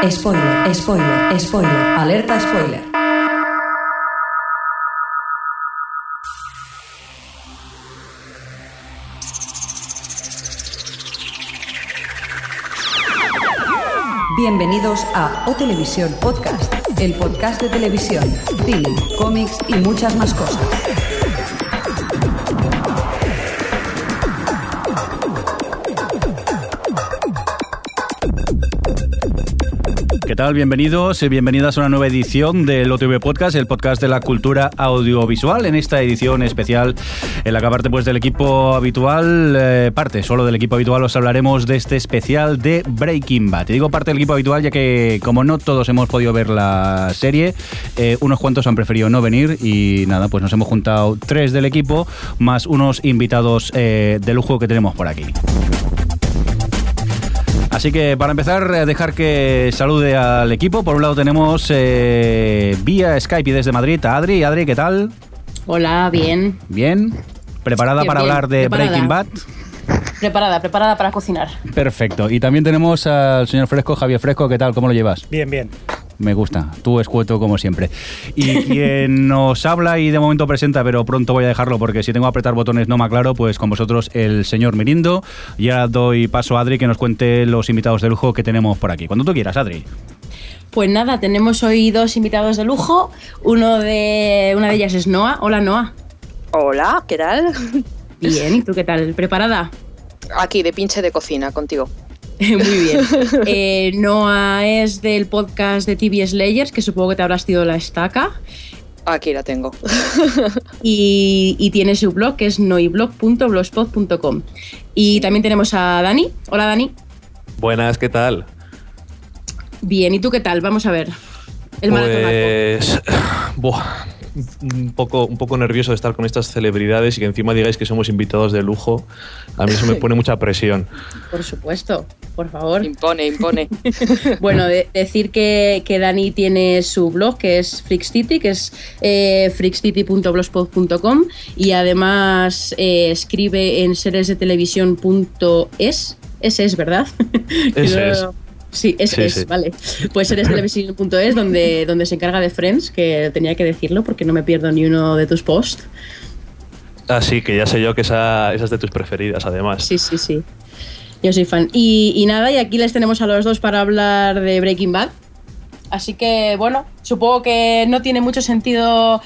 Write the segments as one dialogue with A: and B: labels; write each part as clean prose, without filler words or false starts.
A: Spoiler, spoiler, spoiler, alerta spoiler. Bienvenidos a O Televisión Podcast, el podcast de televisión, cine, cómics y muchas más cosas.
B: ¿Qué tal? Bienvenidos y bienvenidas a una nueva edición del OTV Podcast, el podcast de la cultura audiovisual. En esta edición especial, en la que aparte pues del equipo habitual, solo del equipo habitual, os hablaremos de este especial de Breaking Bad. Y digo parte del equipo habitual ya que, como no todos hemos podido ver la serie, unos cuantos han preferido no venir y nada, pues nos hemos juntado 3 del equipo, más unos invitados de lujo que tenemos por aquí. Así que para empezar, dejar que salude al equipo. Por un lado tenemos vía Skype y desde Madrid a Adri. Adri, ¿qué tal?
C: Hola, bien.
B: ¿Bien? ¿Preparada para hablar de Breaking Bad?
C: Preparada para cocinar.
B: Perfecto. Y también tenemos al señor Fresco, Javier Fresco. ¿Qué tal? ¿Cómo lo llevas?
D: Bien.
B: Me gusta, tú escueto como siempre. Y quien nos habla y de momento presenta, pero pronto voy a dejarlo porque si tengo que apretar botones no me aclaro, pues con vosotros el señor Mirindo. Y ahora doy paso a Adri que nos cuente los invitados de lujo que tenemos por aquí. Cuando tú quieras, Adri.
C: Pues nada, tenemos hoy 2 invitados de lujo. Una de ellas es Noa. Hola, Noa.
E: Hola, ¿qué tal?
C: Bien, ¿y tú qué tal? ¿Preparada?
E: Aquí, de pinche de cocina, contigo.
C: Muy bien. Noa es del podcast de TV Slayers, que supongo que te habrás tirado la estaca.
E: Aquí la tengo.
C: Y tiene su blog, que es noiblog.blogspot.com. Y también tenemos a Dani. Hola, Dani.
F: Buenas, ¿qué tal?
C: Bien, ¿y tú qué tal? Vamos a ver.
F: Pues... un poco nervioso de estar con estas celebridades y que encima digáis que somos invitados de lujo. A mí eso me pone mucha presión.
C: Por supuesto, por favor.
E: Impone.
C: Bueno, decir que Dani tiene su blog, que es Freakcity, que es freakcity.blogspot.com, y además escribe en seriesdetelevisión.es. Ese es, ¿verdad?
F: Ese es.
C: Sí, es, vale. Pues seriesdetelevisión.es, donde se encarga de Friends, que tenía que decirlo porque no me pierdo ni uno de tus posts.
F: Ah, sí, que ya sé yo que esa es de tus preferidas, además.
C: Sí. Yo soy fan. Y nada, y aquí les tenemos a los dos para hablar de Breaking Bad. Así que, bueno, supongo que no tiene mucho sentido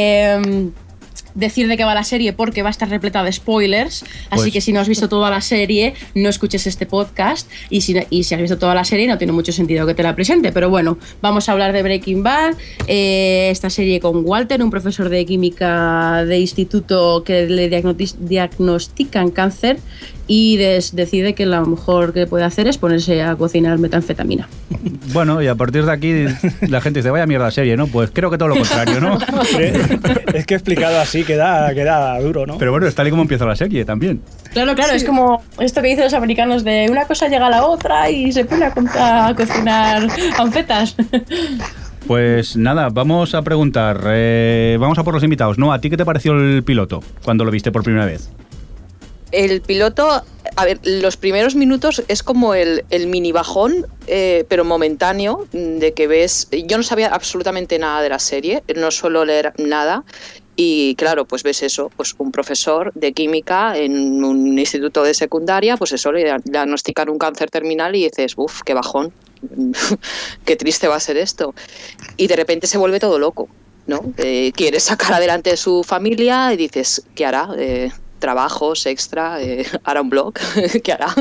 C: decir de qué va la serie porque va a estar repleta de spoilers, así que si no has visto toda la serie no escuches este podcast y si has visto toda la serie no tiene mucho sentido que te la presente, pero bueno, vamos a hablar de Breaking Bad, esta serie con Walter, un profesor de química de instituto que le diagnostican cáncer y decide que lo mejor que puede hacer es ponerse a cocinar metanfetamina.
B: Bueno, y a partir de aquí la gente dice, vaya mierda la serie, ¿no? Pues creo que todo lo contrario, ¿no?
D: Es que explicado así queda duro, ¿no?
B: Pero bueno, es tal y como empieza la serie también.
C: Claro, sí. Es como esto que dicen los americanos de una cosa llega a la otra y se pone a cocinar anfetas.
B: Pues nada, vamos a preguntar, vamos a por los invitados. ¿No? ¿A ti qué te pareció el piloto cuando lo viste por primera vez?
E: El piloto, a ver, los primeros minutos es como el mini bajón, pero momentáneo, de que ves... Yo no sabía absolutamente nada de la serie, no suelo leer nada, y claro, pues ves eso, pues un profesor de química en un instituto de secundaria, pues eso, le diagnostican un cáncer terminal y dices, uff, qué bajón, qué triste va a ser esto. Y de repente se vuelve todo loco, ¿no? Quiere sacar adelante su familia y dices, ¿qué hará? Trabajos extra, hará un blog, ¿qué hará?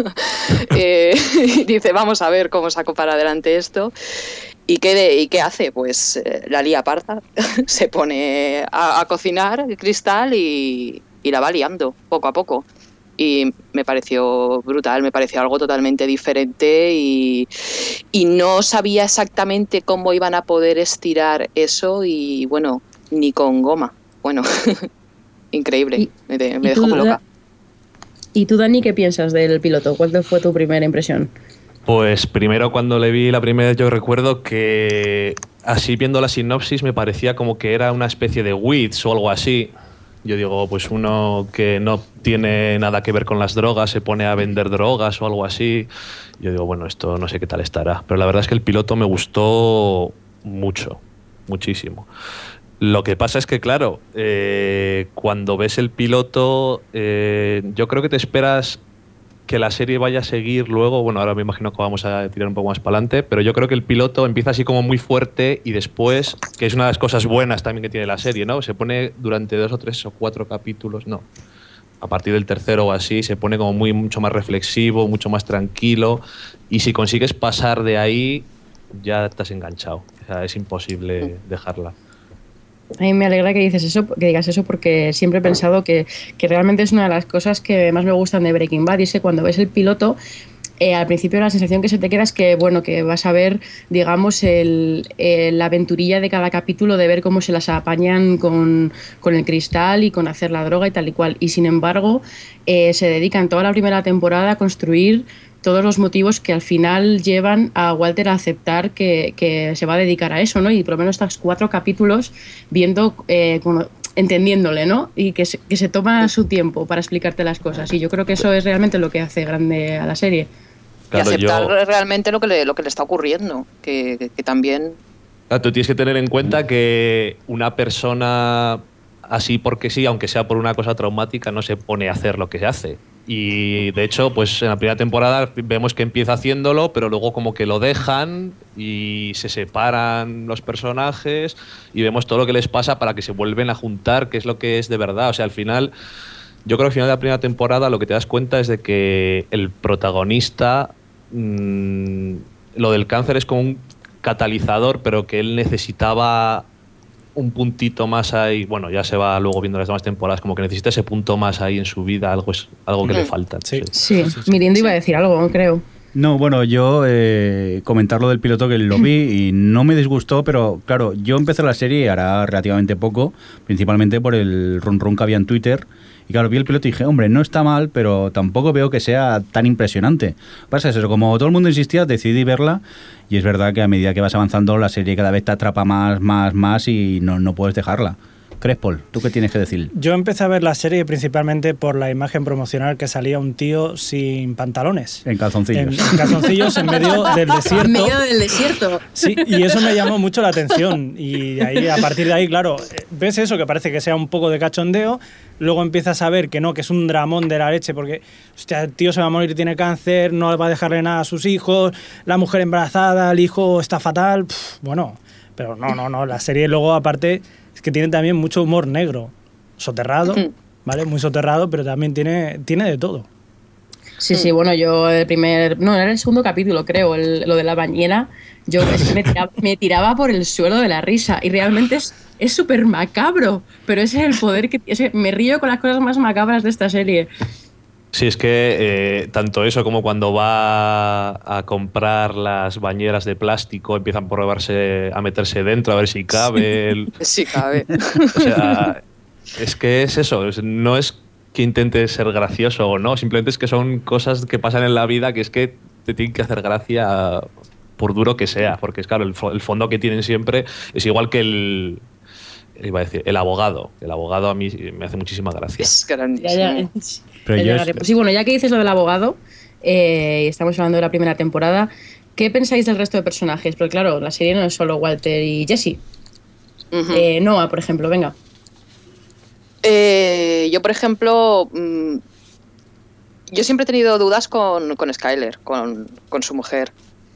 E: Y dice, vamos a ver cómo saco para adelante esto. ¿Y qué hace? Pues la lía parda, se pone a cocinar cristal y la va liando poco a poco. Y me pareció brutal, me pareció algo totalmente diferente y no sabía exactamente cómo iban a poder estirar eso y bueno, ni con goma. Bueno... Increíble, me dejó loca.
C: ¿Y tú, Dani, qué piensas del piloto? ¿Cuál fue tu primera impresión?
F: Pues primero cuando le vi la primera vez yo recuerdo que así viendo la sinopsis me parecía como que era una especie de Weeds o algo así. Yo digo, pues uno que no tiene nada que ver con las drogas se pone a vender drogas o algo así. Yo digo, bueno, esto no sé qué tal estará. Pero la verdad es que el piloto me gustó mucho, muchísimo. Lo que pasa es que, claro, cuando ves el piloto, yo creo que te esperas que la serie vaya a seguir luego. Bueno, ahora me imagino que vamos a tirar un poco más para adelante, pero yo creo que el piloto empieza así como muy fuerte y después, que es una de las cosas buenas también que tiene la serie, ¿no? Se pone durante 2 o 3 o 4 capítulos, no. A partir del tercero o así, se pone como mucho más reflexivo, mucho más tranquilo, y si consigues pasar de ahí, ya estás enganchado. O sea, es imposible dejarla.
C: A mí me alegra que digas eso porque siempre he pensado que realmente es una de las cosas que más me gustan de Breaking Bad, y es que cuando ves el piloto, al principio la sensación que se te queda es que, bueno, que vas a ver, digamos, la aventurilla de cada capítulo, de ver cómo se las apañan con el cristal y con hacer la droga y tal y cual. Y sin embargo, se dedican toda la primera temporada a construir todos los motivos que al final llevan a Walter a aceptar que se va a dedicar a eso, ¿no? Y por lo menos estos 4 capítulos viendo, entendiéndole, ¿no? Y que se toma su tiempo para explicarte las cosas. Y yo creo que eso es realmente lo que hace grande a la serie.
F: Claro,
E: y aceptar realmente lo que le está ocurriendo, que también...
F: Claro, tú tienes que tener en cuenta que una persona así porque sí, aunque sea por una cosa traumática, no se pone a hacer lo que se hace. Y de hecho, pues en la primera temporada vemos que empieza haciéndolo, pero luego como que lo dejan y se separan los personajes y vemos todo lo que les pasa para que se vuelven a juntar, que es lo que es de verdad. O sea, al final, yo creo que al final de la primera temporada lo que te das cuenta es de que el protagonista, lo del cáncer es como un catalizador, pero que él necesitaba un puntito más ahí. Bueno, ya se va luego viendo las demás temporadas, como que necesita ese punto más ahí en su vida, algo que le falta.
C: Sí. Mirindo iba a decir algo, creo.
B: No, bueno, yo comentar lo del piloto, que lo vi y no me disgustó, pero claro, yo empecé la serie hará relativamente poco, principalmente por el run que había en Twitter. Y claro, vi el piloto y dije, hombre, no está mal, pero tampoco veo que sea tan impresionante. Pasa eso, como todo el mundo insistía, decidí verla, y es verdad que a medida que vas avanzando, la serie cada vez te atrapa más y no puedes dejarla. Crespol, ¿tú qué tienes que decir?
D: Yo empecé a ver la serie principalmente por la imagen promocional que salía un tío sin pantalones.
B: En calzoncillos.
D: En calzoncillos en medio del desierto.
C: En medio del desierto.
D: Sí, y eso me llamó mucho la atención. Y ahí, a partir de ahí, claro, ves eso, que parece que sea un poco de cachondeo, luego empiezas a ver que no, que es un dramón de la leche, porque hostia, el tío se va a morir, tiene cáncer, no va a dejarle nada a sus hijos, la mujer embarazada, el hijo está fatal. Bueno, pero no, la serie luego aparte... Es que tiene también mucho humor negro, soterrado, ¿vale? Muy soterrado, pero también tiene de todo.
C: Sí, bueno, yo era el segundo capítulo, creo, lo de la bañera, yo me tiraba por el suelo de la risa, y realmente es súper macabro, pero ese es el poder que me río con las cosas más macabras de esta serie.
F: Sí, es que tanto eso como cuando va a comprar las bañeras de plástico, empiezan por probarse a meterse dentro a ver si cabe.
E: Sí cabe.
F: O sea, es que es eso, no es que intente ser gracioso o no, simplemente es que son cosas que pasan en la vida que es que te tienen que hacer gracia por duro que sea, porque es claro, el fondo que tienen siempre es igual que el abogado. El abogado a mí me hace muchísima gracia.
E: Es grandísimo.
C: Sí, bueno, ya que dices lo del abogado, y estamos hablando de la primera temporada, ¿qué pensáis del resto de personajes? Porque claro, la serie no es solo Walter y Jesse. Noah, por ejemplo, venga.
E: Yo, por ejemplo, yo siempre he tenido dudas con Skyler, con su mujer.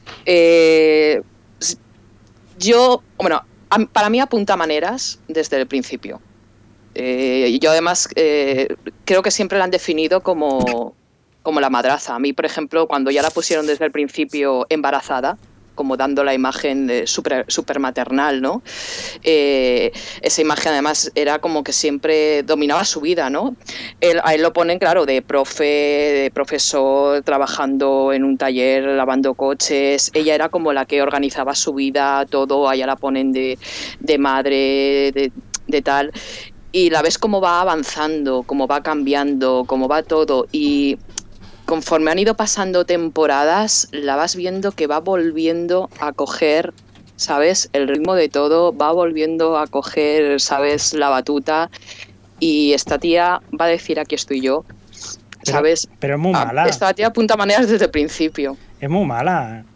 E: Para mí apunta maneras desde el principio. Yo además creo que siempre la han definido como la madraza. A mí, por ejemplo, cuando ya la pusieron desde el principio embarazada, como dando la imagen de super maternal, ¿no? Esa imagen además era como que siempre dominaba su vida, ¿no? A él lo ponen, claro, de profesor, trabajando en un taller, lavando coches. Ella era como la que organizaba su vida, todo. A ella la ponen de madre, de tal. Y la ves cómo va avanzando, cómo va cambiando, cómo va todo. Y conforme han ido pasando temporadas, la vas viendo que va volviendo a coger, ¿sabes? El ritmo de todo, va volviendo a coger, ¿sabes? La batuta. y esta tía va a decir aquí estoy yo, ¿sabes?
D: Pero es muy mala.
E: Esta tía apunta maneras desde el principio.
D: Es muy mala.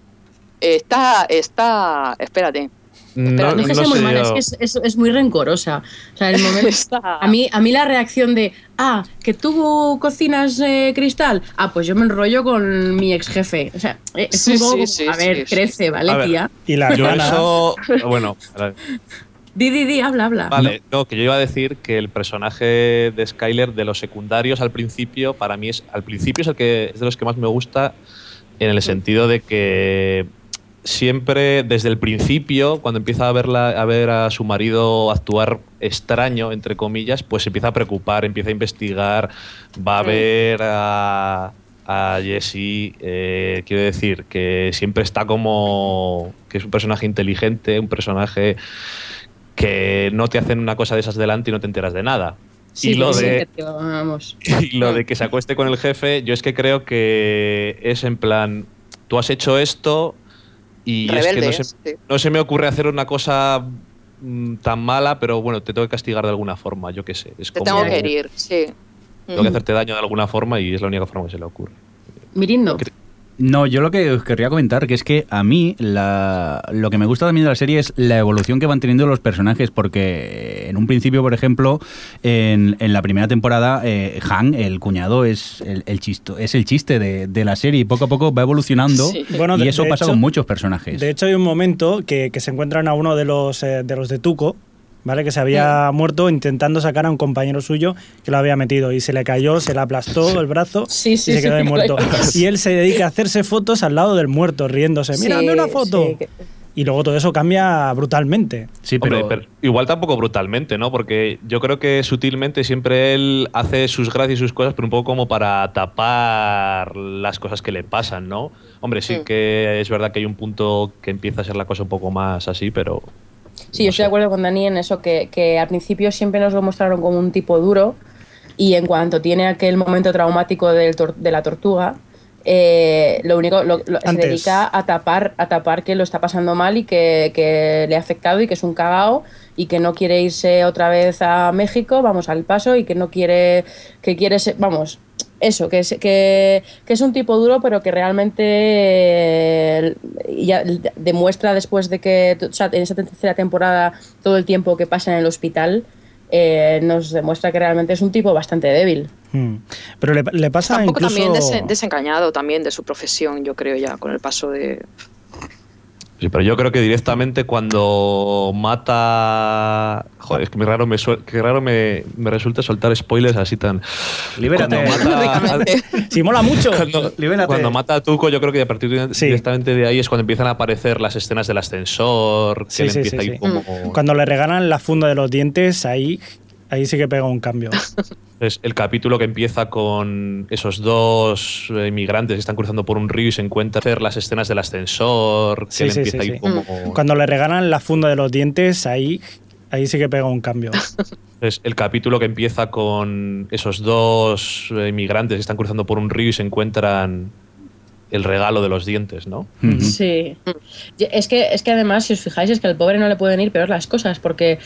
E: Espérate.
C: No es que sea muy mala, es que es muy rencorosa. O sea, el momento, a mí la reacción de, que tú cocinas cristal, pues yo me enrollo con mi ex jefe. O sea, es un poco, crece, ¿vale, tía?
D: Y la
F: eso, bueno,
C: Di, habla.
F: Vale, no, que yo iba a decir que el personaje de Skyler, de los secundarios al principio, para mí es el que es de los que más me gusta, en el sentido de que siempre, desde el principio, cuando empieza a ver a su marido actuar extraño, entre comillas, pues se empieza a preocupar, empieza a investigar, va a ver a Jesse, quiero decir, que siempre está como que es un personaje inteligente, un personaje que no te hacen una cosa de esas delante y no te enteras de nada.
C: Sí,
F: y lo de que se acueste con el jefe, yo es que creo que es en plan, tú has hecho esto y
E: rebelde,
F: es que no se me ocurre hacer una cosa tan mala, pero bueno, te tengo que castigar de alguna forma, yo qué sé.
E: Te tengo que herir, sí.
F: Tengo que hacerte daño de alguna forma y es la única forma que se le ocurre.
C: Mirindo.
B: No, yo lo que os querría comentar que es que a mí lo que me gusta también de la serie es la evolución que van teniendo los personajes, porque en un principio, por ejemplo, en la primera temporada, Han, el cuñado, es el chiste de la serie y poco a poco va evolucionando. Sí.
D: Bueno,
B: y eso pasa con muchos personajes.
D: De hecho, hay un momento que se encuentran a uno de los de Tuco, ¿vale? Que se había muerto intentando sacar a un compañero suyo que lo había metido y se le cayó, se le aplastó el brazo y se quedó ahí muerto. Y él se dedica a hacerse fotos al lado del muerto, riéndose. ¡Mírame una foto! Sí. Y luego todo eso cambia brutalmente.
B: Sí, pero
F: igual tampoco brutalmente, ¿no? Porque yo creo que sutilmente siempre él hace sus gracias y sus cosas, pero un poco como para tapar las cosas que le pasan, ¿no? Hombre, sí que es verdad que hay un punto que empieza a ser la cosa un poco más así, pero...
C: Sí, yo estoy de acuerdo con Dani en eso, que al principio siempre nos lo mostraron como un tipo duro y en cuanto tiene aquel momento traumático de la tortuga, se dedica a tapar que lo está pasando mal y que le ha afectado y que es un cagao y que no quiere irse otra vez a México, vamos al paso, y que no quiere, que quiere ser, vamos... Eso, que es un tipo duro, pero que realmente ya demuestra después de que, o sea, en esa tercera temporada, todo el tiempo que pasa en el hospital, nos demuestra que realmente es un tipo bastante débil.
D: Pero le pasa
E: tampoco
D: incluso...
E: también desengañado también de su profesión, yo creo, ya con el paso de...
F: Sí, pero yo creo que directamente cuando mata... Joder, es que qué raro me resulta soltar spoilers así tan...
B: Libérate.
D: Sí, mola mucho.
F: Cuando mata a Tuco, yo creo que a partir directamente de ahí es cuando empiezan a aparecer las escenas del ascensor, que él empieza ahí como...
D: Cuando le regalan la funda de los dientes, ahí sí que pega un cambio.
F: Es el capítulo que empieza con esos dos inmigrantes que están cruzando por un río y se encuentran hacer las escenas del ascensor, que él empieza ahí como...
D: Cuando le regalan la funda de los dientes, ahí sí que pega un cambio.
F: Es el capítulo que empieza con esos dos inmigrantes que están cruzando por un río y se encuentran el regalo de los dientes, ¿no?
C: Sí. Es que además, si os fijáis, es que al pobre no le pueden ir peor las cosas, porque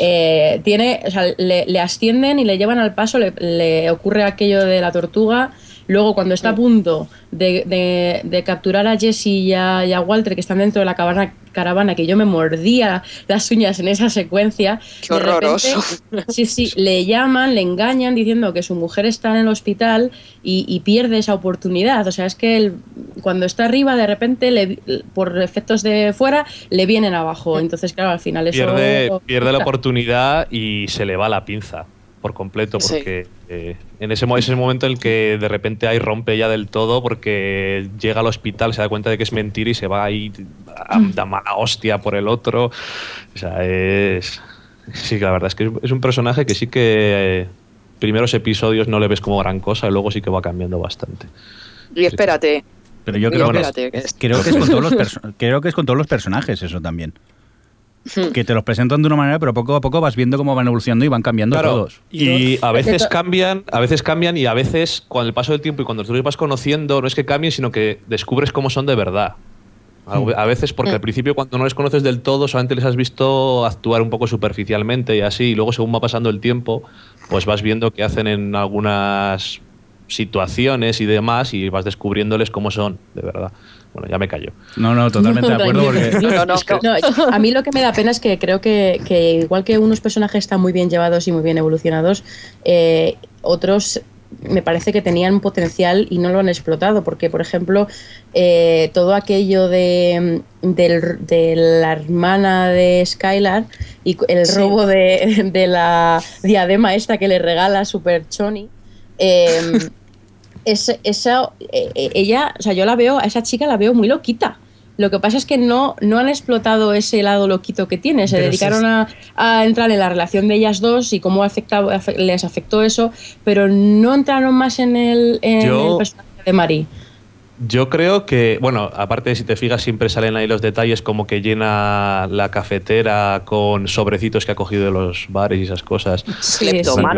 C: le ascienden y le llevan al paso, le ocurre aquello de la tortuga. Luego, cuando está a punto de capturar a Jesse y a Walter, que están dentro de la caravana, que yo me mordía las uñas en esa secuencia.
E: ¡Qué horroroso!
C: Sí, le llaman, le engañan diciendo que su mujer está en el hospital y pierde esa oportunidad. O sea, es que cuando está arriba, de repente, por efectos de fuera, le vienen abajo. Entonces, claro, al final eso...
F: Pierde la oportunidad y se le va la pinza por completo, porque en ese momento en el que de repente ahí rompe ya del todo, porque llega al hospital, se da cuenta de que es mentira y se va ahí da mala hostia por el otro. O sea, sí, la verdad es que es un personaje que sí que primeros episodios no le ves como gran cosa y luego sí que va cambiando bastante.
E: Y espérate.
B: Pero yo creo que es con todos los personajes eso también. Que te los presentan de una manera, pero poco a poco vas viendo cómo van evolucionando y van cambiando todos.
F: Y a veces cambian y a veces, con el paso del tiempo y cuando tú los vas conociendo, no es que cambien, sino que descubres cómo son de verdad. A veces porque al principio cuando no les conoces del todo solamente les has visto actuar un poco superficialmente y así, y luego según va pasando el tiempo pues vas viendo qué hacen en algunas situaciones y demás y vas descubriéndoles cómo son, de verdad. Bueno, ya me callo.
B: No, totalmente de acuerdo porque...
C: No, a mí lo que me da pena es que creo que igual que unos personajes están muy bien llevados y muy bien evolucionados, otros me parece que tenían potencial y no lo han explotado, porque por ejemplo todo aquello de la hermana de Skylar y el robo de la diadema esta que le regala Super Choni, ella, o sea, yo la veo, a esa chica la veo muy loquita. Lo que pasa es que no han explotado ese lado loquito que tiene. Se dedicaron a entrar en la relación de ellas dos y cómo les afectó eso, pero no entraron más en el personaje de Marie.
F: Yo creo que, bueno, aparte si te fijas siempre salen ahí los detalles como que llena la cafetera con sobrecitos que ha cogido de los bares y esas cosas.
C: Sí,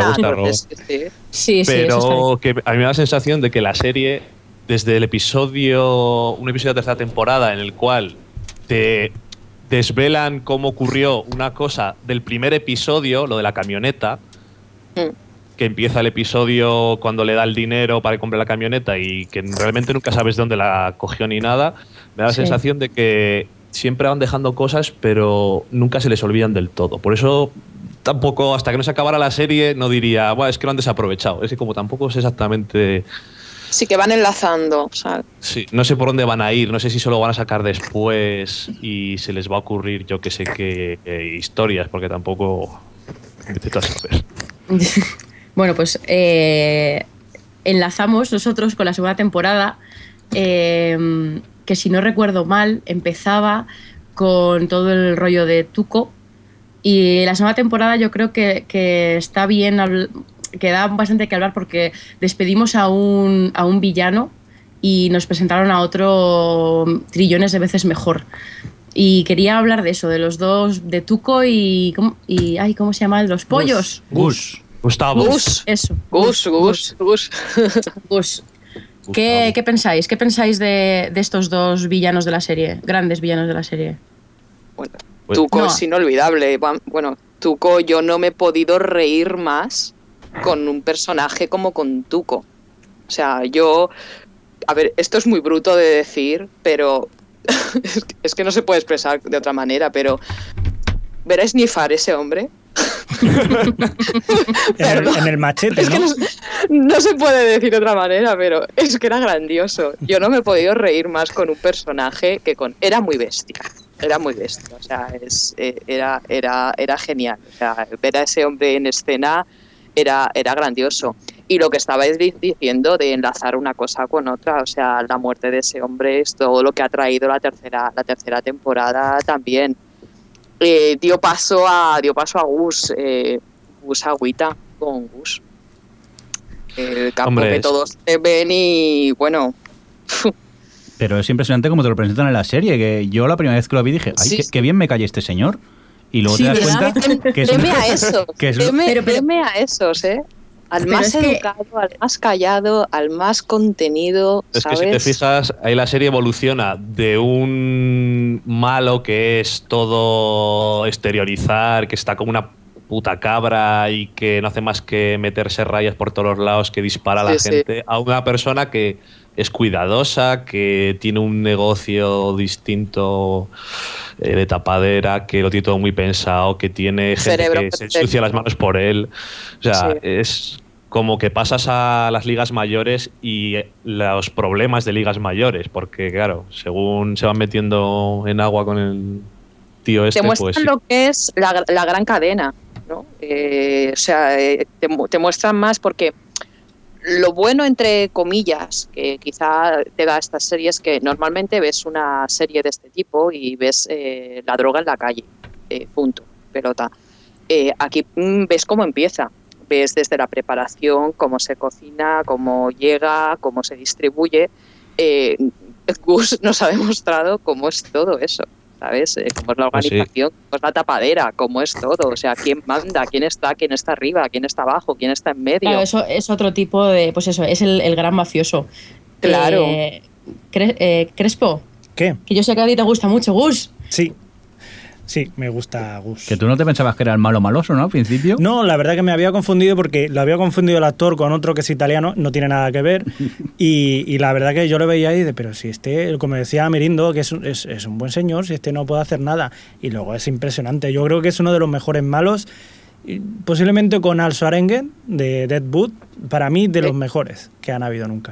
F: pero que a mí me da la sensación de que la serie, desde un episodio de tercera temporada en el cual te desvelan cómo ocurrió una cosa del primer episodio, lo de la camioneta, que empieza el episodio cuando le da el dinero para comprar la camioneta y que realmente nunca sabes de dónde la cogió ni nada, me da la sensación de que siempre van dejando cosas pero nunca se les olvidan del todo. Por eso tampoco, hasta que no se acabara la serie, no diría, bueno, es que lo han desaprovechado. Es que como tampoco sé exactamente...
E: Sí, que van enlazando. O sea.
F: Sí, no sé por dónde van a ir, no sé si solo van a sacar después y se les va a ocurrir yo que sé qué historias, porque tampoco... Vete tú a saber.
C: Bueno, pues enlazamos nosotros con la segunda temporada, que si no recuerdo mal, empezaba con todo el rollo de Tuco, y la segunda temporada yo creo que está bien, que da bastante que hablar porque despedimos a un villano y nos presentaron a otro trillones de veces mejor. Y quería hablar de eso, de los dos, de Tuco y ¿cómo se llama? Los pollos.
B: Gus.
F: Gustavo.
E: Gus.
C: Eso.
E: Gus.
C: ¿Qué pensáis? ¿Qué pensáis de estos dos villanos de la serie? Grandes villanos de la serie.
E: Bueno, Tuco es inolvidable. Bueno, Tuco, yo no me he podido reír más con un personaje como con Tuco. O sea, a ver, esto es muy bruto de decir, pero es que no se puede expresar de otra manera, pero ver a esnifar ese hombre.
D: en el machete,
E: es que no se puede decir de otra manera, pero es que era grandioso. Yo no me he podido reír más con un personaje que era muy bestia. Era muy bestia, o sea, era genial. O sea, ver a ese hombre en escena era grandioso. Y lo que estabais diciendo de enlazar una cosa con otra, o sea, la muerte de ese hombre es todo lo que ha traído la tercera temporada también. Dio paso a Gus, Gus Agüita con Gus. El campo que todos ven y bueno.
B: Pero es impresionante cómo te lo presentan en la serie, que yo la primera vez que lo vi dije, ay, qué bien me cae este señor. Y luego te das cuenta que es
E: a esos, teme a esos, al más educado, al más callado, al más contenido.
F: Es
E: ¿sabes?
F: que si te fijas, ahí la serie evoluciona de un malo que es todo exteriorizar, que está como una puta cabra y que no hace más que meterse rayas por todos los lados, que dispara a la gente, a una persona que es cuidadosa, que tiene un negocio distinto de tapadera, que lo tiene todo muy pensado, que tiene gente que se ensucia las manos por él. O sea, es como que pasas a las ligas mayores y los problemas de ligas mayores, porque claro, según se van metiendo en agua con el tío este,
E: te muestran
F: pues
E: lo que es la gran cadena, ¿no? O sea, te muestran más porque lo bueno, entre comillas, que quizá te da estas series, que normalmente ves una serie de este tipo y ves la droga en la calle, punto, pelota. Aquí ves cómo empieza, ves desde la preparación, cómo se cocina, cómo llega, cómo se distribuye. Gus nos ha demostrado cómo es todo eso, ¿sabes? Cómo es la organización, cómo es la tapadera, cómo es todo. O sea, quién manda, quién está arriba, quién está abajo, quién está en medio.
C: Claro, eso es otro tipo de... Pues eso, es el gran mafioso.
E: Claro.
C: ¿Crespo?
D: ¿Qué?
C: Que yo sé que a ti te gusta mucho, Gus.
D: Sí, me gusta Gus.
B: Que tú no te pensabas que era el malo maloso, ¿no? Al principio.
D: No, la verdad que me había confundido porque lo había confundido el actor con otro que es italiano, no tiene nada que ver. Y la verdad que yo lo veía ahí pero si como decía Mirindo, que es un buen señor, si no puede hacer nada. Y luego es impresionante. Yo creo que es uno de los mejores malos, posiblemente con Al Swearengen de Deadwood, para mí de los mejores que han habido nunca.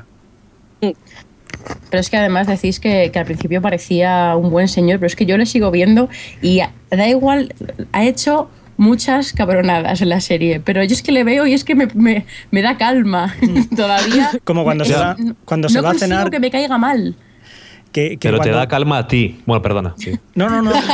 C: Pero es que además decís que al principio parecía un buen señor, pero es que yo le sigo viendo y da igual, ha hecho muchas cabronadas en la serie, pero yo es que le veo y es que me da calma todavía.
D: Como cuando se va a cenar.
C: No que me caiga mal.
F: Pero te da calma a ti. Bueno, perdona. Sí.
D: No.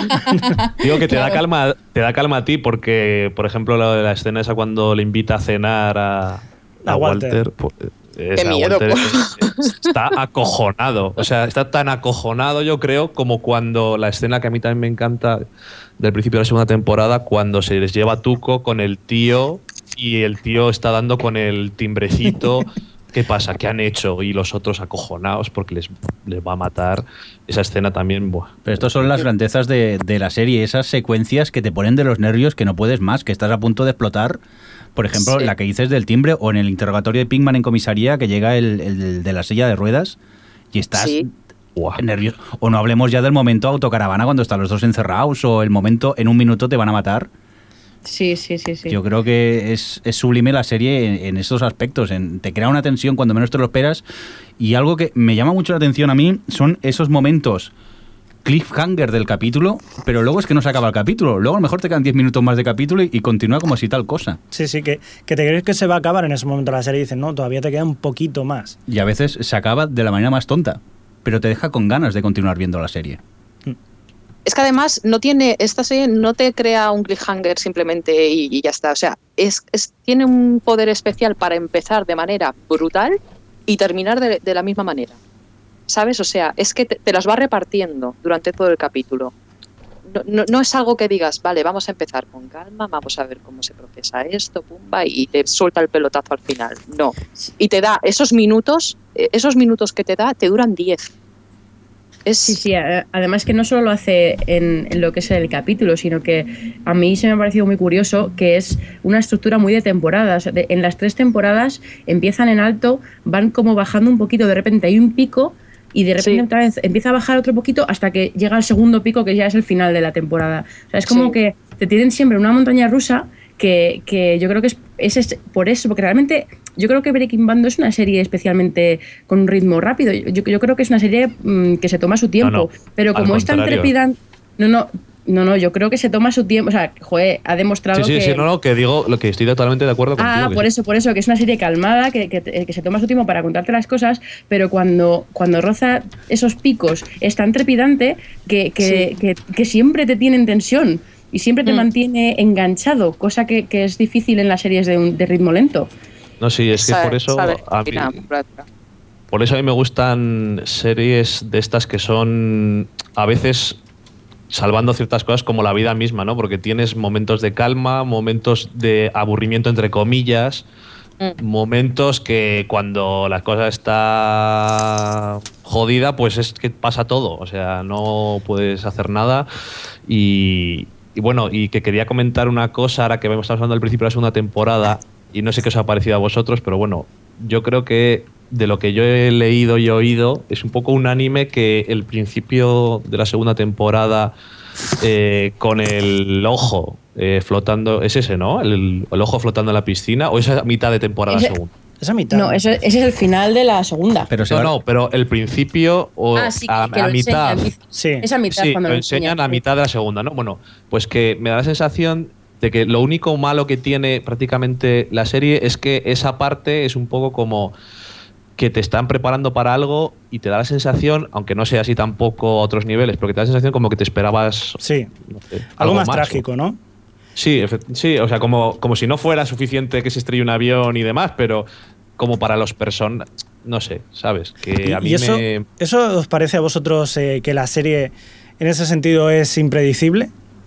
F: Digo que te da calma a ti porque, por ejemplo, la escena esa cuando le invita a cenar a Walter. Pues,
E: qué miedo.
F: Walter está acojonado. O sea, está tan acojonado, yo creo, como cuando la escena que a mí también me encanta del principio de la segunda temporada, cuando se les lleva Tuco con el tío y el tío está dando con el timbrecito. ¿Qué pasa? ¿Qué han hecho? Y los otros acojonados porque les va a matar. Esa escena también. Buah.
B: Pero estas son las grandezas de la serie, esas secuencias que te ponen de los nervios, que no puedes más, que estás a punto de explotar. Por ejemplo, la que dices del timbre, o en el interrogatorio de Pinkman en comisaría, que llega el de la silla de ruedas y estás nervioso. O no hablemos ya del momento autocaravana cuando están los dos encerrados, o el momento en un minuto te van a matar.
C: Sí.
B: Yo creo que es sublime la serie en esos aspectos. Te crea una tensión cuando menos te lo esperas. Y algo que me llama mucho la atención a mí son esos momentos cliffhanger del capítulo, pero luego es que no se acaba el capítulo. Luego a lo mejor te quedan 10 minutos más de capítulo y continúa como si tal cosa.
D: Sí, que te crees que se va a acabar en ese momento la serie y dices, no, todavía te queda un poquito más.
B: Y a veces se acaba de la manera más tonta, pero te deja con ganas de continuar viendo la serie.
E: Es que además esta serie no te crea un cliffhanger simplemente y ya está. O sea, tiene un poder especial para empezar de manera brutal y terminar de la misma manera. ¿Sabes? O sea, es que te las va repartiendo durante todo el capítulo. No es algo que digas, vale, vamos a empezar con calma, vamos a ver cómo se procesa esto, pumba, y te suelta el pelotazo al final. No. Y te da esos minutos que te duran 10.
C: Sí, además que no solo lo hace en lo que es el capítulo, sino que a mí se me ha parecido muy curioso que es una estructura muy de temporadas. En las 3 temporadas empiezan en alto, van como bajando un poquito, de repente hay un pico y de repente otra vez empieza a bajar otro poquito hasta que llega al segundo pico, que ya es el final de la temporada. O sea, es como que te tienen siempre una montaña rusa que yo creo que es por eso, porque realmente yo creo que Breaking Bad no es una serie especialmente con un ritmo rápido. Yo creo que es una serie que se toma su tiempo, pero como es tan trepidante... No, yo creo que se toma su tiempo. O sea, ha demostrado que...
F: Sí, que digo lo que estoy totalmente de acuerdo contigo.
C: Por eso, que es una serie calmada, que se toma su tiempo para contarte las cosas, pero cuando roza esos picos es tan trepidante que siempre te tiene en tensión y siempre te mantiene enganchado, cosa que es difícil en las series de ritmo lento.
F: No, sí, es que por eso a mí me gustan series de estas que son a veces salvando ciertas cosas como la vida misma, ¿no? Porque tienes momentos de calma, momentos de aburrimiento entre comillas, momentos que cuando la cosa está jodida, pues es que pasa todo, o sea, no puedes hacer nada. Y bueno, y que quería comentar una cosa ahora que estamos hablando del principio de la segunda temporada, y no sé qué os ha parecido a vosotros, pero bueno, yo creo que de lo que yo he leído y oído, es un poco un anime que el principio de la segunda temporada con el ojo flotando, es ese, ¿no? El ojo flotando en la piscina, o esa mitad de temporada segunda.
D: Esa mitad.
C: No, ese es el final de la segunda.
B: Pero
F: pero el principio o a mitad.
C: Sí. Esa mitad
F: sí,
C: cuando
F: lo enseñan a mitad de la segunda, ¿no? Bueno, pues que me da la sensación de que lo único malo que tiene prácticamente la serie es que esa parte es un poco como que te están preparando para algo y te da la sensación, aunque no sea así tampoco a otros niveles, pero que te da la sensación como que te esperabas
D: no sé, algo más trágico, ¿no?
F: Sí, o sea, como si no fuera suficiente que se estrelle un avión y demás, pero como para los personas, no sé, ¿sabes? Que a mí
D: ¿Eso os parece a vosotros que la serie en ese sentido es impredecible?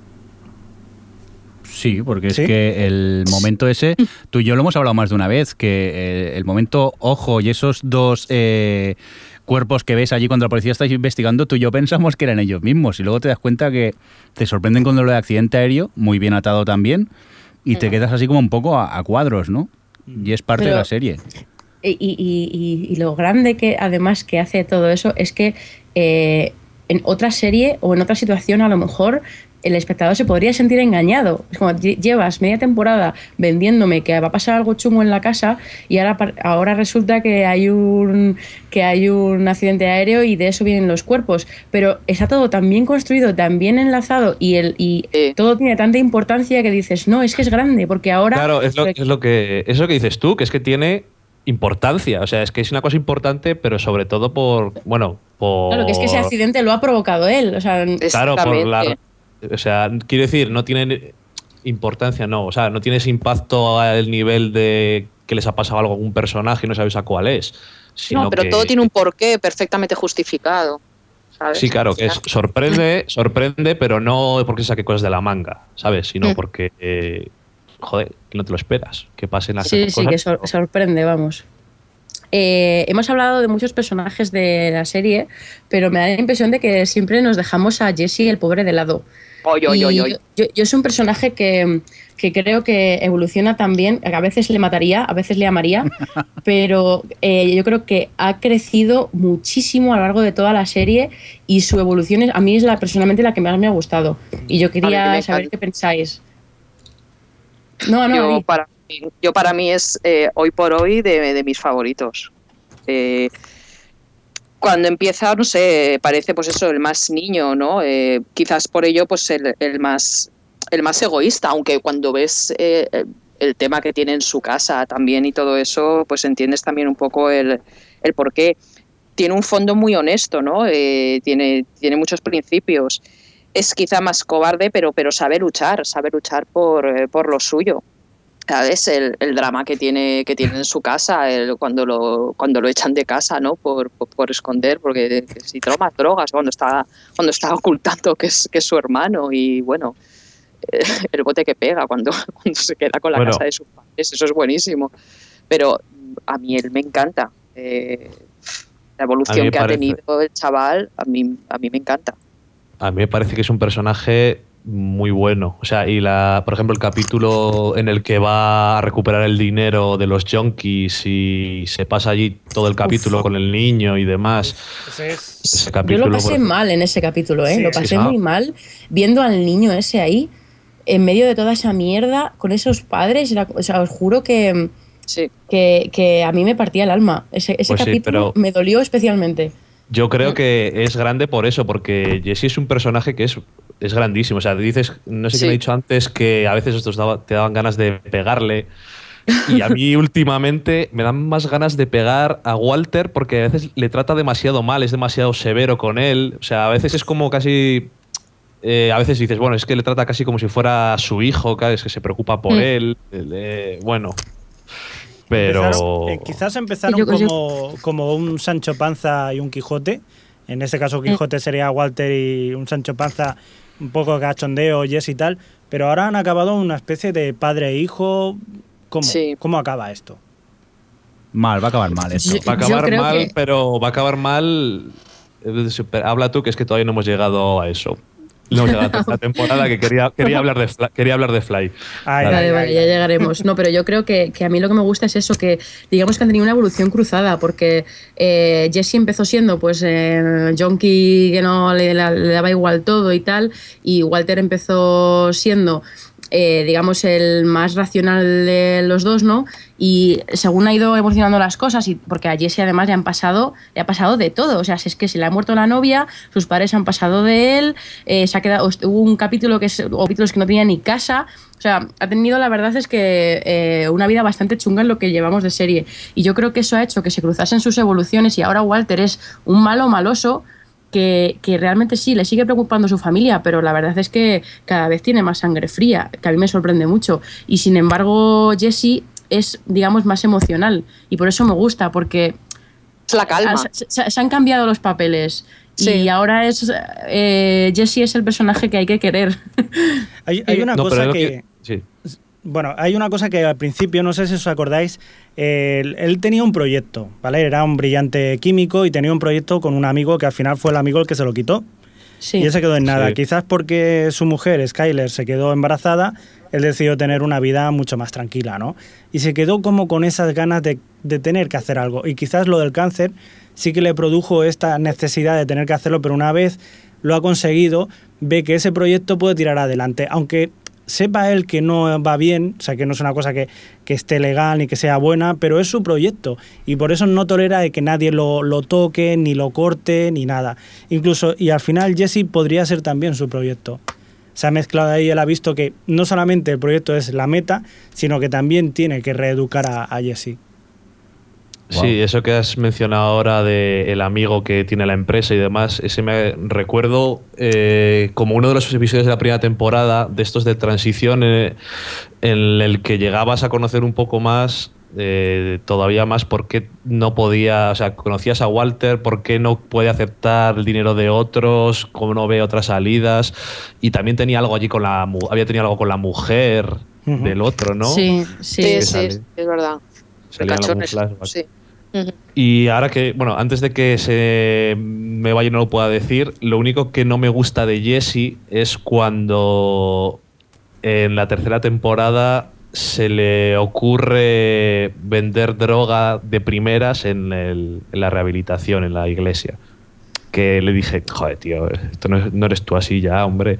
B: Sí, porque es que el momento ese, tú y yo lo hemos hablado más de una vez, que el momento ojo y esos dos cuerpos que ves allí cuando la policía está investigando, tú y yo pensamos que eran ellos mismos y luego te das cuenta que te sorprenden con lo de accidente aéreo, muy bien atado también, y te quedas así como un poco a cuadros, ¿no? Y es parte de la serie.
C: Y lo grande que además que hace todo eso es que en otra serie o en otra situación a lo mejor el espectador se podría sentir engañado. Es como, llevas media temporada vendiéndome que va a pasar algo chungo en la casa y ahora resulta que hay un accidente aéreo y de eso vienen los cuerpos. Pero está todo tan bien construido, tan bien enlazado y todo tiene tanta importancia que dices, no, es que es grande, porque ahora...
F: Claro, es lo que dices tú, que es que tiene importancia. O sea, es que es una cosa importante, pero sobre todo por...
C: Claro, que es que ese accidente lo ha provocado él. O sea,
F: claro, o sea, quiero decir, no tiene importancia, no. O sea, no tiene ese impacto al nivel de que les ha pasado algo a algún personaje y no sabes a cuál es.
E: No, pero todo tiene un porqué perfectamente justificado, ¿sabes?
F: Sí, claro, que sorprende, pero no porque saque cosas de la manga, ¿sabes? Sino porque, joder, que no te lo esperas, que pasen las cosas.
C: Sí, que sorprende, vamos. Hemos hablado de muchos personajes de la serie, pero me da la impresión de que siempre nos dejamos a Jesse el pobre de lado. Yo es un personaje que creo que evoluciona también, a veces le mataría, a veces le amaría, pero yo creo que ha crecido muchísimo a lo largo de toda la serie y su evolución a mí es personalmente la que más me ha gustado. Y yo quería saber qué pensáis.
E: Yo para mí es hoy por hoy de mis favoritos. Cuando empieza, no sé, parece pues eso, el más niño, ¿no? Quizás por ello pues el más egoísta, aunque cuando ves el tema que tiene en su casa también y todo eso, pues entiendes también un poco el porqué. Tiene un fondo muy honesto, ¿no? Tiene muchos principios. Es quizá más cobarde, pero sabe luchar por lo suyo. ¿Sabes? El drama que tiene en su casa, cuando lo echan de casa, ¿no? Por esconder, porque si tomas drogas, cuando está ocultando que es su hermano, y bueno, el bote que pega cuando se queda con la casa de sus padres, eso es buenísimo. Pero a mí él me encanta. La evolución que ha tenido el chaval, a mí me encanta.
F: A mí me parece que es un personaje muy bueno. O sea, por ejemplo, el capítulo en el que va a recuperar el dinero de los junkies y se pasa allí todo el capítulo con el niño y demás.
C: Ese capítulo, yo lo pasé mal en ese capítulo, ¿eh? Lo pasé muy mal viendo al niño ese ahí, en medio de toda esa mierda, con esos padres. O sea, os juro que a mí me partía el alma. Ese capítulo me dolió especialmente.
F: Yo creo que es grande por eso, porque Jesse es un personaje que es grandísimo. O sea, dices, no sé quién ha dicho antes, que a veces te daban ganas de pegarle. Y a mí últimamente me dan más ganas de pegar a Walter porque a veces le trata demasiado mal, es demasiado severo con él. O sea, a veces es como casi... a veces dices, bueno, es que le trata casi como si fuera su hijo, es que se preocupa por él. Bueno... Pero
D: quizás empezaron como un Sancho Panza y un Quijote. En este caso Quijote sería Walter y un Sancho Panza un poco cachondeo, Jess y tal. Pero ahora han acabado una especie de padre e hijo. ¿Cómo acaba esto?
B: Mal, va a acabar mal esto.
F: Va a acabar mal, pero va a acabar mal... Habla tú, que es que todavía no hemos llegado a eso. No, ya la temporada que quería hablar de Fly.
C: Vale, ya llegaremos. No, pero yo creo que a mí lo que me gusta es eso, que digamos que han tenido una evolución cruzada, porque Jesse empezó siendo pues junkie que no le daba igual todo y tal, y Walter empezó siendo digamos el más racional de los dos, ¿no? Y según ha ido evolucionando las cosas, y porque a Jesse además le ha pasado de todo, o sea, si es que se le ha muerto la novia, sus padres han pasado de él, se ha quedado, hubo un capítulo capítulos que no tenía ni casa, o sea, ha tenido, la verdad es que una vida bastante chunga en lo que llevamos de serie, y yo creo que eso ha hecho que se cruzasen sus evoluciones, y ahora Walter es un maloso que realmente sí, le sigue preocupando su familia, pero la verdad es que cada vez tiene más sangre fría, que a mí me sorprende mucho. Y sin embargo, Jesse es, digamos, más emocional. Y por eso me gusta, porque
E: es la calma.
C: Se han cambiado los papeles. Sí. Y ahora Jesse es el personaje que hay que querer.
D: Hay una cosa que... Bueno, hay una cosa que al principio, no sé si os acordáis, él tenía un proyecto, ¿vale? Era un brillante químico y tenía un proyecto con un amigo que al final fue el amigo el que se lo quitó.
C: Sí.
D: Y él se quedó en nada.
F: Sí.
D: Quizás porque su mujer, Skyler, se quedó embarazada, él decidió tener una vida mucho más tranquila, ¿no? Y se quedó como con esas ganas de tener que hacer algo. Y quizás lo del cáncer sí que le produjo esta necesidad de tener que hacerlo, pero una vez lo ha conseguido, ve que ese proyecto puede tirar adelante. Aunque sepa él que no va bien, o sea, que no es una cosa que esté legal ni que sea buena, pero es su proyecto y por eso no tolera de que nadie lo toque, ni lo corte, ni nada. Incluso, y al final Jesse podría ser también su proyecto. Se ha mezclado ahí, él ha visto que no solamente el proyecto es la meta, sino que también tiene que reeducar a Jesse.
F: Sí,
B: Wow.
F: eso que has mencionado ahora de el amigo que tiene la empresa y demás, ese me recuerdo como uno de los episodios de la primera temporada de estos de transición en el que llegabas a conocer un poco más, todavía más por qué no podía, o sea, conocías a Walter, por qué no puede aceptar el dinero de otros, cómo no ve otras salidas, y también tenía algo allí había tenido algo con la mujer del otro, ¿no?
C: Sí.
E: Sí,
F: sale.
E: es verdad.
F: Salía en algún
E: Cachones,
F: flashback.
E: sí.
F: Y ahora que, bueno, antes de que se me vaya y no lo pueda decir, lo único que no me gusta de Jesse es cuando en la tercera temporada se le ocurre vender droga de primeras en la rehabilitación, en la iglesia. Que le dije, joder, tío, esto no eres tú así ya, hombre.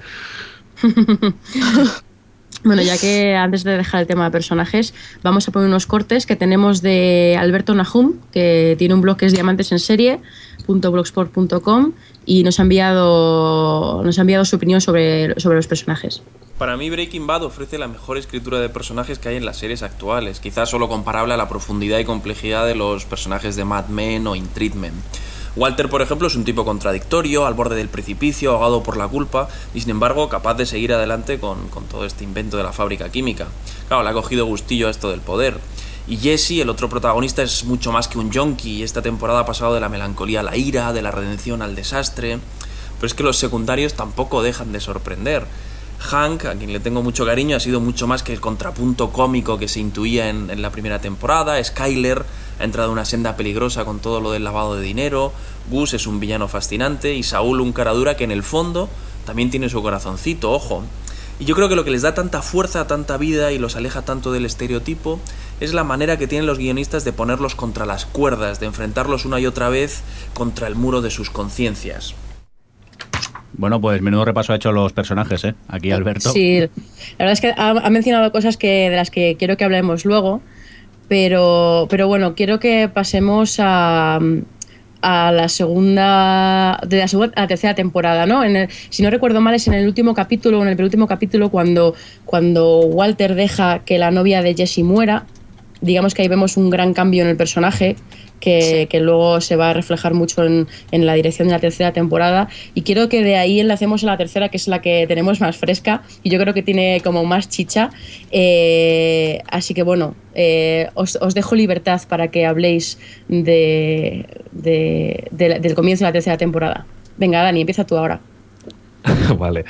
C: Bueno, ya que antes de dejar el tema de personajes, vamos a poner unos cortes que tenemos de Alberto Nahum, que tiene un blog que es diamantesenserie.blogspot.com y nos ha enviado su opinión sobre los personajes.
G: Para mí Breaking Bad ofrece la mejor escritura de personajes que hay en las series actuales, quizás solo comparable a la profundidad y complejidad de los personajes de Mad Men o In Treatment. Walter, por ejemplo, es un tipo contradictorio, al borde del precipicio, ahogado por la culpa y sin embargo capaz de seguir adelante con todo este invento de la fábrica química. Claro, le ha cogido gustillo a esto del poder. Y Jesse, el otro protagonista, es mucho más que un yonki y esta temporada ha pasado de la melancolía a la ira, de la redención al desastre. Pero es que los secundarios tampoco dejan de sorprender. Hank, a quien le tengo mucho cariño, ha sido mucho más que el contrapunto cómico que se intuía en la primera temporada. Skyler ha entrado en una senda peligrosa con todo lo del lavado de dinero. Gus es un villano fascinante y Saúl un cara dura que en el fondo también tiene su corazoncito, ojo. Y yo creo que lo que les da tanta fuerza, tanta vida y los aleja tanto del estereotipo es la manera que tienen los guionistas de ponerlos contra las cuerdas, de enfrentarlos una y otra vez contra el muro de sus conciencias.
B: Bueno, pues menudo repaso ha hecho los personajes, aquí Alberto.
C: Sí, la verdad es que ha mencionado cosas de las que quiero que hablemos luego, pero bueno, quiero que pasemos a la segunda, a la tercera temporada, ¿no? Si no recuerdo mal, es en el último capítulo, en el penúltimo capítulo, cuando Walter deja que la novia de Jesse muera. Digamos que ahí vemos un gran cambio en el personaje que luego se va a reflejar mucho en la dirección de la tercera temporada, y quiero que de ahí enlacemos a la tercera, que es la que tenemos más fresca y yo creo que tiene como más chicha, así que bueno, os dejo libertad para que habléis del comienzo de la tercera temporada. Venga, Dani, empieza tú ahora.
F: Vale.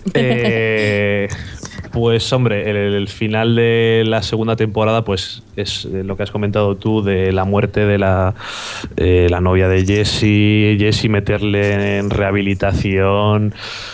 F: Pues hombre, el final de la segunda temporada pues es lo que has comentado tú, de la muerte de la novia de Jesse, meterle en rehabilitación.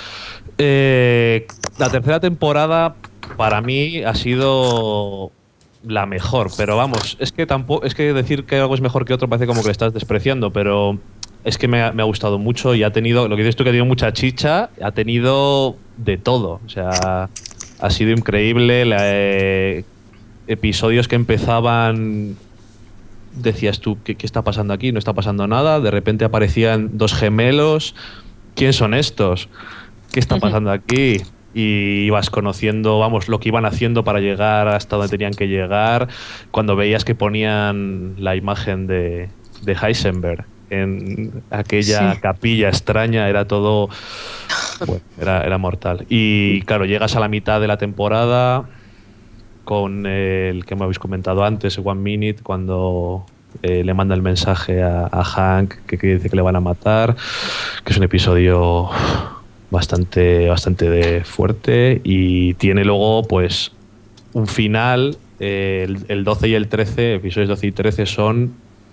F: La tercera temporada para mí ha sido la mejor, pero vamos, es que tampoco, es que decir que algo es mejor que otro parece como que lo estás despreciando, pero es que me ha gustado mucho y ha tenido, lo que dices tú, que ha tenido mucha chicha, ha tenido de todo, o sea, ha sido increíble. Episodios que empezaban, decías tú, ¿qué está pasando aquí? No está pasando nada, de repente aparecían dos gemelos, ¿quién son estos? ¿Qué está pasando aquí? Y ibas conociendo, vamos, lo que iban haciendo para llegar hasta donde tenían que llegar, cuando veías que ponían la imagen de Heisenberg en aquella capilla extraña, era todo, bueno, era mortal. Y claro, llegas a la mitad de la temporada con el que me habéis comentado antes, One Minute, cuando le manda el mensaje a Hank que dice que le van a matar, que es un episodio bastante fuerte, y tiene luego pues un final, el 12 y el 13, episodios 12 y 13 son,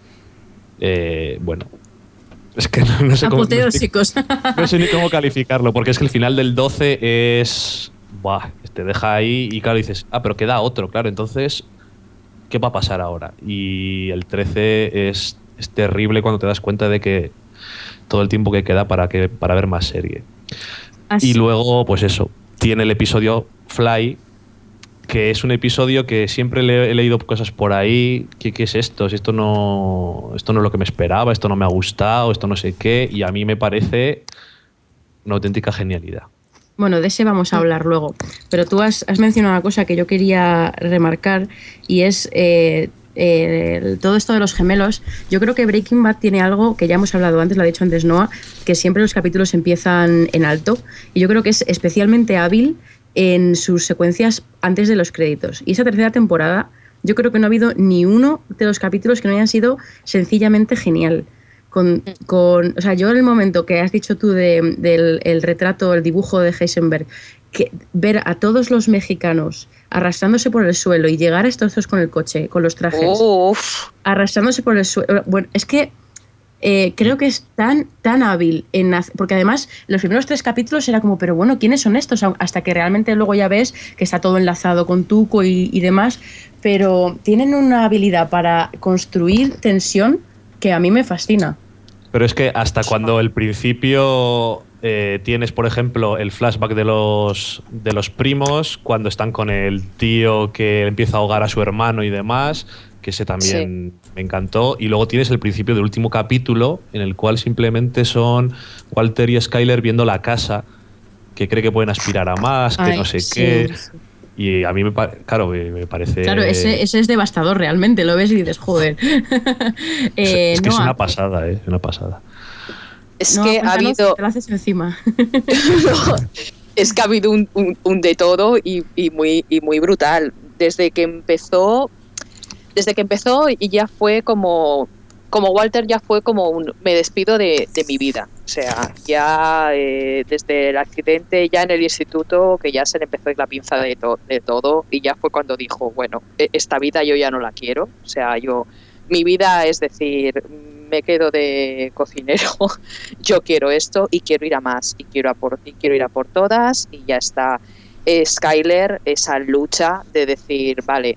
F: bueno, es que no sé cómo,
C: apoteósicos.
F: No sé ni cómo calificarlo, porque es que el final del 12 es, te deja ahí y claro, dices, pero queda otro, claro, entonces, ¿qué va a pasar ahora? Y el 13 es terrible cuando te das cuenta de que todo el tiempo que queda para ver más serie. Y luego, pues eso, tiene el episodio Fly, que es un episodio que siempre he leído cosas por ahí. ¿Qué es esto? Si esto no es lo que me esperaba, esto no me ha gustado, esto no sé qué, y a mí me parece una auténtica genialidad.
C: Bueno, de ese vamos a hablar luego, pero tú has mencionado una cosa que yo quería remarcar y es todo esto de los gemelos. Yo creo que Breaking Bad tiene algo que ya hemos hablado antes, lo ha dicho antes Noah, que siempre los capítulos empiezan en alto y yo creo que es especialmente hábil en sus secuencias antes de los créditos. Y esa tercera temporada yo creo que no ha habido ni uno de los capítulos que no hayan sido sencillamente genial. O sea, yo en el momento que has dicho tú del retrato, el dibujo de Heisenberg, que ver a todos los mexicanos arrastrándose por el suelo y llegar a estos dos con el coche, con los trajes, arrastrándose por el suelo. Bueno, es que creo que es tan hábil porque además los primeros 3 capítulos era como, pero bueno, ¿quiénes son estos? Hasta que realmente luego ya ves que está todo enlazado con Tuco y demás, pero tienen una habilidad para construir tensión que a mí me fascina.
F: Pero es que hasta cuando el principio tienes, por ejemplo, el flashback de los primos, cuando están con el tío que empieza a ahogar a su hermano y demás, que ese también me encantó. Y luego tienes el principio del último capítulo, en el cual simplemente son Walter y Skyler viendo la casa, que cree que pueden aspirar a más, que no sé qué. Sí. Y a mí me parece...
C: Claro, ese es devastador realmente, lo ves y dices, joder.
F: Es que es una pasada, es una pasada.
E: Es que ha habido...
C: Te lo haces encima.
E: No, es que ha habido un de todo y muy brutal. Desde que empezó y ya fue como Walter ya fue como me despido de mi vida. O sea, ya desde el accidente, ya en el instituto, que ya se le empezó a ir la pinza de todo, y ya fue cuando dijo, bueno, esta vida yo ya no la quiero. O sea, mi vida, es decir, me quedo de cocinero, yo quiero esto y quiero ir a más, y quiero ir a por todas, y ya está. Skyler, esa lucha de decir, vale,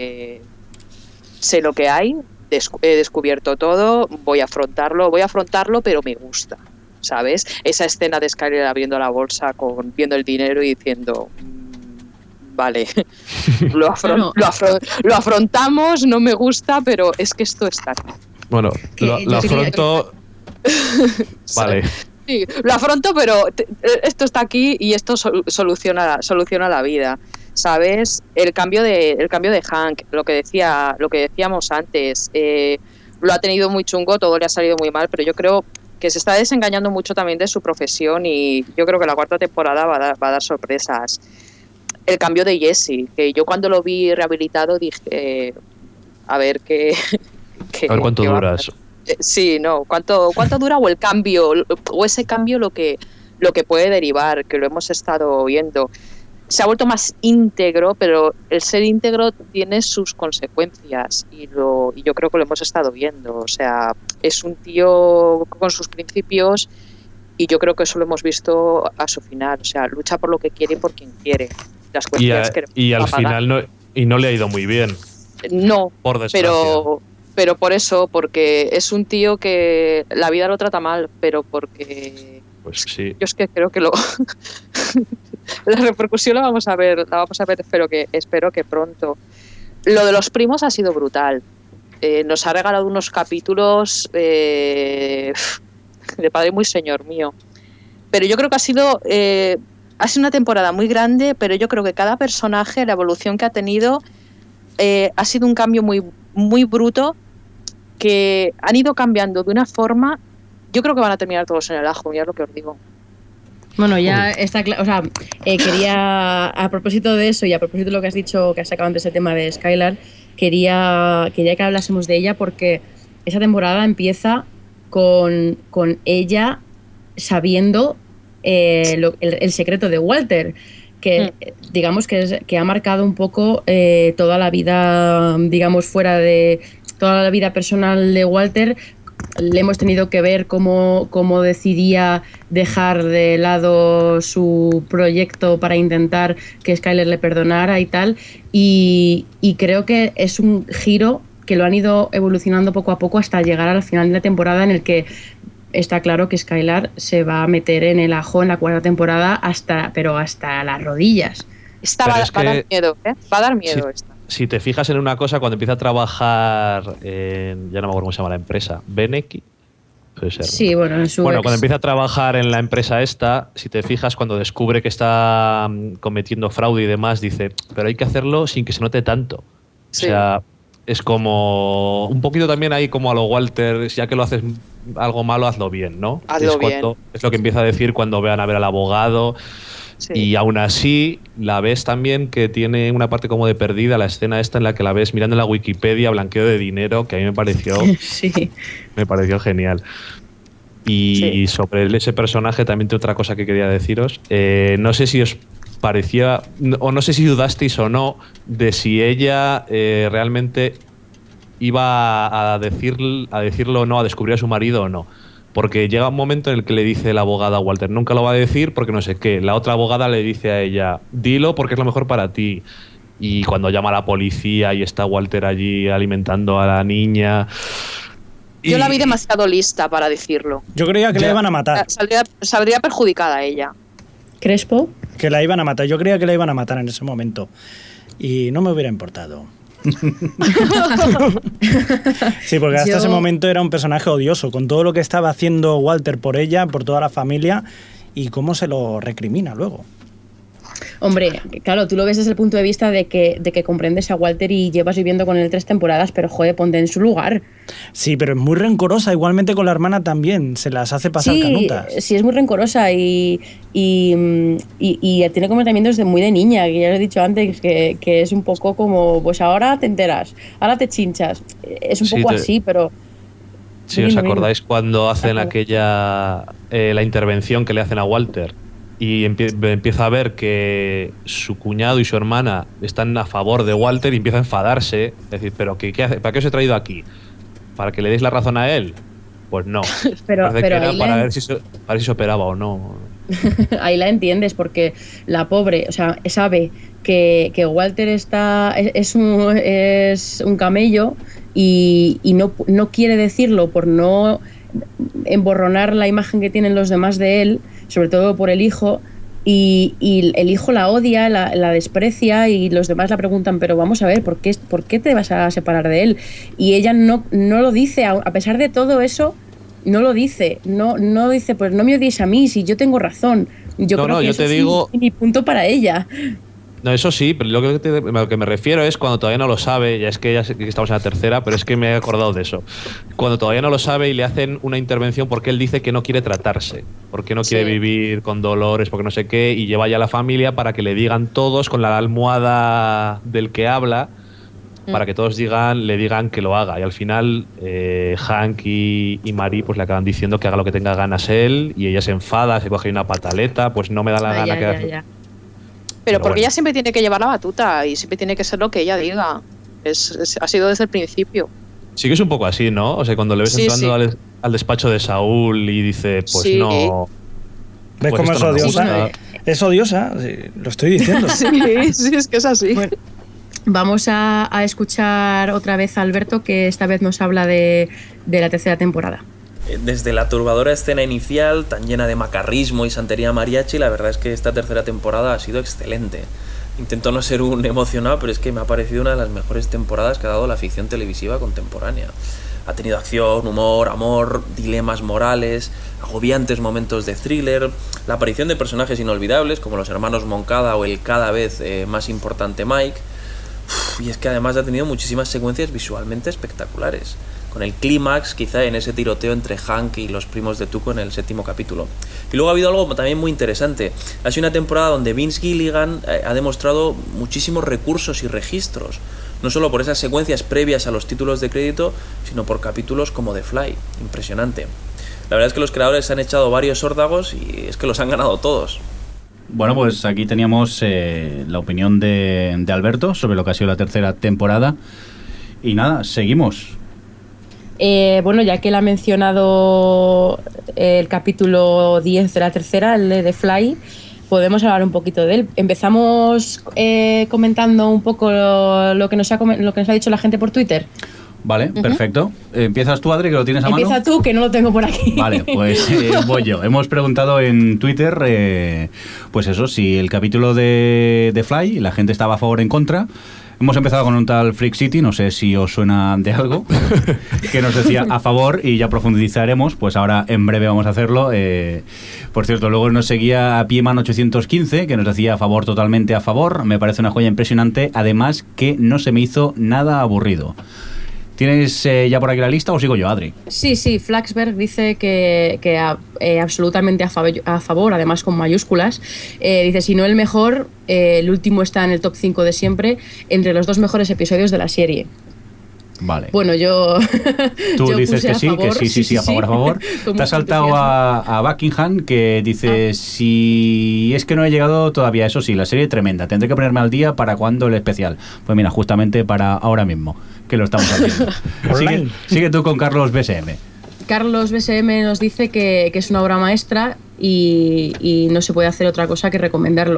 E: sé lo que hay, he descubierto todo, voy a afrontarlo, pero me gusta, ¿sabes? Esa escena de Skyler abriendo la bolsa, viendo el dinero y diciendo, vale, lo afrontamos, no me gusta, pero es que esto está aquí.
F: Bueno, lo afronto... Vale.
E: Sí, lo afronto, pero esto está aquí y esto soluciona la vida. ¿Sabes? El cambio de Hank, lo que decíamos antes, lo ha tenido muy chungo, todo le ha salido muy mal, pero yo creo que se está desengañando mucho también de su profesión y yo creo que la 4ª temporada va a dar sorpresas. El cambio de Jesse, que yo cuando lo vi rehabilitado dije, a ver a ver
F: cuánto dura eso.
E: Sí, no, cuánto dura o el cambio, o ese cambio lo que puede derivar, que lo hemos estado viendo. Se ha vuelto más íntegro, pero el ser íntegro tiene sus consecuencias y yo creo que lo hemos estado viendo. O sea, es un tío con sus principios y yo creo que eso lo hemos visto a su final. O sea, lucha por lo que quiere y por quien quiere. Las cuestiones
F: y al final no le ha ido muy bien.
E: No,
F: por desgracia.
E: Pero por eso, porque es un tío que la vida lo trata mal, pero porque...
F: Pues sí.
E: Yo es que creo que la repercusión la vamos a ver, espero que pronto. Lo de los primos ha sido brutal. Nos ha regalado unos capítulos de padre muy señor mío. Pero yo creo que ha sido una temporada muy grande, pero yo creo que cada personaje, la evolución que ha tenido, ha sido un cambio muy, muy bruto, que han ido cambiando de una forma. Yo creo que van a terminar todos en el ajo, ya es lo que os digo.
C: Bueno, ya está claro. O sea, quería, a propósito de eso y a propósito de lo que has dicho, que has sacado antes el tema de Skylar, quería que hablásemos de ella porque esa temporada empieza con ella sabiendo el secreto de Walter, que digamos que ha marcado un poco toda la vida, digamos, fuera de toda la vida personal de Walter. Le hemos tenido que ver cómo decidía dejar de lado su proyecto para intentar que Skyler le perdonara y tal, y creo que es un giro que lo han ido evolucionando poco a poco hasta llegar al final de la temporada, en el que está claro que Skylar se va a meter en el ajo en la 4ª temporada pero hasta las rodillas.
E: Esta va a dar miedo, ¿eh? Va a dar miedo esta.
F: Si te fijas en una cosa, cuando empieza a trabajar en, ya no me acuerdo cómo se llama la empresa, Beneki, puede ser.
C: Sí, bueno, en su
F: cuando empieza a trabajar en la empresa esta, si te fijas, cuando descubre que está cometiendo fraude y demás, dice, pero hay que hacerlo sin que se note tanto.
E: Sí.
F: O sea, es como un poquito también ahí como a lo Walter, ya que lo haces algo malo, hazlo bien, ¿no?
E: Hazlo bien.
F: Es lo que empieza a decir cuando vean a ver al abogado. Sí. Y aún así la ves también que tiene una parte como de perdida, la escena esta en la que la ves mirando en la Wikipedia blanqueo de dinero, que a mí me pareció me pareció genial. Y sobre ese personaje también tengo otra cosa que quería deciros. No sé si os parecía, o no sé si dudasteis o no, de si ella realmente iba a decirlo o no, a descubrir a su marido o no. Porque llega un momento en el que le dice la abogada a Walter, nunca lo va a decir porque no sé qué. La otra abogada le dice a ella, dilo porque es lo mejor para ti. Y cuando llama a la policía y está Walter allí alimentando a la niña...
E: Yo la vi demasiado lista para decirlo.
D: Yo creía que la iban a matar.
E: Saldría perjudicada ella.
C: ¿Crespo?
D: Que la iban a matar. Yo creía que la iban a matar en ese momento. Y no me hubiera importado. Sí, porque hasta ese momento era un personaje odioso, con todo lo que estaba haciendo Walter por ella, por toda la familia, y cómo se lo recrimina luego.
C: Hombre, claro, tú lo ves desde el punto de vista de que comprendes a Walter y llevas viviendo con él 3 temporadas, pero joder, ponte en su lugar.
D: Sí, pero es muy rencorosa, igualmente con la hermana también, se las hace pasar canutas.
C: Sí, es muy rencorosa y tiene comportamientos muy de niña, que ya lo he dicho antes, que es un poco como, pues ahora te enteras, ahora te chinchas. Es un poco así, pero...
F: Sí, ¿os acordáis cuando hacen aquella la intervención que le hacen a Walter? Y empieza a ver que su cuñado y su hermana están a favor de Walter y empieza a enfadarse. Es decir, ¿pero qué hace? ¿Para qué os he traído aquí? ¿Para que le deis la razón a él? Pues no.
C: pero
F: que era para ver si se operaba o no.
C: Ahí la entiendes, porque la pobre, o sea, sabe que Walter es un camello y no quiere decirlo por no emborronar la imagen que tienen los demás de él, sobre todo por el hijo, y el hijo la odia, la desprecia, y los demás la preguntan, pero vamos a ver, ¿por qué te vas a separar de él? Y ella no lo dice, a pesar de todo eso, no lo dice, no dice, pues no me odies a mí, si yo tengo razón. Yo creo que eso es mi punto para ella.
F: No, eso sí, pero lo que me refiero es cuando todavía no lo sabe, ya es que estamos en la 3ª, pero es que me he acordado de eso. Cuando todavía no lo sabe y le hacen una intervención porque él dice que no quiere tratarse, porque no quiere vivir con dolores, porque no sé qué, y lleva ya a la familia para que le digan todos con la almohada del que habla, para que todos le digan que lo haga. Y al final Hank y Marie pues le acaban diciendo que haga lo que tenga ganas él, y ella se enfada, se coge una pataleta, pues no me da la gana que...
E: Pero porque ella siempre tiene que llevar la batuta y siempre tiene que ser lo que ella diga. Ha sido desde el principio.
F: Sí que es un poco así, ¿no? O sea, cuando le ves entrando al despacho de Saúl y dice, pues no...
D: ¿Ves cómo es odiosa? Es odiosa, sí, lo estoy diciendo.
E: Sí, es que es así.
C: Bueno, vamos a escuchar otra vez a Alberto, que esta vez nos habla de la 3ª temporada.
G: Desde la turbadora escena inicial, tan llena de macarrismo y santería mariachi, la verdad es que esta 3ª temporada ha sido excelente. Intento no ser un emocionado, pero es que me ha parecido una de las mejores temporadas que ha dado la ficción televisiva contemporánea. Ha tenido acción, humor, amor, dilemas morales, agobiantes momentos de thriller, la aparición de personajes inolvidables como los hermanos Moncada o el cada vez más importante Mike. Y es que además ha tenido muchísimas secuencias visualmente espectaculares, con el clímax quizá en ese tiroteo entre Hank y los primos de Tuco en el 7º capítulo. Y luego ha habido algo también muy interesante. Ha sido una temporada donde Vince Gilligan ha demostrado muchísimos recursos y registros, no solo por esas secuencias previas a los títulos de crédito, sino por capítulos como The Fly. Impresionante. La verdad es que los creadores han echado varios órdagos y es que los han ganado todos.
B: Bueno, pues aquí teníamos la opinión de Alberto sobre lo que ha sido la tercera temporada. Y nada, seguimos.
C: Bueno, ya que él ha mencionado el capítulo 10 de la tercera, el de Fly, podemos hablar un poquito de él. Empezamos comentando un poco lo que nos ha dicho la gente por Twitter.
B: Vale, perfecto. ¿Empiezas tú, Adri, que lo tienes a mano?
C: Empieza tú, que no lo tengo por aquí.
B: Vale, pues voy yo. Hemos preguntado en Twitter, pues eso, si el capítulo de Fly, la gente estaba a favor o en contra. Hemos empezado con un tal Freak City, no sé si os suena de algo, que nos decía a favor y ya profundizaremos, pues ahora en breve vamos a hacerlo. Por cierto, luego nos seguía a Pieman815, que nos decía a favor, totalmente a favor. Me parece una joya impresionante, además que no se me hizo nada aburrido. ¿Tienes ya por aquí la lista o sigo yo, Adri?
C: Sí, Flaxberg dice que absolutamente a favor, además con mayúsculas. Dice, si no el mejor, el último está en el top 5 de siempre, entre los 2 mejores episodios de la serie.
B: Vale.
C: Bueno, yo
B: tú
C: yo
B: dices
C: puse
B: que sí,
C: favor,
B: que sí, a favor. Te has saltado a Buckingham, que dice, si es que no he llegado todavía, eso sí, la serie tremenda, tendré que ponerme al día para cuando el especial. Pues mira, justamente para ahora mismo, que lo estamos haciendo. sigue tú con Carlos BSM.
C: Carlos BSM nos dice que es una obra maestra y no se puede hacer otra cosa que recomendarlo.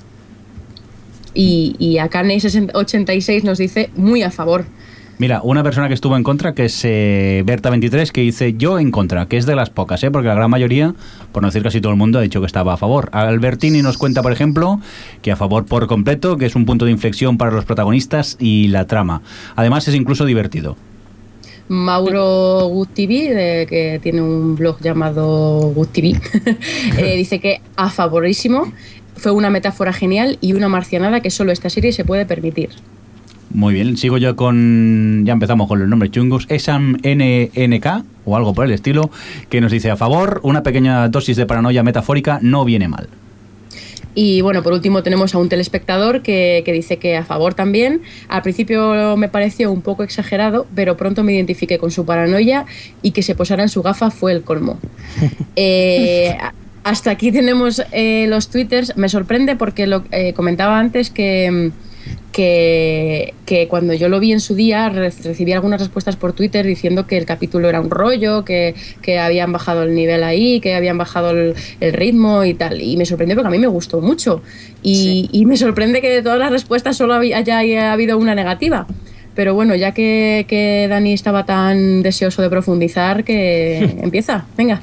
C: Y a Kane86 nos dice muy a favor.
B: Mira, una persona que estuvo en contra, que es Berta23, que dice yo en contra, que es de las pocas, porque la gran mayoría, por no decir casi todo el mundo, ha dicho que estaba a favor. Albertini nos cuenta, por ejemplo, que a favor por completo, que es un punto de inflexión para los protagonistas y la trama. Además es incluso divertido.
C: Mauro Good TV, que tiene un blog llamado Good TV, dice que a favorísimo, fue una metáfora genial y una marcianada que solo esta serie se puede permitir.
B: Muy bien, sigo yo con... Ya empezamos con los nombres chungos. Esam NNK, o algo por el estilo, que nos dice a favor, una pequeña dosis de paranoia metafórica no viene mal.
C: Y bueno, por último tenemos a un telespectador que dice que a favor también. Al principio me pareció un poco exagerado, pero pronto me identifiqué con su paranoia y que se posara en su gafa fue el colmo. Hasta aquí tenemos los twitters. Me sorprende porque lo comentaba antes que cuando yo lo vi en su día recibí algunas respuestas por Twitter diciendo que el capítulo era un rollo, que habían bajado el nivel ahí, que habían bajado el ritmo y tal, y me sorprendió porque a mí me gustó mucho y me sorprende que de todas las respuestas solo haya habido una negativa. Pero bueno, ya que Dani estaba tan deseoso de profundizar, que empieza, venga.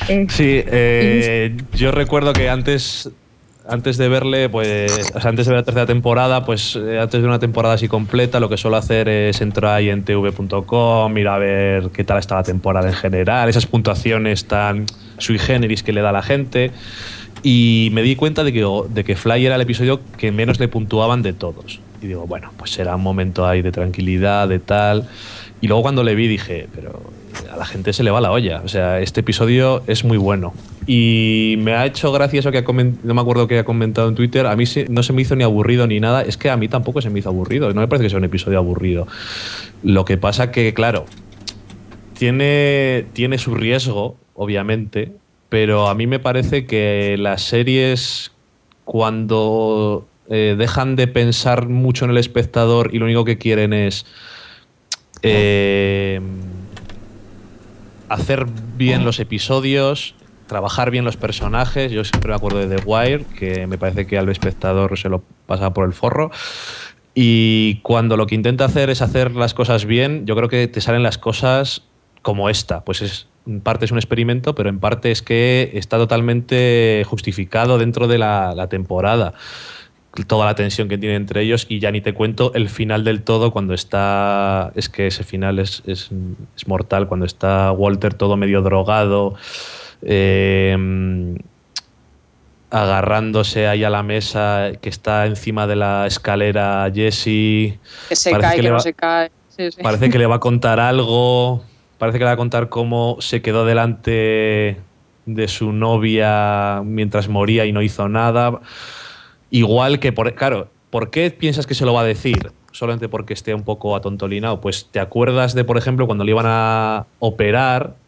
F: Yo recuerdo que antes de verle, pues, o sea, antes de ver la tercera temporada, pues antes de una temporada así completa, lo que suelo hacer es entrar ahí en tv.com, mirar a ver qué tal está la temporada en general, esas puntuaciones tan sui generis que le da a la gente, y me di cuenta de que Fly era el episodio que menos le puntuaban de todos. Y digo, bueno, pues será un momento ahí de tranquilidad, de tal. Y luego cuando le vi dije, pero a la gente se le va la olla. O sea, este episodio es muy bueno. Y me ha hecho gracia eso que no me acuerdo que ha comentado en Twitter. A mí no se me hizo ni aburrido ni nada. Es que a mí tampoco se me hizo aburrido. No me parece que sea un episodio aburrido. Lo que pasa que, claro, tiene su riesgo, obviamente, pero a mí me parece que las series, cuando dejan de pensar mucho en el espectador y lo único que quieren es hacer bien los episodios, trabajar bien los personajes. Yo siempre me acuerdo de The Wire, que me parece que al espectador se lo pasa por el forro. Y cuando lo que intenta hacer es hacer las cosas bien, yo creo que te salen las cosas como esta. Pues en parte es un experimento, pero en parte es que está totalmente justificado dentro de la temporada. Toda la tensión que tiene entre ellos, y ya ni te cuento el final del todo, cuando está... Es que ese final es mortal, cuando está Walter todo medio drogado, agarrándose ahí a la mesa, que está encima de la escalera Jesse.
E: Que se cae, que no se cae. Sí.
F: Parece que le va a contar algo, parece que le va a contar cómo se quedó delante de su novia mientras moría y no hizo nada. Igual que, claro, ¿por qué piensas que se lo va a decir? Solamente porque esté un poco atontolinado. Pues te acuerdas de, por ejemplo, cuando le iban a operar,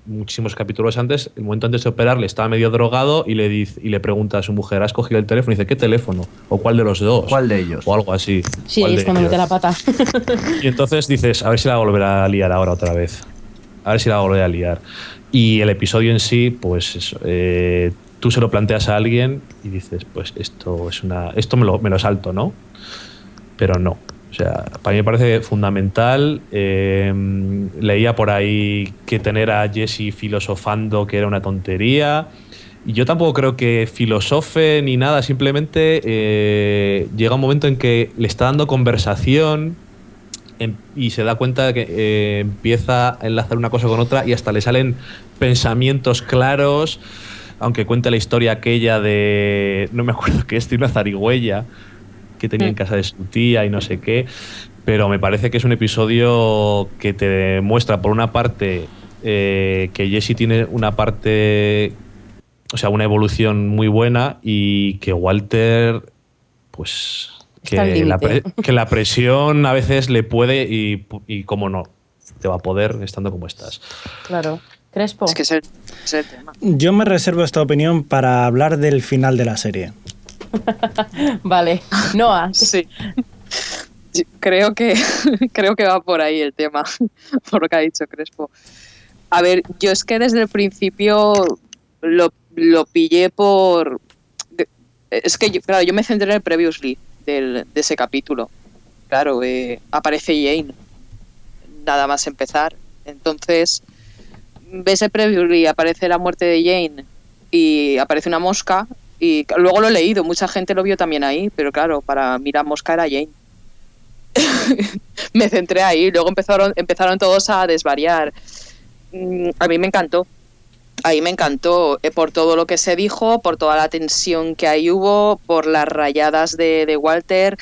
F: muchísimos capítulos antes, el momento antes de operarle estaba medio drogado y le pregunta a su mujer, ¿has cogido el teléfono? Y dice, ¿qué teléfono? ¿O cuál de los dos?
B: ¿Cuál de ellos?
F: O algo así.
C: Sí, ahí es cuando mete la pata.
F: Y entonces dices, a ver si la volverá a liar ahora otra vez. A ver si la volverá a liar. Y el episodio en sí, pues eso, tú se lo planteas a alguien y dices, pues esto me lo salto, ¿no? Pero no. O sea, para mí me parece fundamental. Leía por ahí que tener a Jesse filosofando que era una tontería. Y yo tampoco creo que filosofe ni nada. Simplemente llega un momento en que le está dando conversación y se da cuenta de que empieza a enlazar una cosa con otra y hasta le salen pensamientos claros. Aunque cuente la historia aquella de... No me acuerdo qué es, de una zarigüeya que tenía en casa de su tía y no sé qué, pero me parece que es un episodio que te muestra por una parte que Jesse tiene una parte, o sea, una evolución muy buena, y que Walter, pues que la presión a veces le puede y cómo no, te va a poder estando como estás.
C: Claro. Crespo.
E: Es que es el tema.
D: Yo me reservo esta opinión para hablar del final de la serie.
C: Vale. Noa.
E: Sí. Creo que va por ahí el tema, por lo que ha dicho Crespo. A ver, yo es que desde el principio lo pillé por... Es que, yo me centré en el previously de ese capítulo. Claro, aparece Jane, nada más empezar. Entonces, ves el previously, aparece la muerte de Jane y aparece una mosca. Y luego lo he leído, mucha gente lo vio también ahí, pero claro, para mí la mosca era Jane. Me centré ahí, luego empezaron todos a desvariar. A mí me encantó. Ahí me encantó por todo lo que se dijo, por toda la tensión que ahí hubo, por las rayadas de Walter.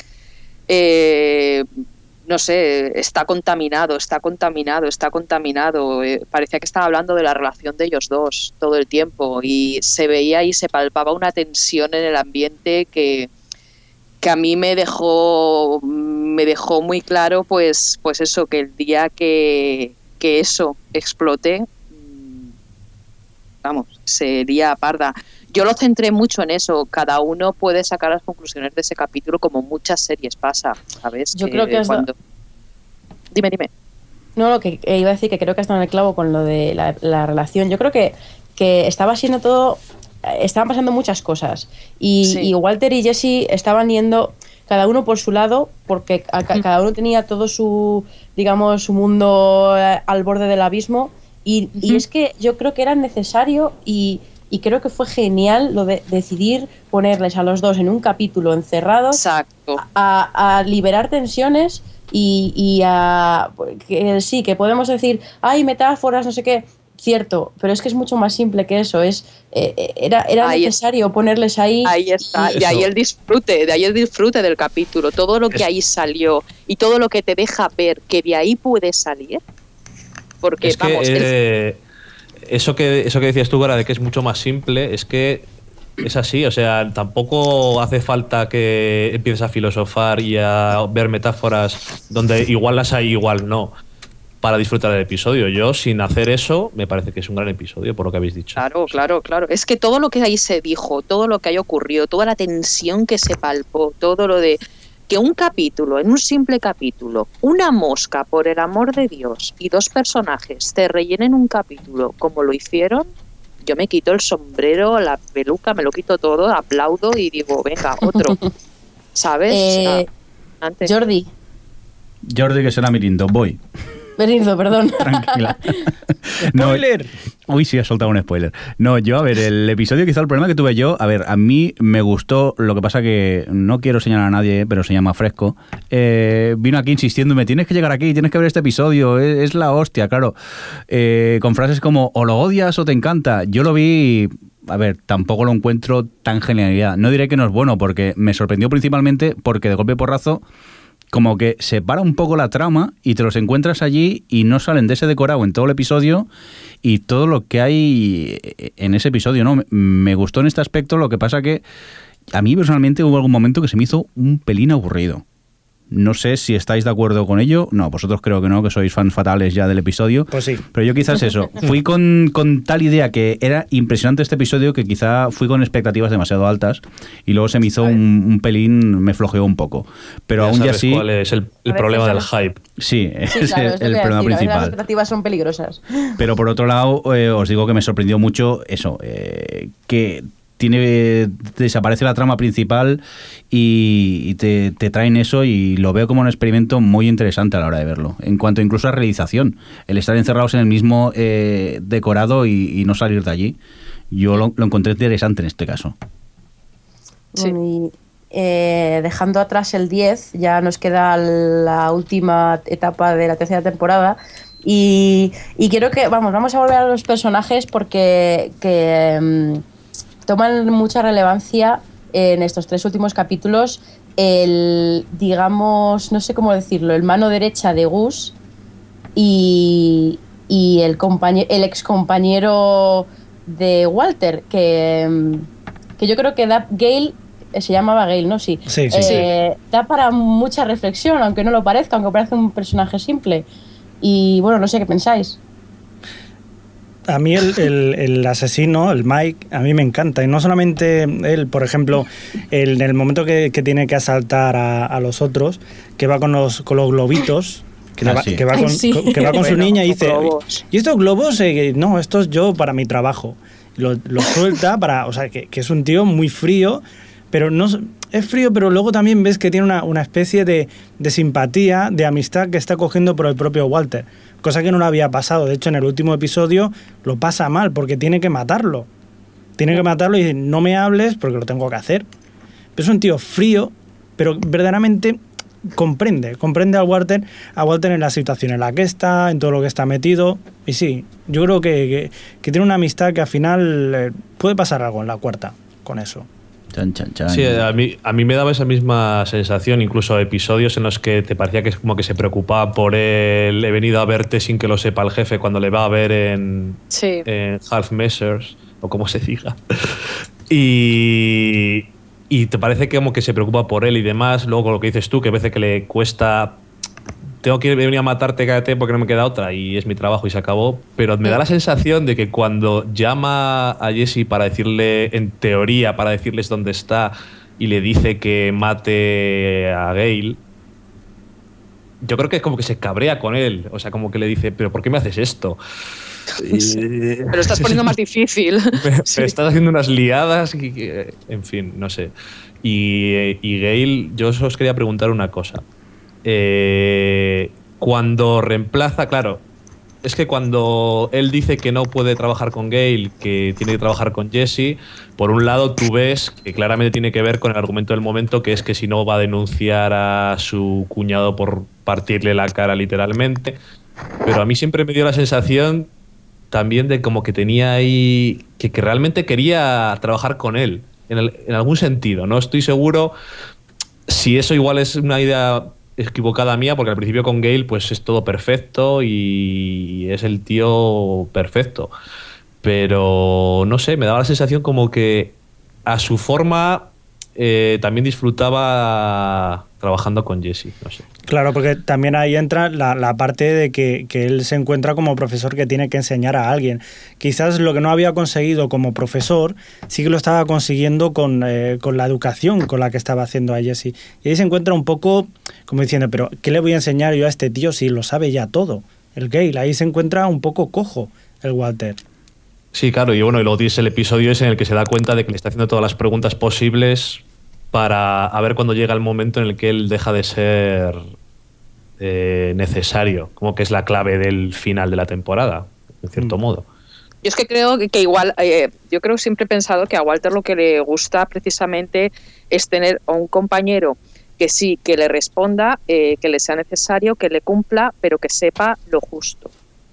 E: No sé, está contaminado. Parecía que estaba hablando de la relación de ellos dos todo el tiempo, y se veía y se palpaba una tensión en el ambiente que a mí me dejó muy claro, pues eso, que el día que eso explote, vamos, sería parda. Yo lo centré mucho en eso. Cada uno puede sacar las conclusiones de ese capítulo, como muchas series pasa, ¿sabes?
C: Yo creo que
E: Dime.
C: No, lo que iba a decir, que creo que está en el clavo con lo de la relación. Yo creo que estaba siendo todo... Estaban pasando muchas cosas. Y Walter y Jesse estaban yendo cada uno por su lado, porque cada uno tenía todo su, digamos, su mundo al borde del abismo. Y es que yo creo que era necesario y creo que fue genial lo de decidir ponerles a los dos en un capítulo encerrados.
E: Exacto.
C: A liberar tensiones y a... que podemos decir, hay metáforas, no sé qué, cierto, pero es que es mucho más simple que eso. Era necesario ponerles ahí.
E: Ahí está, de ahí el disfrute del capítulo, todo lo que ahí salió y todo lo que te deja ver que de ahí puede salir. Porque,
F: eso que decías tú, Gara, de que es mucho más simple, es que es así. O sea, tampoco hace falta que empieces a filosofar y a ver metáforas donde igual las hay, igual no, para disfrutar del episodio. Yo, sin hacer eso, me parece que es un gran episodio, por lo que habéis dicho.
E: Claro. Es que todo lo que ahí se dijo, todo lo que ahí ocurrió, toda la tensión que se palpó, todo lo de... Que un capítulo, en un simple capítulo, una mosca, por el amor de Dios, y dos personajes te rellenen un capítulo como lo hicieron, yo me quito el sombrero, la peluca, me lo quito todo, aplaudo y digo, venga, otro. ¿Sabes?
C: Jordi,
B: que será Mirindo, voy.
C: Berizo, perdón.
B: Tranquila.
D: ¡Spoiler!
B: Uy, sí, ha soltado un spoiler. No, yo, a ver, el episodio, quizá el problema que tuve yo, a ver, a mí me gustó, lo que pasa que no quiero señalar a nadie, pero se llama Fresco, vino aquí insistiéndome, tienes que llegar aquí, tienes que ver este episodio, es la hostia, claro, con frases como, o lo odias o te encanta. Yo lo vi... A ver, tampoco lo encuentro tan genialidad. No diré que no es bueno, porque me sorprendió principalmente porque de golpe y porrazo como que se para un poco la trama y te los encuentras allí y no salen de ese decorado en todo el episodio y todo lo que hay en ese episodio, ¿no? Me gustó en este aspecto, lo que pasa que a mí personalmente hubo algún momento que se me hizo un pelín aburrido. No sé si estáis de acuerdo con ello. No, vosotros creo que no, que sois fans fatales ya del episodio.
D: Pues sí.
B: Pero yo quizás eso. Fui con tal idea que era impresionante este episodio que quizá fui con expectativas demasiado altas y luego se me hizo un pelín, me flojeó un poco. Pero
F: Ya
B: aún
F: sabes
B: así...
F: cuál es el problema del hype.
B: Sí,
C: Sí,
B: es
C: claro, es lo
B: el
C: que
B: problema
C: decir,
B: principal.
C: las expectativas son peligrosas.
B: Pero por otro lado, os digo que me sorprendió mucho eso, que desaparece la trama principal y te traen eso, y lo veo como un experimento muy interesante a la hora de verlo. En cuanto incluso a realización, el estar encerrados en el mismo decorado y no salir de allí, yo lo encontré interesante en este caso.
E: Sí.
C: Bueno, y dejando atrás el 10, ya nos queda la última etapa de la tercera temporada. Y quiero que, vamos a volver a los personajes porque toman mucha relevancia en estos 3 últimos capítulos. Digamos, no sé cómo decirlo, el mano derecha de Gus y el ex compañero de Walter, que yo creo que Gale, se llamaba Gale, ¿no? Sí.
D: Sí.
C: Da para mucha reflexión, aunque no lo parezca, aunque parezca un personaje simple. Y bueno, no sé qué pensáis.
D: A mí el asesino, el Mike, a mí me encanta. Y no solamente él, por ejemplo, en el momento que tiene que asaltar a los otros, que va con los globitos, que va con su niña y dice,
E: globos.
D: ¿y estos globos? No, estos yo para mi trabajo. Lo suelta para... O sea, que es un tío muy frío, pero no... Es frío, pero luego también ves que tiene una especie de simpatía, de amistad que está cogiendo por el propio Walter. Cosa que no le había pasado. De hecho, en el último episodio lo pasa mal porque tiene que matarlo. Tiene que matarlo y dice, no me hables porque lo tengo que hacer. Pero es un tío frío, pero verdaderamente comprende a Walter en la situación en la que está, en todo lo que está metido. Y sí, yo creo que tiene una amistad que al final puede pasar algo en la cuarta con eso.
B: Chan, chan, chan.
F: Sí, a mí me daba esa misma sensación, incluso episodios en los que te parecía que es como que se preocupaba por él, he venido a verte sin que lo sepa el jefe cuando le va a ver en Half Measures, o como se diga. Y te parece que como que se preocupa por él y demás. Luego lo que dices tú, que a veces que le cuesta... Tengo que venir a matarte, cállate porque no me queda otra y es mi trabajo y se acabó. Pero me da la sensación de que cuando llama a Jesse para decirle, en teoría, para decirles dónde está y le dice que mate a Gale, yo creo que es como que se cabrea con él. O sea, como que le dice, ¿pero por qué me haces esto?
E: Me lo estás poniendo más difícil.
F: Me estás haciendo unas liadas en fin, no sé. Y Gale, yo os quería preguntar una cosa. Cuando reemplaza, claro, es que cuando él dice que no puede trabajar con Gale, que tiene que trabajar con Jesse, por un lado tú ves que claramente tiene que ver con el argumento del momento, que es que si no va a denunciar a su cuñado por partirle la cara literalmente. Pero a mí siempre me dio la sensación también de como que tenía ahí que realmente quería trabajar con él en algún sentido. No estoy seguro si eso igual es una idea equivocada mía, porque al principio con Gale pues es todo perfecto y es el tío perfecto, pero no sé, me daba la sensación como que a su forma también disfrutaba trabajando con Jesse, no sé.
D: Claro, porque también ahí entra la parte de que él se encuentra como profesor que tiene que enseñar a alguien. Quizás lo que no había conseguido como profesor, sí que lo estaba consiguiendo con la educación con la que estaba haciendo a Jesse. Y ahí se encuentra un poco como diciendo, pero ¿qué le voy a enseñar yo a este tío si lo sabe ya todo? El Gale, ahí se encuentra un poco cojo el Walter.
F: Sí, claro, y bueno, y luego tienes el episodio ese en el que se da cuenta de que le está haciendo todas las preguntas posibles para a ver cuando llega el momento en el que él deja de ser necesario, como que es la clave del final de la temporada, en cierto modo.
E: Yo es que creo que igual, yo creo que siempre he pensado que a Walter lo que le gusta precisamente es tener a un compañero que sí, que le responda, que le sea necesario, que le cumpla, pero que sepa lo justo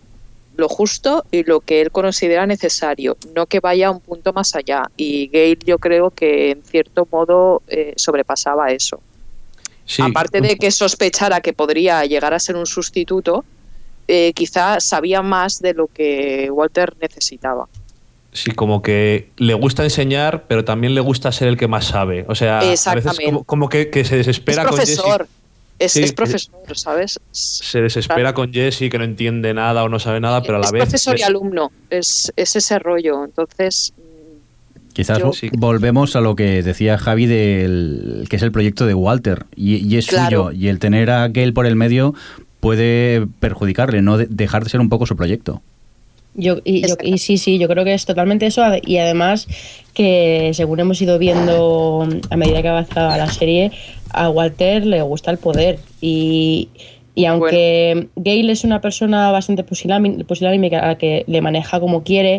E: y lo que él considera necesario, no que vaya a un punto más allá. Y Gale yo creo que en cierto modo sobrepasaba eso. Sí. Aparte de que sospechara que podría llegar a ser un sustituto, quizá sabía más de lo que Walter necesitaba.
F: Sí, como que le gusta enseñar, pero también le gusta ser el que más sabe. O sea, a veces como que se desespera
E: es profesor.
F: con Jesse.
E: Es profesor, ¿sabes?
F: Se desespera con Jesse, que no entiende nada o no sabe nada, pero a la vez...
E: Es profesor y alumno, es ese rollo. Entonces...
B: Quizás volvemos a lo que decía Javi que es el proyecto de Walter y es suyo, y el tener a Gale por el medio puede perjudicarle, no dejar de ser un poco su proyecto.
C: Sí, yo creo que es totalmente eso, y además que según hemos ido viendo a medida que avanzaba la serie, a Walter le gusta el poder y aunque Gale es una persona bastante pusilánime a la que le maneja como quiere,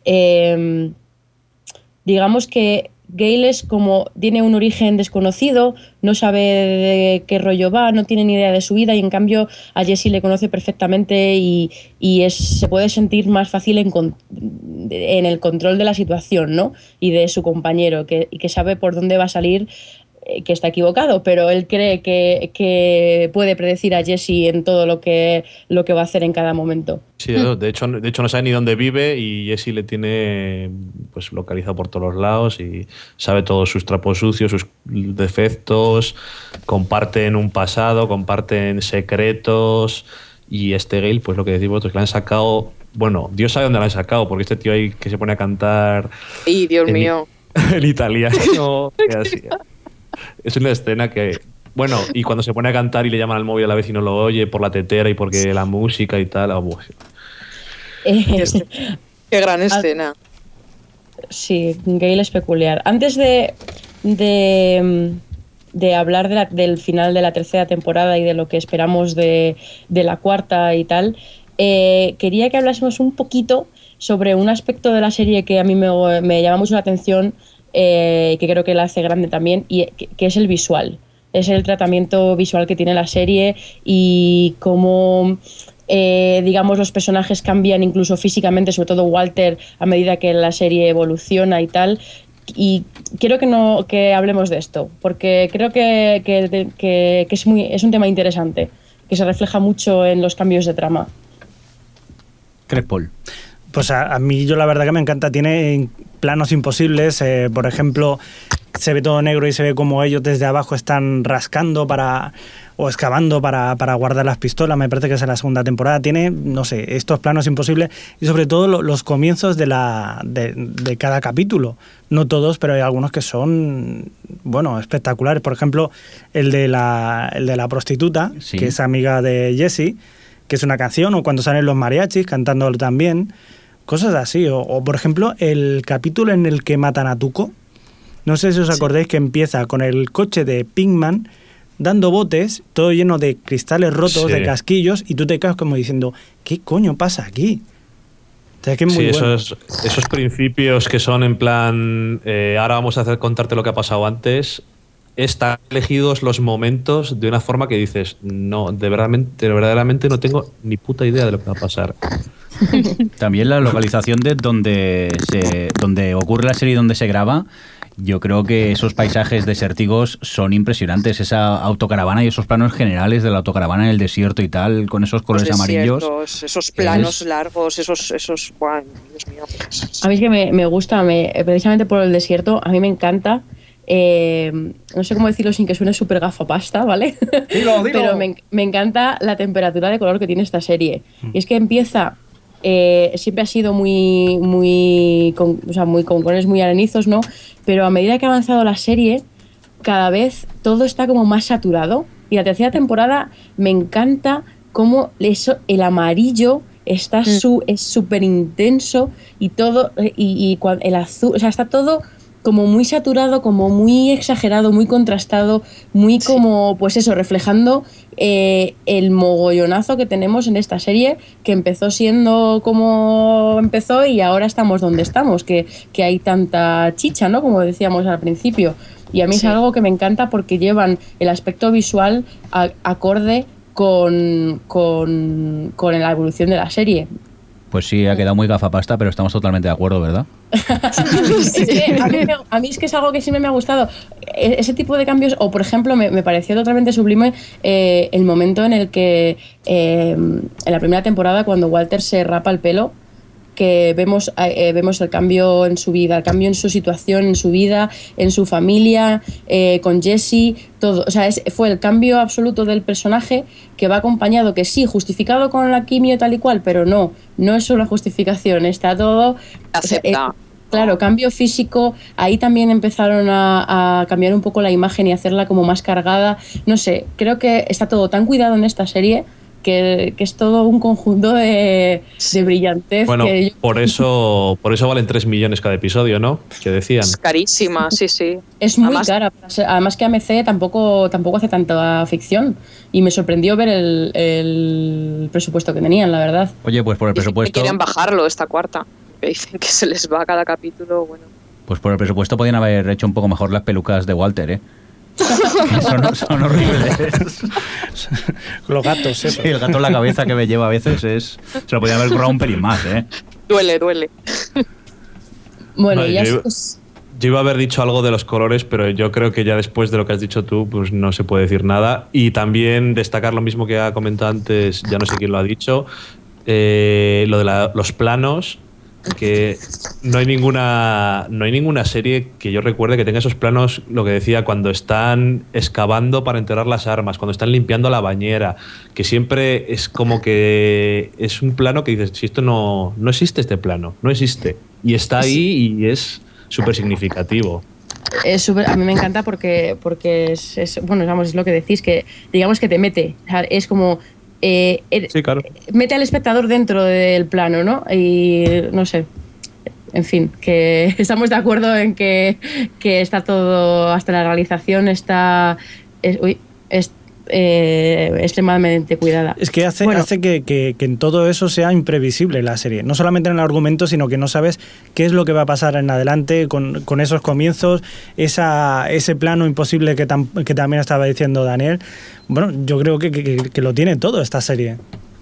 C: digamos que Gale es como tiene un origen desconocido, no sabe de qué rollo va, no tiene ni idea de su vida, y en cambio a Jesse le conoce perfectamente y se puede sentir más fácil en el control de la situación, ¿no? Y de su compañero, y que sabe por dónde va a salir, que está equivocado, pero él cree que puede predecir a Jesse en todo lo que va a hacer en cada momento.
F: Sí, de hecho no sabe ni dónde vive, y Jesse le tiene pues localizado por todos los lados y sabe todos sus trapos sucios, sus defectos, comparten un pasado, comparten secretos, y Gale, pues lo que decís vosotros, que le han sacado, bueno, Dios sabe dónde lo han sacado, porque este tío ahí que se pone a cantar...
E: ¡Y Dios mío!
F: En italiano, que así... Es una escena que... Bueno, y cuando se pone a cantar y le llaman al móvil a la vez y no lo oye por la tetera y porque la música y tal...
E: Qué gran escena.
C: Sí, Gale es peculiar. Antes de hablar del final de la tercera temporada y de lo que esperamos de la cuarta y tal, quería que hablásemos un poquito sobre un aspecto de la serie que a mí me llama mucho la atención, que creo que la hace grande también, y que es el visual. Es el tratamiento visual que tiene la serie y cómo, digamos, los personajes cambian incluso físicamente, sobre todo Walter, a medida que la serie evoluciona y tal. Y quiero que hablemos de esto, porque creo que es un tema interesante, que se refleja mucho en los cambios de trama.
B: Crepol.
D: Pues a mí la verdad que me encanta, tiene planos imposibles, por ejemplo, se ve todo negro y se ve como ellos desde abajo están rascando o excavando para guardar las pistolas, me parece que es en la segunda temporada, tiene, no sé, estos planos imposibles y sobre todo los comienzos de cada capítulo, no todos, pero hay algunos que son, bueno, espectaculares, por ejemplo, el de la prostituta, sí, que es amiga de Jesse, que es una canción, o cuando salen los mariachis cantándolo también, cosas así, o por ejemplo el capítulo en el que matan a Tuco, no sé si os acordáis, que empieza con el coche de Pinkman dando botes, todo lleno de cristales rotos, sí, de casquillos, y tú te quedas como diciendo, ¿qué coño pasa aquí? O sea, que es muy bueno.
F: Esos principios que son en plan, ahora vamos a contarte lo que ha pasado antes, están elegidos los momentos de una forma que dices, no, verdaderamente no tengo ni puta idea de lo que va a pasar.
B: También la localización de donde ocurre la serie y donde se graba, yo creo que esos paisajes desérticos son impresionantes, esa autocaravana y esos planos generales de la autocaravana en el desierto y tal, con esos colores amarillos.
E: Esos planos largos, esos ¡buah, Dios mío!
C: A mí es que me gusta, precisamente por el desierto, a mí me encanta. No sé cómo decirlo sin que suene súper gafapasta, ¿vale? Dilo. Pero me encanta la temperatura de color que tiene esta serie. Y es que empieza... siempre ha sido con colores muy arenizos, ¿no? Pero a medida que ha avanzado la serie, cada vez todo está como más saturado. Y la tercera temporada me encanta cómo el amarillo está es súper intenso y todo, y el azul, o sea, está todo como muy saturado, como muy exagerado, muy contrastado, muy como, pues eso, reflejando el mogollonazo que tenemos en esta serie, que empezó siendo como empezó y ahora estamos donde estamos, que hay tanta chicha, ¿no? Como decíamos al principio. Y a mí es algo que me encanta porque llevan el aspecto visual acorde con la evolución de la serie.
B: Pues sí, ha quedado muy gafapasta, pero estamos totalmente de acuerdo, ¿verdad?
C: Es que a mí es que es algo que siempre me ha gustado. Ese tipo de cambios, o por ejemplo, me pareció totalmente sublime el momento en el que, en la primera temporada, cuando Walter se rapa el pelo, que vemos el cambio en su vida, el cambio en su situación, en su vida, en su familia, con Jesse, todo. O sea, fue el cambio absoluto del personaje que va acompañado, que sí, justificado con la quimio tal y cual, pero no es una justificación, está todo...
E: Acepta.
C: Claro, cambio físico, ahí también empezaron a cambiar un poco la imagen y hacerla como más cargada. No sé, creo que está todo tan cuidado en esta serie que es todo un conjunto de brillantez.
F: Bueno, por eso valen 3 millones cada episodio, ¿no? Que decían.
E: Es carísima, sí.
C: Es muy cara. Además que AMC tampoco hace tanta ficción. Y me sorprendió ver el presupuesto que tenían, la verdad.
B: Oye, pues por el presupuesto...
E: Quieren bajarlo esta cuarta. Que dicen que se les va cada capítulo, bueno.
B: Pues por el presupuesto podían haber hecho un poco mejor las pelucas de Walter, ¿eh? son horribles.
D: Los gatos,
B: sí, el gato en la cabeza que me lleva a veces se lo podían haber currado un pelín más, ¿eh?
E: Duele.
C: Bueno, ya
F: yo iba a haber dicho algo de los colores, pero yo creo que ya después de lo que has dicho tú, pues no se puede decir nada. Y también destacar lo mismo que ha comentado antes, ya no sé quién lo ha dicho, lo de los planos, que no hay ninguna serie que yo recuerde que tenga esos planos, lo que decía, cuando están excavando para enterrar las armas, cuando están limpiando la bañera, que siempre es como que es un plano que dices, si esto no existe, este plano, no existe, y está ahí y es súper significativo.
C: A mí me encanta porque es bueno, vamos, es lo que decís, que digamos que te mete, o sea, es como...
F: sí, claro.
C: Mete al espectador dentro del plano, ¿no? Y no sé, en fin, que estamos de acuerdo en que está todo, hasta la realización está extremadamente cuidada.
D: Es que hace que en todo eso sea imprevisible la serie, no solamente en el argumento, sino que no sabes qué es lo que va a pasar en adelante con esos comienzos, ese plano imposible que también estaba diciendo Daniel. Bueno, yo creo que lo tiene todo esta serie.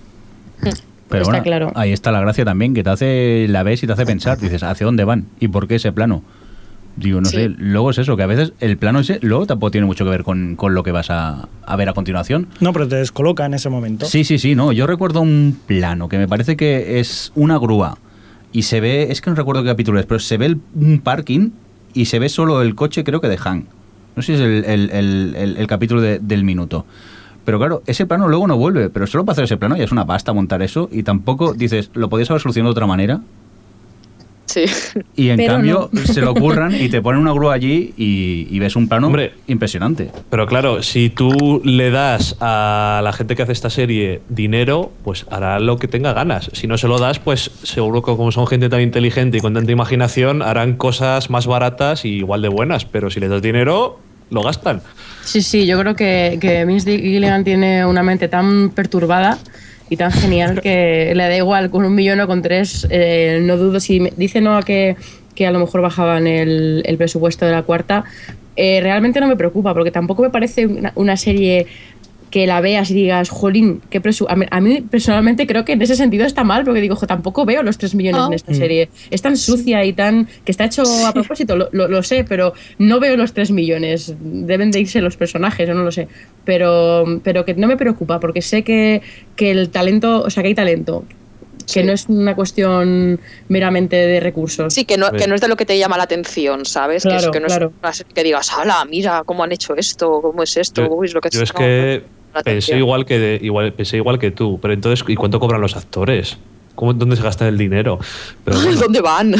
B: Pero
C: está
B: bueno,
C: claro.
B: Ahí está la gracia también, que la ves y te hace pensar, dices, ¿hacia dónde van? ¿Y por qué ese plano? Digo, no sé, luego es eso, que a veces el plano ese luego tampoco tiene mucho que ver con lo que vas a ver a continuación.
D: No, pero te descoloca en ese momento.
B: Sí, no, yo recuerdo un plano que me parece que es una grúa y se ve, es que no recuerdo qué capítulo es, pero se ve un parking y se ve solo el coche, creo que de Hank. No sé si es el capítulo del minuto. Pero claro, ese plano luego no vuelve, pero solo para hacer ese plano ya es una pasta montar eso y tampoco dices, ¿lo podías haber solucionado de otra manera?
E: Sí.
B: Y en
C: pero
B: cambio se lo curran y te ponen una grúa allí y ves un plano impresionante.
F: Pero claro, si tú le das a la gente que hace esta serie dinero, pues hará lo que tenga ganas. Si no se lo das, pues seguro que como son gente tan inteligente y con tanta imaginación, harán cosas más baratas y igual de buenas. Pero si les das dinero, lo gastan.
C: Sí, yo creo que Vince Gilligan tiene una mente tan perturbada y tan genial que le da igual con 1 millón o con 3. No dudo, si me dice Noah que a lo mejor bajaban el presupuesto de la cuarta, realmente no me preocupa, porque tampoco me parece una serie que la veas y digas, jolín, qué a mí personalmente creo que en ese sentido está mal, porque digo, tampoco veo los 3 millones en esta serie. Es tan sucia y tan... que está hecho a propósito, lo sé, pero no veo los 3 millones. Deben de irse los personajes, o no lo sé. Pero que no me preocupa, porque sé que el talento, o sea, que hay talento. Que no es una cuestión meramente de recursos.
E: Sí, que no es de lo que te llama la atención, ¿sabes?
C: Claro,
E: que no es una serie que digas, ¡hala, mira cómo han hecho esto! ¿Cómo es esto? Es lo que
F: yo es que pensé igual que tú, pero entonces, ¿y cuánto cobran los actores? ¿Dónde se gasta el dinero? Pero bueno.
E: ¿Dónde van?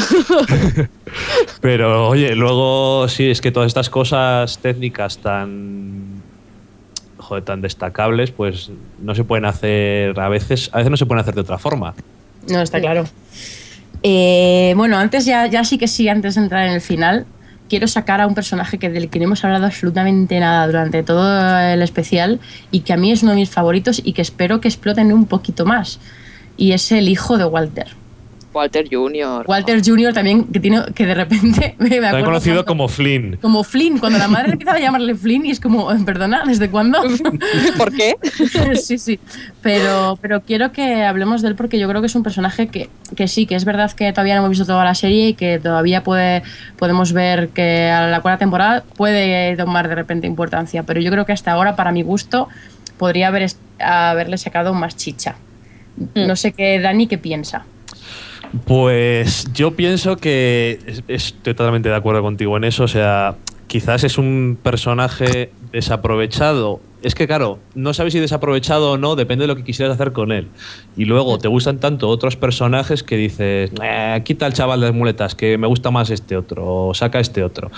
F: Pero oye, luego sí, es que todas estas cosas técnicas tan destacables, pues no se pueden hacer, a veces no se pueden hacer de otra forma.
C: No, está claro. Bueno, antes antes de entrar en el final, quiero sacar a un personaje del que no hemos hablado absolutamente nada durante todo el especial y que a mí es uno de mis favoritos y que espero que exploten un poquito más. Y es el hijo de Walter.
E: Walter Jr.
C: Walter Jr. también, que de repente... me
F: Está conocido como Flynn.
C: Como Flynn, cuando la madre empieza a llamarle Flynn y es como, ¿perdona? ¿Desde cuándo?
E: ¿Por qué?
C: Sí. Pero quiero que hablemos de él porque yo creo que es un personaje que sí, que es verdad que todavía no hemos visto toda la serie y que todavía podemos ver que a la cuarta temporada puede tomar de repente importancia. Pero yo creo que hasta ahora, para mi gusto, podría haberle sacado más chicha. No sé qué, Dani, ¿qué piensa?
F: Pues yo pienso que estoy totalmente de acuerdo contigo en eso. O sea, quizás es un personaje desaprovechado. Es que, claro, no sabes si desaprovechado o no, depende de lo que quisieras hacer con él. Y luego te gustan tanto otros personajes que dices, quita al chaval de las muletas, que me gusta más este otro, o saca este otro.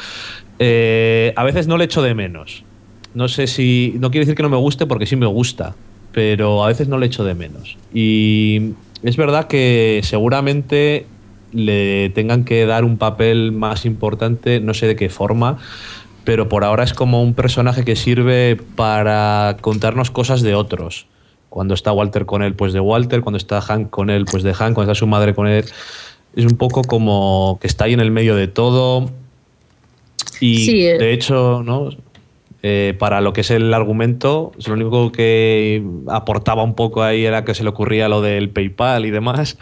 F: A veces no le echo de menos. No sé si... No quiere decir que no me guste, porque sí me gusta, pero a veces no le echo de menos. Y es verdad que seguramente le tengan que dar un papel más importante, no sé de qué forma, pero por ahora es como un personaje que sirve para contarnos cosas de otros. Cuando está Walter con él, pues de Walter. Cuando está Hank con él, pues de Hank. Cuando está su madre con él, es un poco como que está ahí en el medio de todo. Y sí, de hecho, ¿no? Para lo que es el argumento, lo único que aportaba un poco ahí era que se le ocurría lo del PayPal y demás.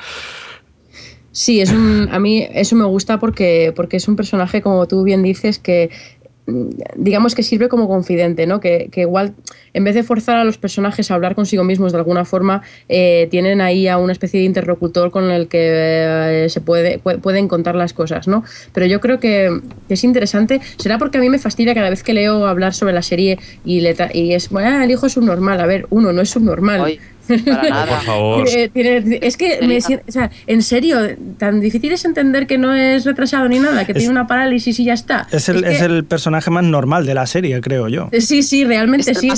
C: Sí, a mí eso me gusta porque es un personaje, como tú bien dices, que digamos que sirve como confidente, ¿no? Que igual, en vez de forzar a los personajes a hablar consigo mismos de alguna forma, tienen ahí a una especie de interlocutor con el que se pueden contar las cosas, ¿no? Pero yo creo que es interesante. Será porque a mí me fastidia cada vez que leo hablar sobre la serie y es, bueno, el hijo es subnormal. A ver, uno no es subnormal.
E: Ay. Para nada.
F: Por favor.
C: Es que o sea, en serio, tan difícil es entender que no es retrasado ni nada, que tiene una parálisis y ya está.
D: Es el personaje más normal de la serie, creo yo.
C: Sí, realmente sí.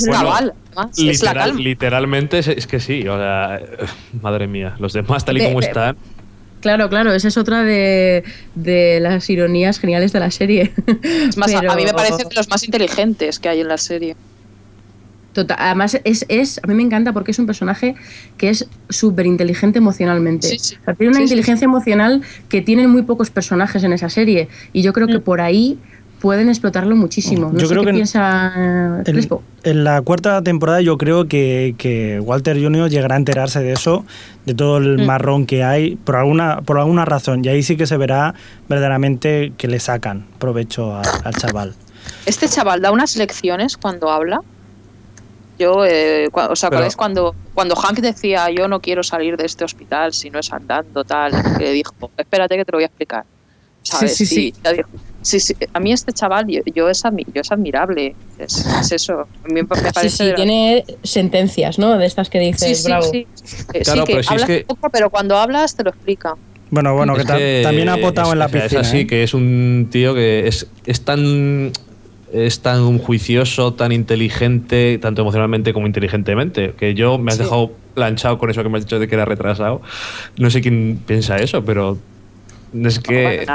F: Literalmente es que sí. O sea, madre mía, los demás tal y como están.
C: Claro, esa es otra de las ironías geniales de la serie.
E: Es más, a mí me parecen los más inteligentes que hay en la serie.
C: Total, además a mí me encanta porque es un personaje que es súper inteligente emocionalmente. Sí. O sea, tiene una inteligencia emocional que tienen muy pocos personajes en esa serie y yo creo que por ahí pueden explotarlo muchísimo. No sé qué piensa Crespo.
D: En la cuarta temporada yo creo que Walter Jr. llegará a enterarse de eso, de todo el marrón que hay, por alguna razón, y ahí sí que se verá verdaderamente que le sacan provecho al chaval.
E: Este chaval da unas lecciones cuando habla. Yo, ¿os acordáis cuando Hank decía yo no quiero salir de este hospital si no es andando, tal? Que dijo, espérate que te lo voy a explicar. ¿Sabes? Sí. A mí este chaval, yo es admirable. Es eso. A mí me parece.
C: Sí, tiene sentencias, ¿no? De estas que dices, bravo.
E: Sí. Claro, que hablas poco, pero cuando hablas te lo explica.
D: Bueno, que también ha potado en la piscina.
F: Es así, que es un tío que es tan juicioso, tan inteligente, tanto emocionalmente como inteligentemente, que yo me has dejado planchado con eso que me has dicho de que era retrasado. No sé quién piensa eso, pero es que...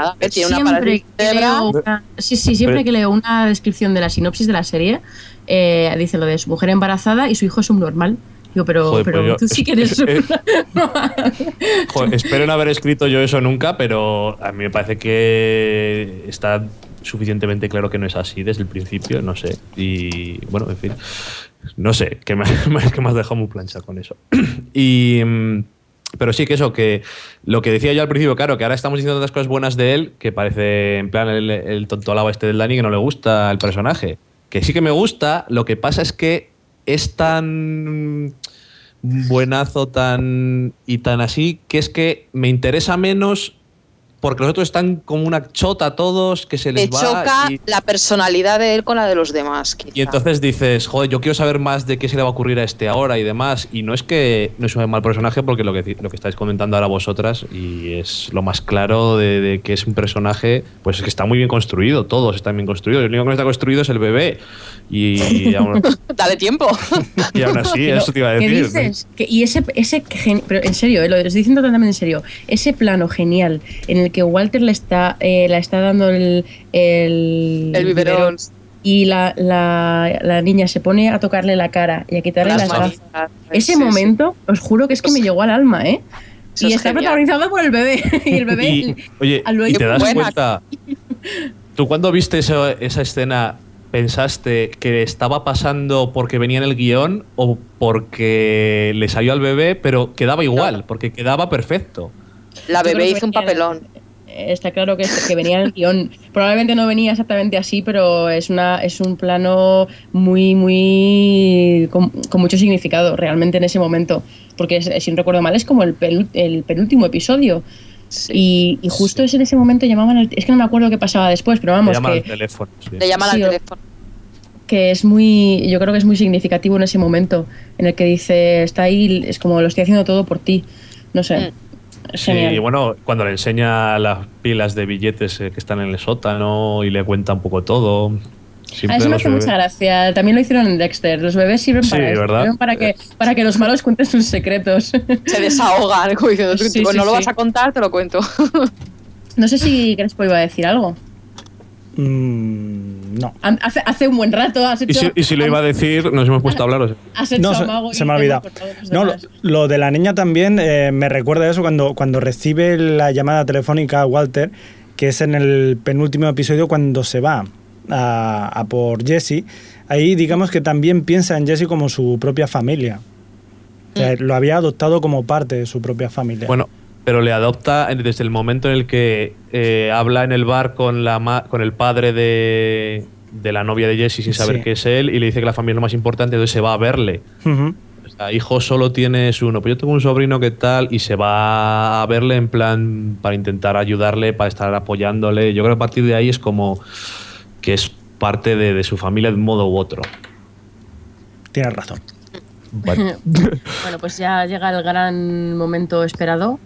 C: Siempre que leo una descripción de la sinopsis de la serie, dice lo de su mujer embarazada y su hijo es subnormal. Digo, pero tú sí que eres
F: espero no haber escrito yo eso nunca, pero a mí me parece que está suficientemente claro que no es así desde el principio, no sé. Y bueno, en fin, no sé, que me has dejado muy plancha con eso. Pero sí que eso, que lo que decía yo al principio, claro, que ahora estamos diciendo tantas cosas buenas de él, que parece en plan el tontolao este del Dani que no le gusta el personaje. Que sí que me gusta, lo que pasa es que es tan buenazo, tan así, que es que me interesa menos porque los otros están como una chota todos, que se les va...
E: choca la personalidad de él con la de los demás, quizá.
F: Y entonces dices, joder, yo quiero saber más de qué se le va a ocurrir a este ahora y demás. Y no es que no es un mal personaje, porque lo que estáis comentando ahora vosotras, y es lo más claro de que es un personaje, pues es que está muy bien construido, todos están bien construidos. El único que no está construido es el bebé. Y aún...
E: Dale tiempo.
F: Y aún así, pero, eso te iba a decir.
C: ¿Qué dices? Pero en serio, lo estoy diciendo totalmente en serio. Ese plano genial en el que Walter la está dando el
E: biberón
C: y la niña se pone a tocarle la cara y a quitarle las gafas. Ese momento, os juro que es que me llegó al alma, ¿eh? Y está protagonizado por el bebé. Y el bebé...
F: Oye, ¿y te das cuenta? ¿Tú cuando viste esa escena pensaste que estaba pasando porque venía en el guión o porque le salió al bebé, pero quedaba igual, porque quedaba perfecto?
E: La bebé hizo un papelón.
C: Está claro que venía en el guión. Probablemente no venía exactamente así, pero es un plano muy con mucho significado realmente en ese momento. Porque si no recuerdo mal, es como el penúltimo episodio.
E: Sí.
C: Y justo en ese momento llamaban es que no me acuerdo qué pasaba después, pero vamos,
F: Le llaman
C: que
F: al teléfono. Sí.
E: Le llaman
C: Sí,
E: al teléfono.
C: que es muy, yo creo que es muy significativo en ese momento en el que dice, está ahí, es como lo estoy haciendo todo por ti, no sé, es
F: Sí,
C: genial.
F: y bueno, cuando le enseña las pilas de billetes que están en el sótano y le cuenta un poco todo.
C: A eso me
F: los
C: hace mucha gracia, también lo hicieron en Dexter, los bebés sirven
F: Sí,
C: para eso,
F: ¿verdad?
C: sirven para que los malos cuenten sus secretos.
E: Se desahogan. Como diciendo,
C: Sí,
E: no
C: sí,
E: lo
C: sí.
E: vas a contar, te lo cuento.
C: No sé si Crespo iba a decir algo.
D: No.
C: Hace un buen rato has hecho...
F: Y si lo iba a decir, nos hemos puesto a hablar.
C: Has hecho
D: No,
C: amago
D: se
C: y
D: me ha
C: te
D: olvidado.
C: hemos cortado los
D: No,
C: demás.
D: lo de la niña también me recuerda a eso cuando recibe la llamada telefónica a Walter, que es en el penúltimo episodio cuando se va a por Jesse. Ahí digamos que también piensa en Jesse como su propia familia. O sea, lo había adoptado como parte de su propia familia.
F: Bueno, pero le adopta desde el momento en el que habla en el bar con el padre de la novia de Jesse sin saber
D: Sí.
F: que es él y le dice que la familia es lo más importante, entonces se va a verle.
D: Ujú.
F: O sea, hijo solo tienes uno, pues yo tengo un sobrino que tal y se va a verle en plan para intentar ayudarle, para estar apoyándole. Yo creo que a partir de ahí es como que es parte de su familia de un modo u otro.
D: Tienes razón.
F: Vale.
C: Bueno, pues ya llega el gran momento esperado.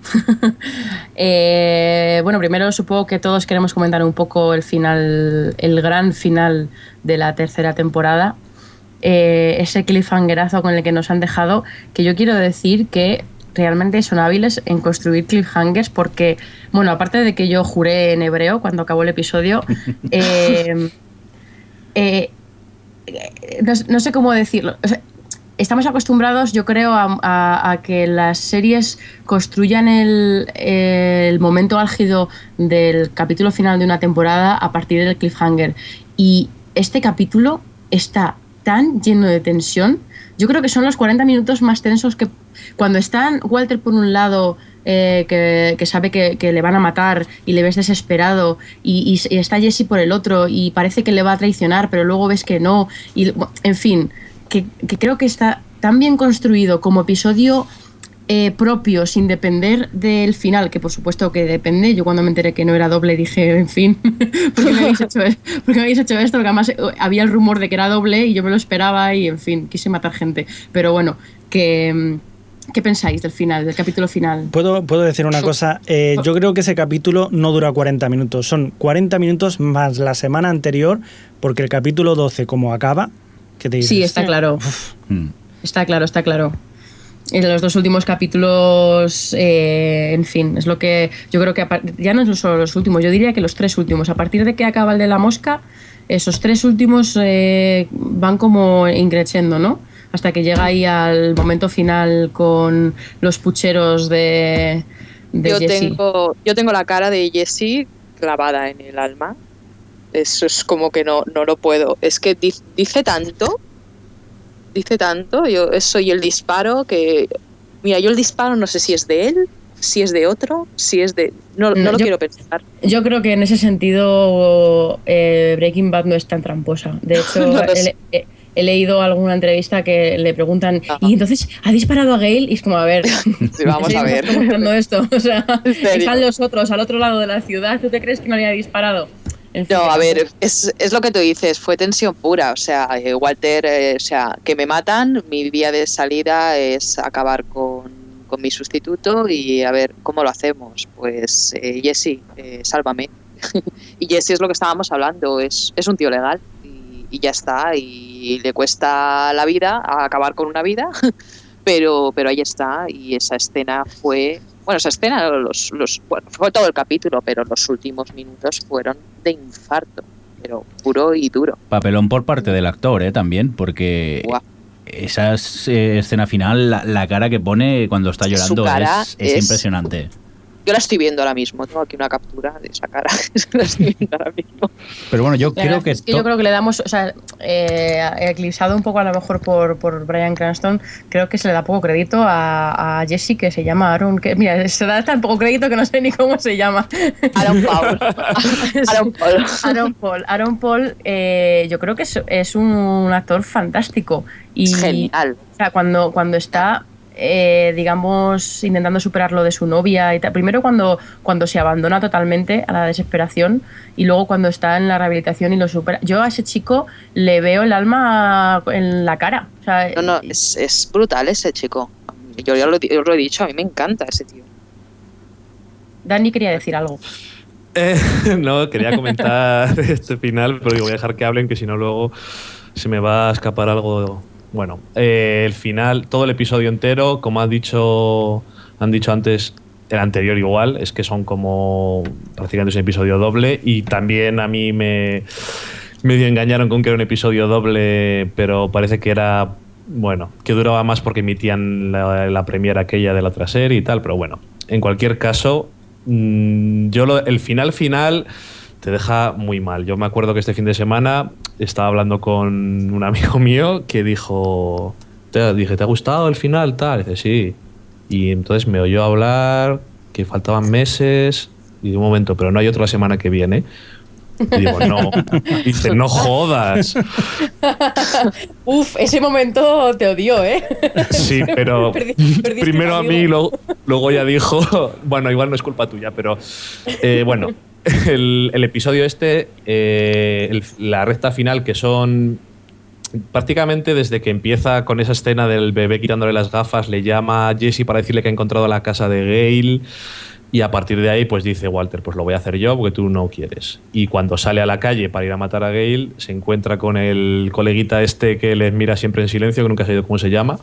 C: Bueno, primero supongo que todos queremos comentar un poco el final, el gran final de la tercera temporada. Ese cliffhangerazo con el que nos han dejado, que yo quiero decir que realmente son hábiles en construir cliffhangers porque, bueno, aparte de que yo juré en hebreo cuando acabó el episodio, no sé cómo decirlo. O sea, estamos acostumbrados, yo creo, a que las series construyan el momento álgido del capítulo final de una temporada a partir del cliffhanger. Y este capítulo está tan lleno de tensión. Yo creo que son los 40 minutos más tensos que cuando están Walter por un lado, que sabe que le van a matar y le ves desesperado, y está Jesse por el otro y parece que le va a traicionar, pero luego ves que no. Y, en fin, que creo que está tan bien construido como episodio propio, sin depender del final, que por supuesto que depende. Yo cuando me enteré que no era doble dije, en fin, ¿por qué me habéis hecho esto? Porque además había el rumor de que era doble y yo me lo esperaba y, en fin, quise matar gente. Pero bueno, ¿qué pensáis del final, del capítulo final?
D: ¿Puedo decir una cosa? Yo creo que ese capítulo no dura 40 minutos. Son 40 minutos más la semana anterior, porque el capítulo 12, como acaba, ¿qué te dices?
C: Sí, está claro. Está claro. En los dos últimos capítulos, en fin, es lo que yo creo que ya no es solo los últimos, yo diría que los tres últimos. A partir de que acaba el de la mosca, esos tres últimos van como increciendo, ¿no? Hasta que llega ahí al momento final con los pucheros de Jesse.
E: Yo tengo la cara de Jesse clavada en el alma. Eso es como que no lo puedo. Es que dice tanto. Eso y el disparo que... Mira, yo el disparo no sé si es de él, si es de otro, si es de... No lo quiero pensar.
C: Yo creo que en ese sentido Breaking Bad no es tan tramposa. De hecho,
E: No lo
C: he leído alguna entrevista que le preguntan, ¿y entonces ha disparado a Gale? Y es como, a ver,
E: Sí, vamos a ver.
C: ¿cómo estás contando esto? O sea,
E: ¿En serio?
C: están los otros al otro lado de la ciudad. ¿Tú te crees que no había disparado? En fin,
E: No, a ver, es lo que tú dices, fue tensión pura. O sea, Walter, o sea, que me matan, mi vía de salida es acabar con mi sustituto y a ver, ¿cómo lo hacemos? Pues Jesse, sálvame. Y Jesse es lo que estábamos hablando, es un tío legal y ya está, y le cuesta la vida a acabar con una vida, pero ahí está, y esa escena fue... Bueno, esa escena bueno, fue todo el capítulo, pero los últimos minutos fueron de infarto, pero puro y duro.
B: Papelón por parte del actor, también, porque
E: Guau.
B: esa escena final, la cara que pone cuando está llorando
E: Su cara
B: es impresionante.
E: Yo la estoy viendo ahora mismo, tengo aquí una captura de esa cara, la estoy viendo ahora mismo.
B: Pero bueno, yo
C: La
B: creo
C: verdad
B: que...
C: es que yo creo que le damos, o sea, eclipsado un poco a lo mejor por Bryan Cranston, creo que se le da poco crédito a Jesse, que se llama Aaron, que mira, se da tan poco crédito que no sé ni cómo se llama. Aaron Paul, yo creo que es un actor fantástico y
E: Genial.
C: o sea, cuando está digamos, intentando superar lo de su novia y tal. Primero cuando se abandona totalmente a la desesperación y luego cuando está en la rehabilitación y lo supera. Yo a ese chico le veo el alma en la cara. O sea,
E: No, es brutal ese chico. Yo ya lo he dicho, a mí me encanta ese tío.
C: Dani quería decir algo.
F: No, quería comentar este final, pero digo, voy a dejar que hablen, que si no luego se me va a escapar algo. Bueno, el final, todo el episodio entero, como han dicho antes, el anterior igual, es que son como prácticamente es un episodio doble, y también a mí me medio engañaron con que era un episodio doble, pero parece que era, bueno, que duraba más porque emitían la premiere aquella de la otra serie y tal, pero bueno, en cualquier caso, el final te deja muy mal. Yo me acuerdo que este fin de semana estaba hablando con un amigo mío que dijo, dije, ¿te ha gustado el final? Tal, y dice, sí. Y entonces me oyó hablar que faltaban meses y de un momento, pero no hay otra semana que viene. Y digo, no. Y dice, no jodas.
C: Uf, ese momento te odió, ¿eh?
F: Sí, pero primero a mí, luego ya dijo, bueno, igual no es culpa tuya, pero bueno, el episodio la recta final, que son prácticamente desde que empieza con esa escena del bebé quitándole las gafas, le llama a Jesse para decirle que ha encontrado la casa de Gale. Y a partir de ahí, pues dice Walter, pues lo voy a hacer yo porque tú no quieres. Y cuando sale a la calle para ir a matar a Gale, se encuentra con el coleguita este que les mira siempre en silencio, que nunca he sabido cómo se llama.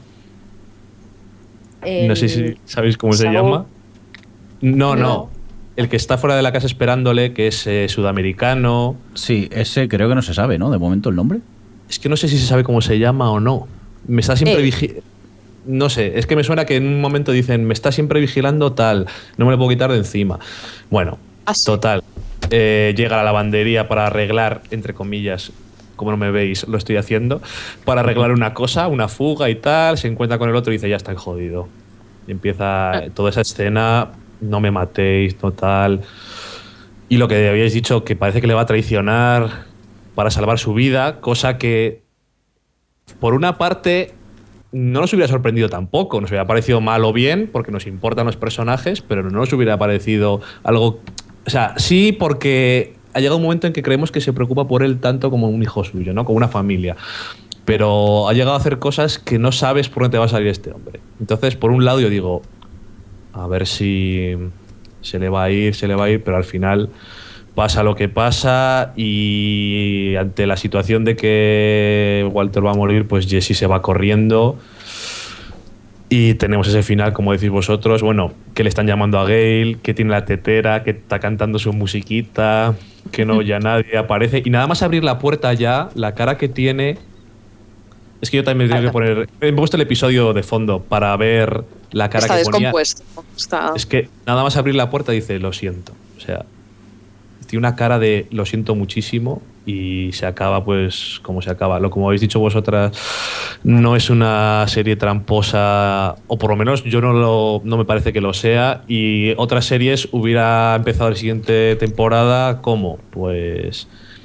F: No sé si sabéis cómo se llama. No. El que está fuera de la casa esperándole, que es sudamericano.
B: Sí, ese creo que no se sabe, ¿no? De momento el nombre.
F: Es que no sé si se sabe cómo se llama o no. Me está siempre vigilando. No sé, es que me suena que en un momento dicen, me está siempre vigilando tal, no me lo puedo quitar de encima. Bueno, total. Llega a la lavandería para arreglar, entre comillas, como no me veis, lo estoy haciendo, para arreglar una cosa, una fuga y tal, se encuentra con el otro y dice, ya está jodido. Y empieza toda esa escena, no me matéis, total. Y lo que habíais dicho, que parece que le va a traicionar para salvar su vida, cosa que, por una parte, no nos hubiera sorprendido tampoco, nos hubiera parecido mal o bien, porque nos importan los personajes, pero no nos hubiera parecido algo... O sea, sí, porque ha llegado un momento en que creemos que se preocupa por él tanto como un hijo suyo, ¿no? Como una familia. Pero ha llegado a hacer cosas que no sabes por dónde va a salir este hombre. Entonces, por un lado yo digo, a ver si se le va a ir, pero al final pasa lo que pasa y ante la situación de que Walter va a morir, pues Jesse se va corriendo y tenemos ese final, como decís vosotros, bueno, que le están llamando a Gale, que tiene la tetera, que está cantando su musiquita, que no oye a nadie, aparece y nada más abrir la puerta ya, la cara que tiene... Es que yo también tengo que poner... He puesto el episodio de fondo para ver la cara que ponía.
E: Descompuesto.
F: Es que nada más abrir la puerta dice, lo siento. O sea, tiene una cara de lo siento muchísimo y se acaba pues como se acaba. Como habéis dicho vosotras, no es una serie tramposa, o por lo menos yo no me parece que lo sea, y otras series hubiera empezado la siguiente temporada como pues...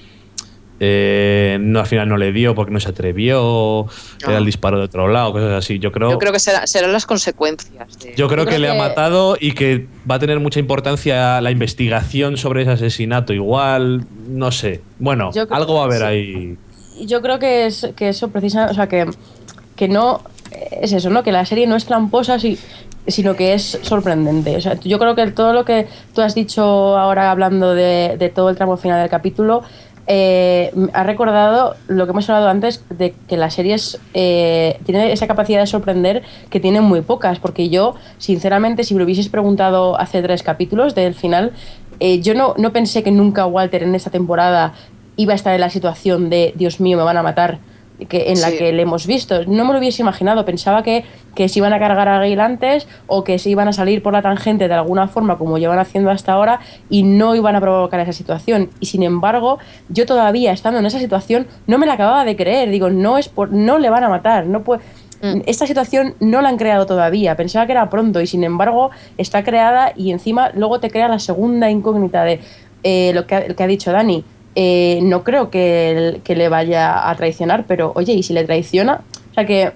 F: no, al final no le dio porque no se atrevió, era el disparo de otro lado, cosas así. Yo creo
E: que serán las consecuencias.
F: Yo creo que le ha matado y que va a tener mucha importancia la investigación sobre ese asesinato. Igual, no sé. Bueno, algo va a haber ahí.
C: Yo creo que eso precisa, o sea, que no es eso, ¿no? Que la serie no es tramposa, sino que es sorprendente. O sea, yo creo que todo lo que tú has dicho ahora hablando de todo el tramo final del capítulo ha recordado lo que hemos hablado antes de que las series tienen esa capacidad de sorprender que tienen muy pocas, porque yo sinceramente si me lo hubieses preguntado hace 3 capítulos del final, yo no pensé que nunca Walter en esta temporada iba a estar en la situación de Dios mío, me van a matar, en la que le hemos visto. No me lo hubiese imaginado. Pensaba que se iban a cargar a Gale antes o que se iban a salir por la tangente de alguna forma como llevan haciendo hasta ahora y no iban a provocar esa situación. Y sin embargo, yo todavía estando en esa situación no me la acababa de creer. Digo, no le van a matar. Esta situación no la han creado todavía. Pensaba que era pronto y sin embargo está creada y encima luego te crea la segunda incógnita de lo que ha dicho Dani. No creo que le vaya a traicionar, pero oye, ¿y si le traiciona? O sea que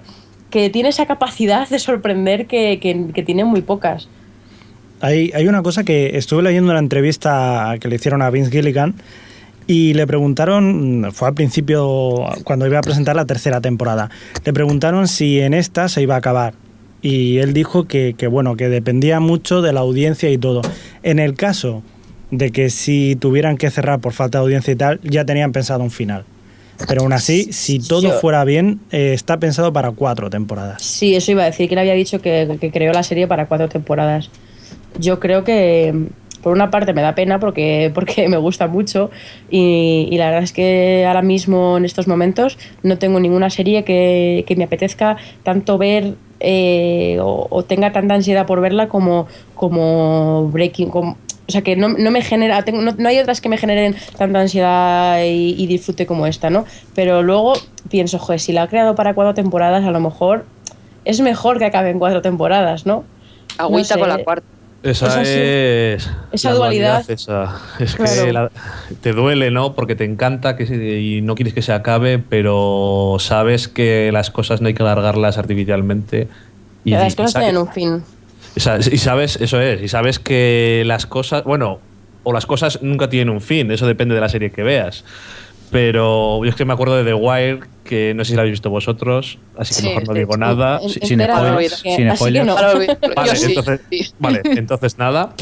C: que tiene esa capacidad de sorprender que tiene muy pocas.
D: Hay una cosa que estuve leyendo en la entrevista que le hicieron a Vince Gilligan y le preguntaron, fue al principio cuando iba a presentar la tercera temporada, le preguntaron si en esta se iba a acabar y él dijo que bueno, que dependía mucho de la audiencia y todo. En el caso de que si tuvieran que cerrar por falta de audiencia y tal, ya tenían pensado un final. Pero aún así, si todo fuera bien, está pensado para 4 temporadas.
C: Sí, eso iba a decir, que él había dicho que creó la serie para 4 temporadas. Yo creo que, por una parte, me da pena porque me gusta mucho y la verdad es que ahora mismo, en estos momentos, no tengo ninguna serie que me apetezca tanto ver o tenga tanta ansiedad por verla como Breaking... O sea, que no me genera, no hay otras que me generen tanta ansiedad y disfrute como esta, ¿no? Pero luego pienso, joder, si la ha creado para 4 temporadas, a lo mejor es mejor que acabe en 4 temporadas, ¿no?
E: Agüita con la cuarta.
F: Esa es
C: esa dualidad.
F: Es
C: Claro.
F: que te duele, ¿no? Porque te encanta y no quieres que se acabe, pero sabes que las cosas no hay que alargarlas artificialmente. Y
C: Las cosas tienen un fin.
F: Y sabes, eso es, y sabes que las cosas, bueno, o las cosas nunca tienen un fin, eso depende de la serie que veas. Pero yo es que me acuerdo de The Wire, que no sé si la habéis visto vosotros, así que mejor no digo nada.
B: Sin spoilers. Sin spoilers.
C: No.
F: Vale,
E: Sí,
F: entonces,
E: sí.
F: vale, entonces nada.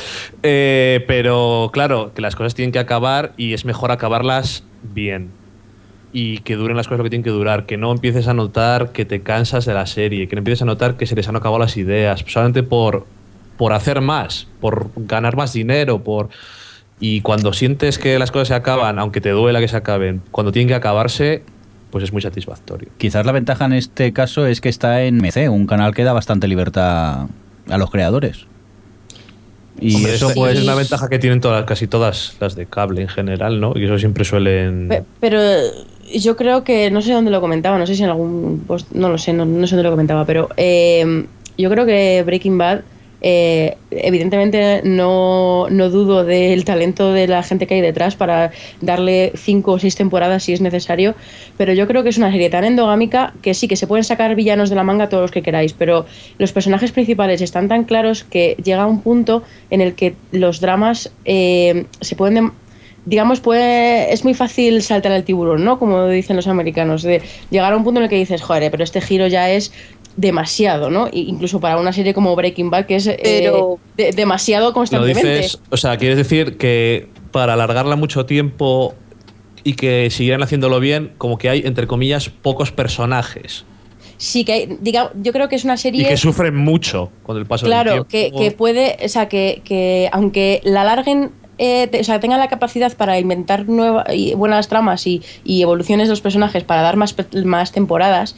F: Pero claro, que las cosas tienen que acabar y es mejor acabarlas bien. Y que duren las cosas lo que tienen que durar, que no empieces a notar que te cansas de la serie, que no empieces a notar que se les han acabado las ideas, solamente por hacer más, por ganar más dinero, y cuando sientes que las cosas se acaban, aunque te duela que se acaben, cuando tienen que acabarse, pues es muy satisfactorio.
B: Quizás la ventaja en este caso es que está en MC, un canal que da bastante libertad a los creadores. Y
F: Hombre,
B: eso pues
F: es una ventaja que tienen casi todas las de cable en general, ¿no? Y eso siempre suelen...
C: Pero yo creo que, no sé dónde lo comentaba, no sé si en algún post, no lo sé, no sé dónde lo comentaba, pero yo creo que Breaking Bad, evidentemente no dudo del talento de la gente que hay detrás para darle 5 o 6 temporadas si es necesario, pero yo creo que es una serie tan endogámica que sí, que se pueden sacar villanos de la manga todos los que queráis, pero los personajes principales están tan claros que llega un punto en el que los dramas se pueden... Digamos, es muy fácil saltar al tiburón, ¿no? Como dicen los americanos, de llegar a un punto en el que dices, joder, pero este giro ya es demasiado, ¿no? Incluso para una serie como Breaking Bad, que es demasiado constantemente.
F: Lo dices, o sea, quieres decir que para alargarla mucho tiempo y que siguieran haciéndolo bien, como que hay, entre comillas, pocos personajes.
C: Sí, que hay, yo creo que es una serie...
F: Y que sufren mucho con el paso del tiempo.
C: Claro, que puede, o sea, que aunque la alarguen, o sea, tengan la capacidad para inventar buenas tramas y evoluciones de los personajes para dar más temporadas,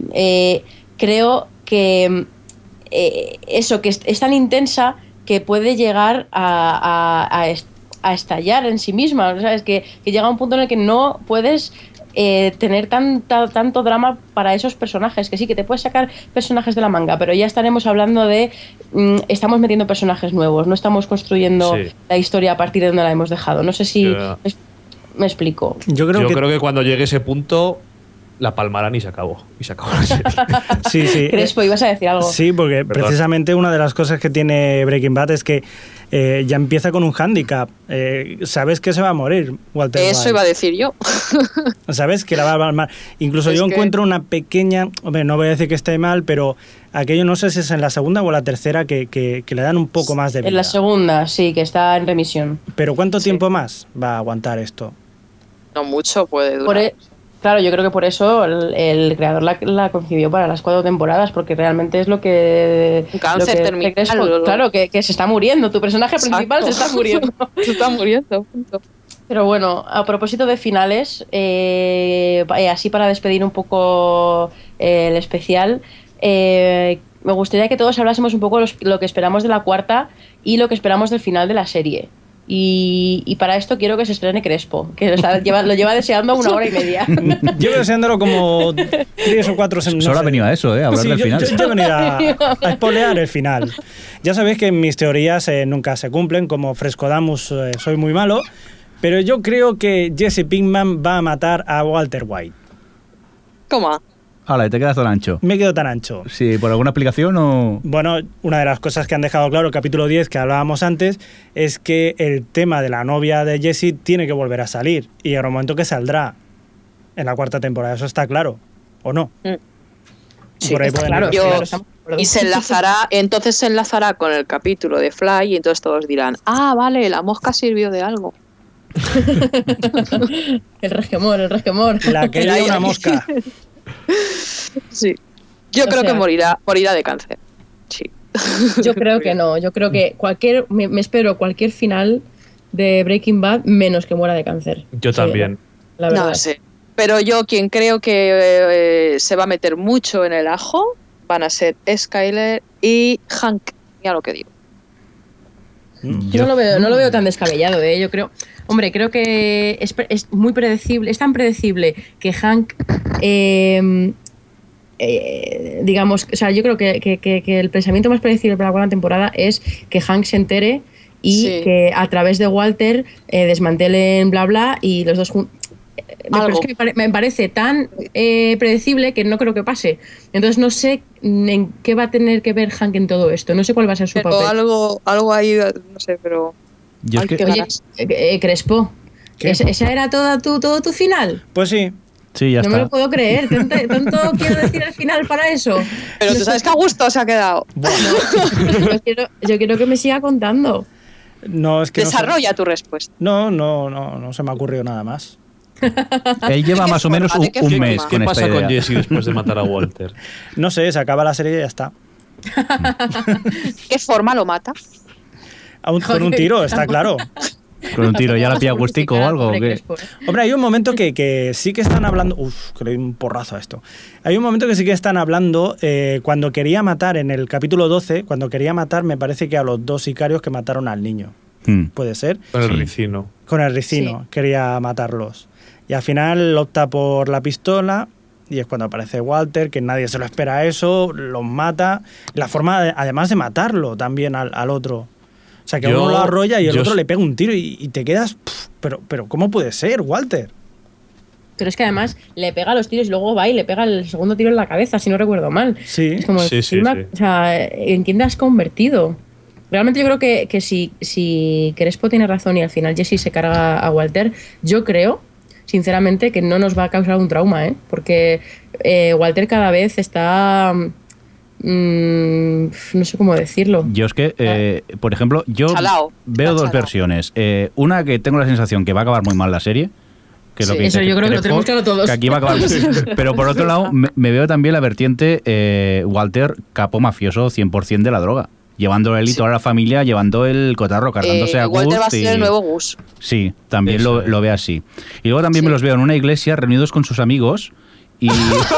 C: creo que eso, que es tan intensa que puede llegar a estallar en sí misma. O sea, es que llega un punto en el que no puedes tener tanto drama para esos personajes, que sí, que te puedes sacar personajes de la manga, pero ya estaremos hablando de estamos metiendo personajes nuevos, no estamos construyendo la historia a partir de donde la hemos dejado. No sé si me explico.
D: Yo creo
F: que cuando llegue ese punto la palmarán y se acabó la serie.
D: Sí.
C: Crespo, ¿ibas a decir algo?
D: Sí, porque precisamente una de las cosas que tiene Breaking Bad es que ya empieza con un hándicap. Sabes que se va a morir Walter White.
E: Eso iba a decir yo.
D: Sabes que la va a palmar. Incluso yo encuentro una pequeña... Hombre, no voy a decir que esté mal, pero aquello no sé si es en la segunda o la tercera que le dan un poco más de vida.
C: En la segunda, sí, que está en remisión.
D: Pero ¿cuánto tiempo más va a aguantar esto?
E: No mucho puede durar.
C: Claro, yo creo que por eso el creador la concibió para las 4 temporadas, porque realmente es lo que...
E: Un cáncer terminal.
C: Claro, que se está muriendo. Tu personaje principal se está muriendo.
E: Se está muriendo, punto.
C: Pero bueno, a propósito de finales, así para despedir un poco el especial, me gustaría que todos hablásemos un poco lo que esperamos de la cuarta y lo que esperamos del final de la serie. Y para esto quiero que se estrene Crespo, que lo lleva deseando 1 hora y media.
D: Llevo deseándolo como 3 o 4 semanas.
B: Solo ha venido a eso, a hablar del final.
D: Yo he venido a spoilear el final. Ya sabéis que mis teorías nunca se cumplen, como Frescodamus soy muy malo, pero yo creo que Jesse Pinkman va a matar a Walter White.
E: ¿Cómo?
B: Hala, te quedas tan ancho.
D: Me quedo tan ancho.
B: Sí, ¿por alguna explicación o...?
D: Bueno, una de las cosas que han dejado claro, el capítulo 10 que hablábamos antes, es que el tema de la novia de Jesse tiene que volver a salir. Y habrá un momento que saldrá en la 4ª temporada. Eso está claro, ¿o no?
E: Sí,
D: por ahí
C: está
D: pueden
C: claro.
D: ir.
E: Y se enlazará con el capítulo de Fly y entonces todos dirán, vale, la mosca sirvió de algo.
C: El resquemor.
D: La que hay una mosca.
E: Sí. Yo creo que morirá de cáncer. Sí.
C: Yo creo que no. Yo creo que me espero cualquier final de Breaking Bad menos que muera de cáncer.
F: Yo también.
C: La verdad.
E: No sé. Pero yo quien creo que se va a meter mucho en el ajo van a ser Skyler y Hank. Mira lo que digo.
C: Yo no lo veo tan descabellado, ¿eh? Yo creo que es muy predecible, es tan predecible que Hank, digamos, o sea, yo creo que el pensamiento más predecible para la 4ª temporada es que Hank se entere y que a través de Walter desmantelen bla bla y los dos juntos. Pero es que me parece tan predecible que no creo que pase. Entonces no sé en qué va a tener que ver Hank en todo esto. No sé cuál va a ser su papel.
E: Algo ahí, no sé, pero...
B: Yo es que...
C: Oye, Crespo, ¿esa era todo tu final?
D: Pues sí.
B: Sí, ya
C: no
B: está.
C: Me lo puedo creer. ¿Tanto quiero decir al final para eso?
E: Pero tú sabes que a gusto se ha quedado.
C: Yo quiero que me siga contando.
D: No, es que
E: desarrolla tu respuesta.
D: No se me ha ocurrido nada más.
B: Él lleva más o menos un mes con
F: ¿Qué
B: esta
F: pasa
B: idea.
F: con Jesse después de matar a Walter?
D: No sé, se acaba la serie y ya está.
E: ¿Qué forma lo mata?
D: Con un tiro, está claro.
B: Con un tiro, ¿ya la pilla Gustico o algo? ¿O qué?
D: Hombre, hay un momento que sí que están hablando... que le doy un porrazo a esto. Hay un momento que sí que están hablando cuando quería matar, en el capítulo 12, cuando quería matar, me parece que a los 2 sicarios que mataron al niño. ¿Puede ser?
F: Con el ricino.
D: Con el ricino, quería matarlos. Y al final opta por la pistola y es cuando aparece Walter, que nadie se lo espera eso, los mata. La forma, además de matarlo también al otro. O sea, que uno lo arrolla y el otro le pega un tiro y te quedas... Pero ¿cómo puede ser, Walter?
C: Pero es que además le pega los tiros y luego va y le pega el segundo tiro en la cabeza, si no recuerdo mal.
D: Sí.
C: Es como,
F: sí.
C: O sea, ¿en quién te has convertido? Realmente yo creo que si Crespo tiene razón y al final Jesse se carga a Walter, yo creo, sinceramente, que no nos va a causar un trauma, ¿eh? Porque Walter cada vez está... no sé cómo decirlo.
B: Yo es que, por ejemplo, yo veo dos versiones. Una que tengo la sensación que va a acabar muy mal la serie. Que es lo que dice
C: eso yo creo que lo tenemos claro todos.
B: Que aquí va a acabar. Pero por otro lado, me veo también la vertiente Walter capo mafioso 100% de la droga. Llevando él y toda la familia, llevando el cotarro, cargándose a Gus.
E: Walter va a ser el nuevo Gus.
B: Sí, también lo ve así. Y luego también me los veo en una iglesia reunidos con sus amigos y...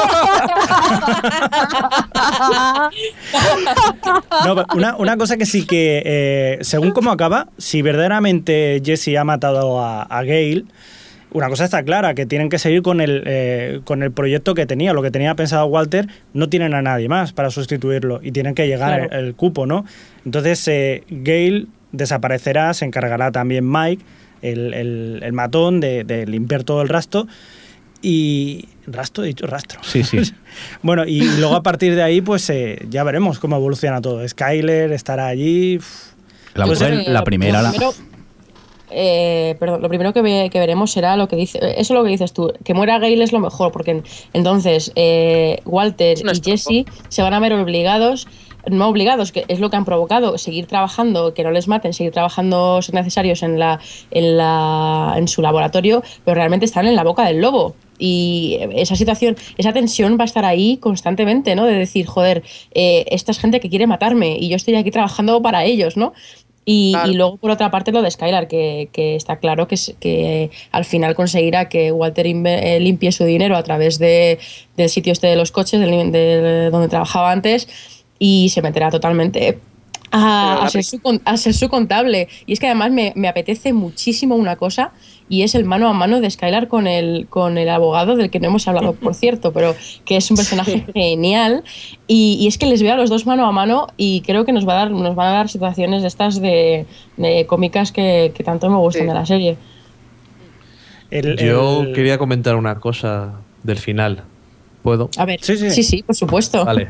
D: No, una cosa que sí que, según cómo acaba, si verdaderamente Jesse ha matado a Gale, una cosa está clara, que tienen que seguir con el proyecto que tenía, lo que tenía pensado Walter, no tienen a nadie más para sustituirlo y tienen que llegar el cupo, ¿no? Entonces Gale desaparecerá, se encargará también Mike, el matón, de limpiar todo el rastro. Y... ¿Rastro? He dicho rastro.
B: Sí.
D: Bueno, y luego a partir de ahí, pues ya veremos cómo evoluciona todo. Skyler estará allí.
B: La mujer, la primera...
C: Perdón, lo primero que veremos será lo que dice. Eso es lo que dices tú. Que muera Gale es lo mejor, porque entonces Walter y Jesse se van a ver obligados. No obligados, que es lo que han provocado, seguir trabajando, que no les maten, seguir trabajando si necesarios en su laboratorio, pero realmente están en la boca del lobo. Y esa situación, esa tensión va a estar ahí constantemente, ¿no? De decir, joder, esta es gente que quiere matarme y yo estoy aquí trabajando para ellos, ¿no? Y luego, por otra parte, lo de Skylar, que está claro que al final conseguirá que Walter limpie su dinero a través del sitio este de los coches, de donde trabajaba antes, y se meterá totalmente a ser su contable. Y es que además me apetece muchísimo una cosa, y es el mano a mano de Skylar con el abogado, del que no hemos hablado, por cierto, pero que es un personaje genial. Y es que les veo a los dos mano a mano y creo que nos van a dar situaciones de estas de cómicas que tanto me gustan de la serie.
F: Yo quería comentar una cosa del final. ¿Puedo?
C: A ver,
D: Sí, sí.
C: sí, por supuesto.
F: Vale.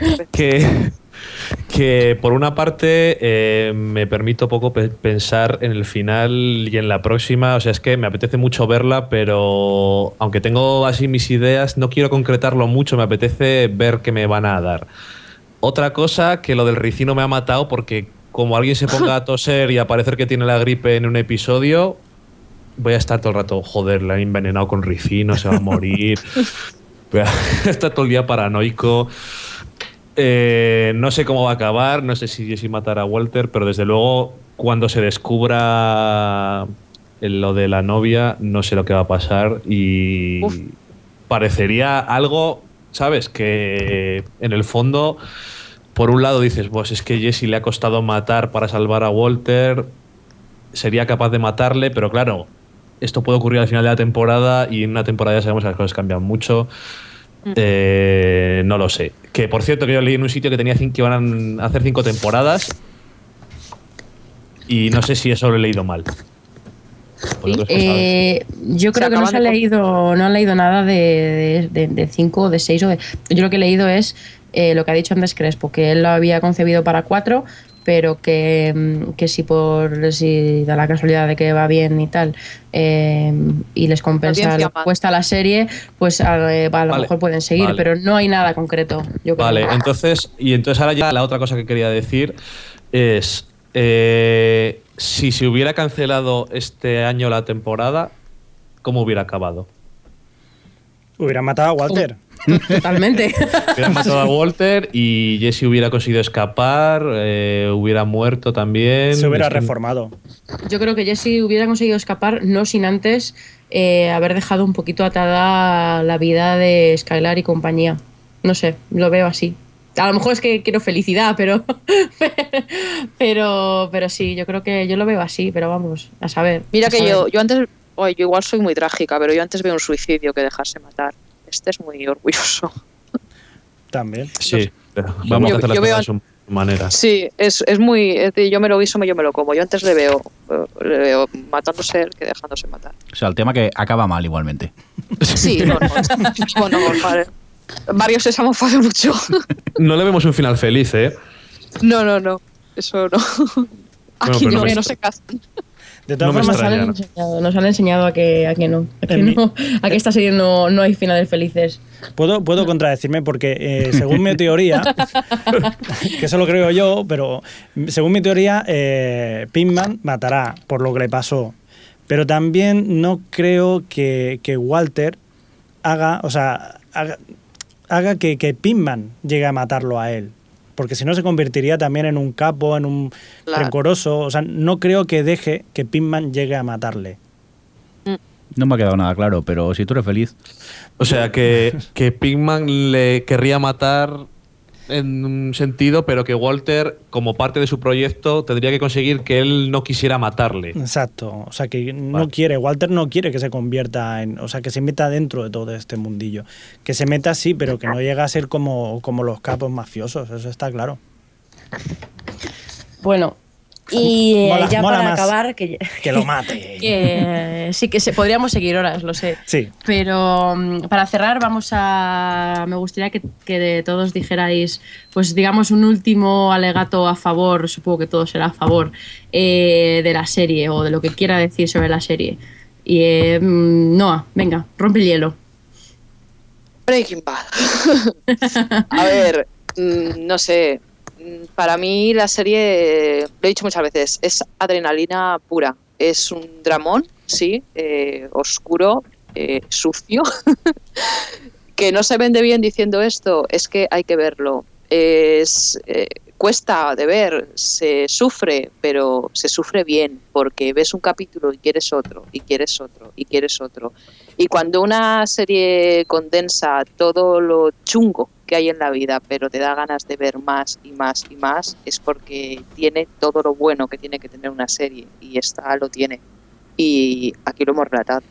F: Que por una parte me permito poco pensar en el final y en la próxima. O sea, es que me apetece mucho verla, pero aunque tengo así mis ideas, no quiero concretarlo mucho. Me apetece ver qué me van a dar. Otra cosa, que lo del ricino me ha matado porque como alguien se ponga a toser y a parecer que tiene la gripe en un episodio, voy a estar todo el rato, joder, la han envenenado con ricino, se va a morir. Voy a estar todo el día paranoico. No sé cómo va a acabar, no sé si Jesse matará a Walter, pero desde luego cuando se descubra lo de la novia, no sé lo que va a pasar y parecería algo, ¿sabes? Que en el fondo, por un lado dices, pues es que Jesse le ha costado matar para salvar a Walter, sería capaz de matarle, pero claro, esto puede ocurrir al final de la temporada y en una temporada ya sabemos que las cosas cambian mucho. No lo sé. Que por cierto, que yo leí en un sitio que que iban a hacer 5 temporadas y no sé si eso lo he leído mal.
C: Yo creo que no han leído nada de 5 o de 6. Yo lo que he leído es lo que ha dicho Andrés Crespo, que él lo había concebido para 4, pero que si da la casualidad de que va bien y tal, y les compensa lo que cuesta la serie, pues a lo mejor pueden seguir, pero no hay nada concreto. Yo creo.
F: Vale, entonces ahora ya la otra cosa que quería decir es si se hubiera cancelado este año la temporada, ¿cómo hubiera acabado?
D: Hubiera matado a Walter.
C: Totalmente.
F: Hubieran matado a Walter y Jesse hubiera conseguido escapar, hubiera muerto también.
D: Se hubiera reformado.
C: Yo creo que Jesse hubiera conseguido escapar, no sin antes haber dejado un poquito atada la vida de Skylar y compañía. No sé, lo veo así. A lo mejor es que quiero felicidad, pero sí, yo creo que yo lo veo así, pero vamos, a saber.
E: Mira
C: a
E: que
C: saber.
E: yo antes, yo igual soy muy trágica, pero yo antes veo un suicidio que dejarse matar. Este es muy orgulloso.
D: También.
F: Sí, pero vamos a hacer las cosas de su manera.
E: Sí, es muy... yo me lo guiso, yo me lo como. Yo antes le veo matándose él que dejándose matar.
B: O sea, el tema que acaba mal igualmente.
E: Sí, no. Bueno, vale. Mario se ha mofado mucho.
F: No le vemos un final feliz, ¿eh?
E: No. Eso no. Aquí no se casan.
D: De todas
F: No me
D: formas,
F: extraña.
C: Nos han enseñado a que no. A que esta serie no hay finales felices.
D: Puedo contradecirme porque según mi teoría, que eso lo creo yo, pero según mi teoría, Pinkman matará por lo que le pasó. Pero también no creo que Walter haga que Pinkman llegue a matarlo a él. Porque si no se convertiría también en un capo, en un rencoroso. O sea, no creo que deje que Pinkman llegue a matarle.
B: No me ha quedado nada claro, pero si tú eres feliz.
F: O sea, que Pinkman le querría matar en un sentido, pero que Walter, como parte de su proyecto, tendría que conseguir que él no quisiera matarle.
D: Exacto. O sea, que Walter no quiere que se convierta en... O sea, que se meta dentro de todo este mundillo. Que se meta sí, pero que no llegue a ser como los capos mafiosos. Eso está claro.
C: Bueno... Y ya
D: mola
C: para
D: más
C: acabar,
D: que lo mate.
C: Sí, que podríamos seguir horas, lo sé.
D: Sí.
C: Pero para cerrar, me gustaría que todos dijerais, pues digamos, un último alegato a favor, supongo que todo será a favor, de la serie o de lo que quiera decir sobre la serie. Y Noa, venga, rompe el hielo.
E: Breaking Bad. A ver, no sé. Para mí la serie, lo he dicho muchas veces, es adrenalina pura. Es un dramón, sí, oscuro, sucio, que no se vende bien diciendo esto, es que hay que verlo. Cuesta de ver, se sufre, pero se sufre bien, porque ves un capítulo y quieres otro, y quieres otro, y quieres otro. Y cuando una serie condensa todo lo chungo que hay en la vida, pero te da ganas de ver más y más y más, es porque tiene todo lo bueno que tiene que tener una serie, y esta lo tiene. Y aquí lo hemos relatado.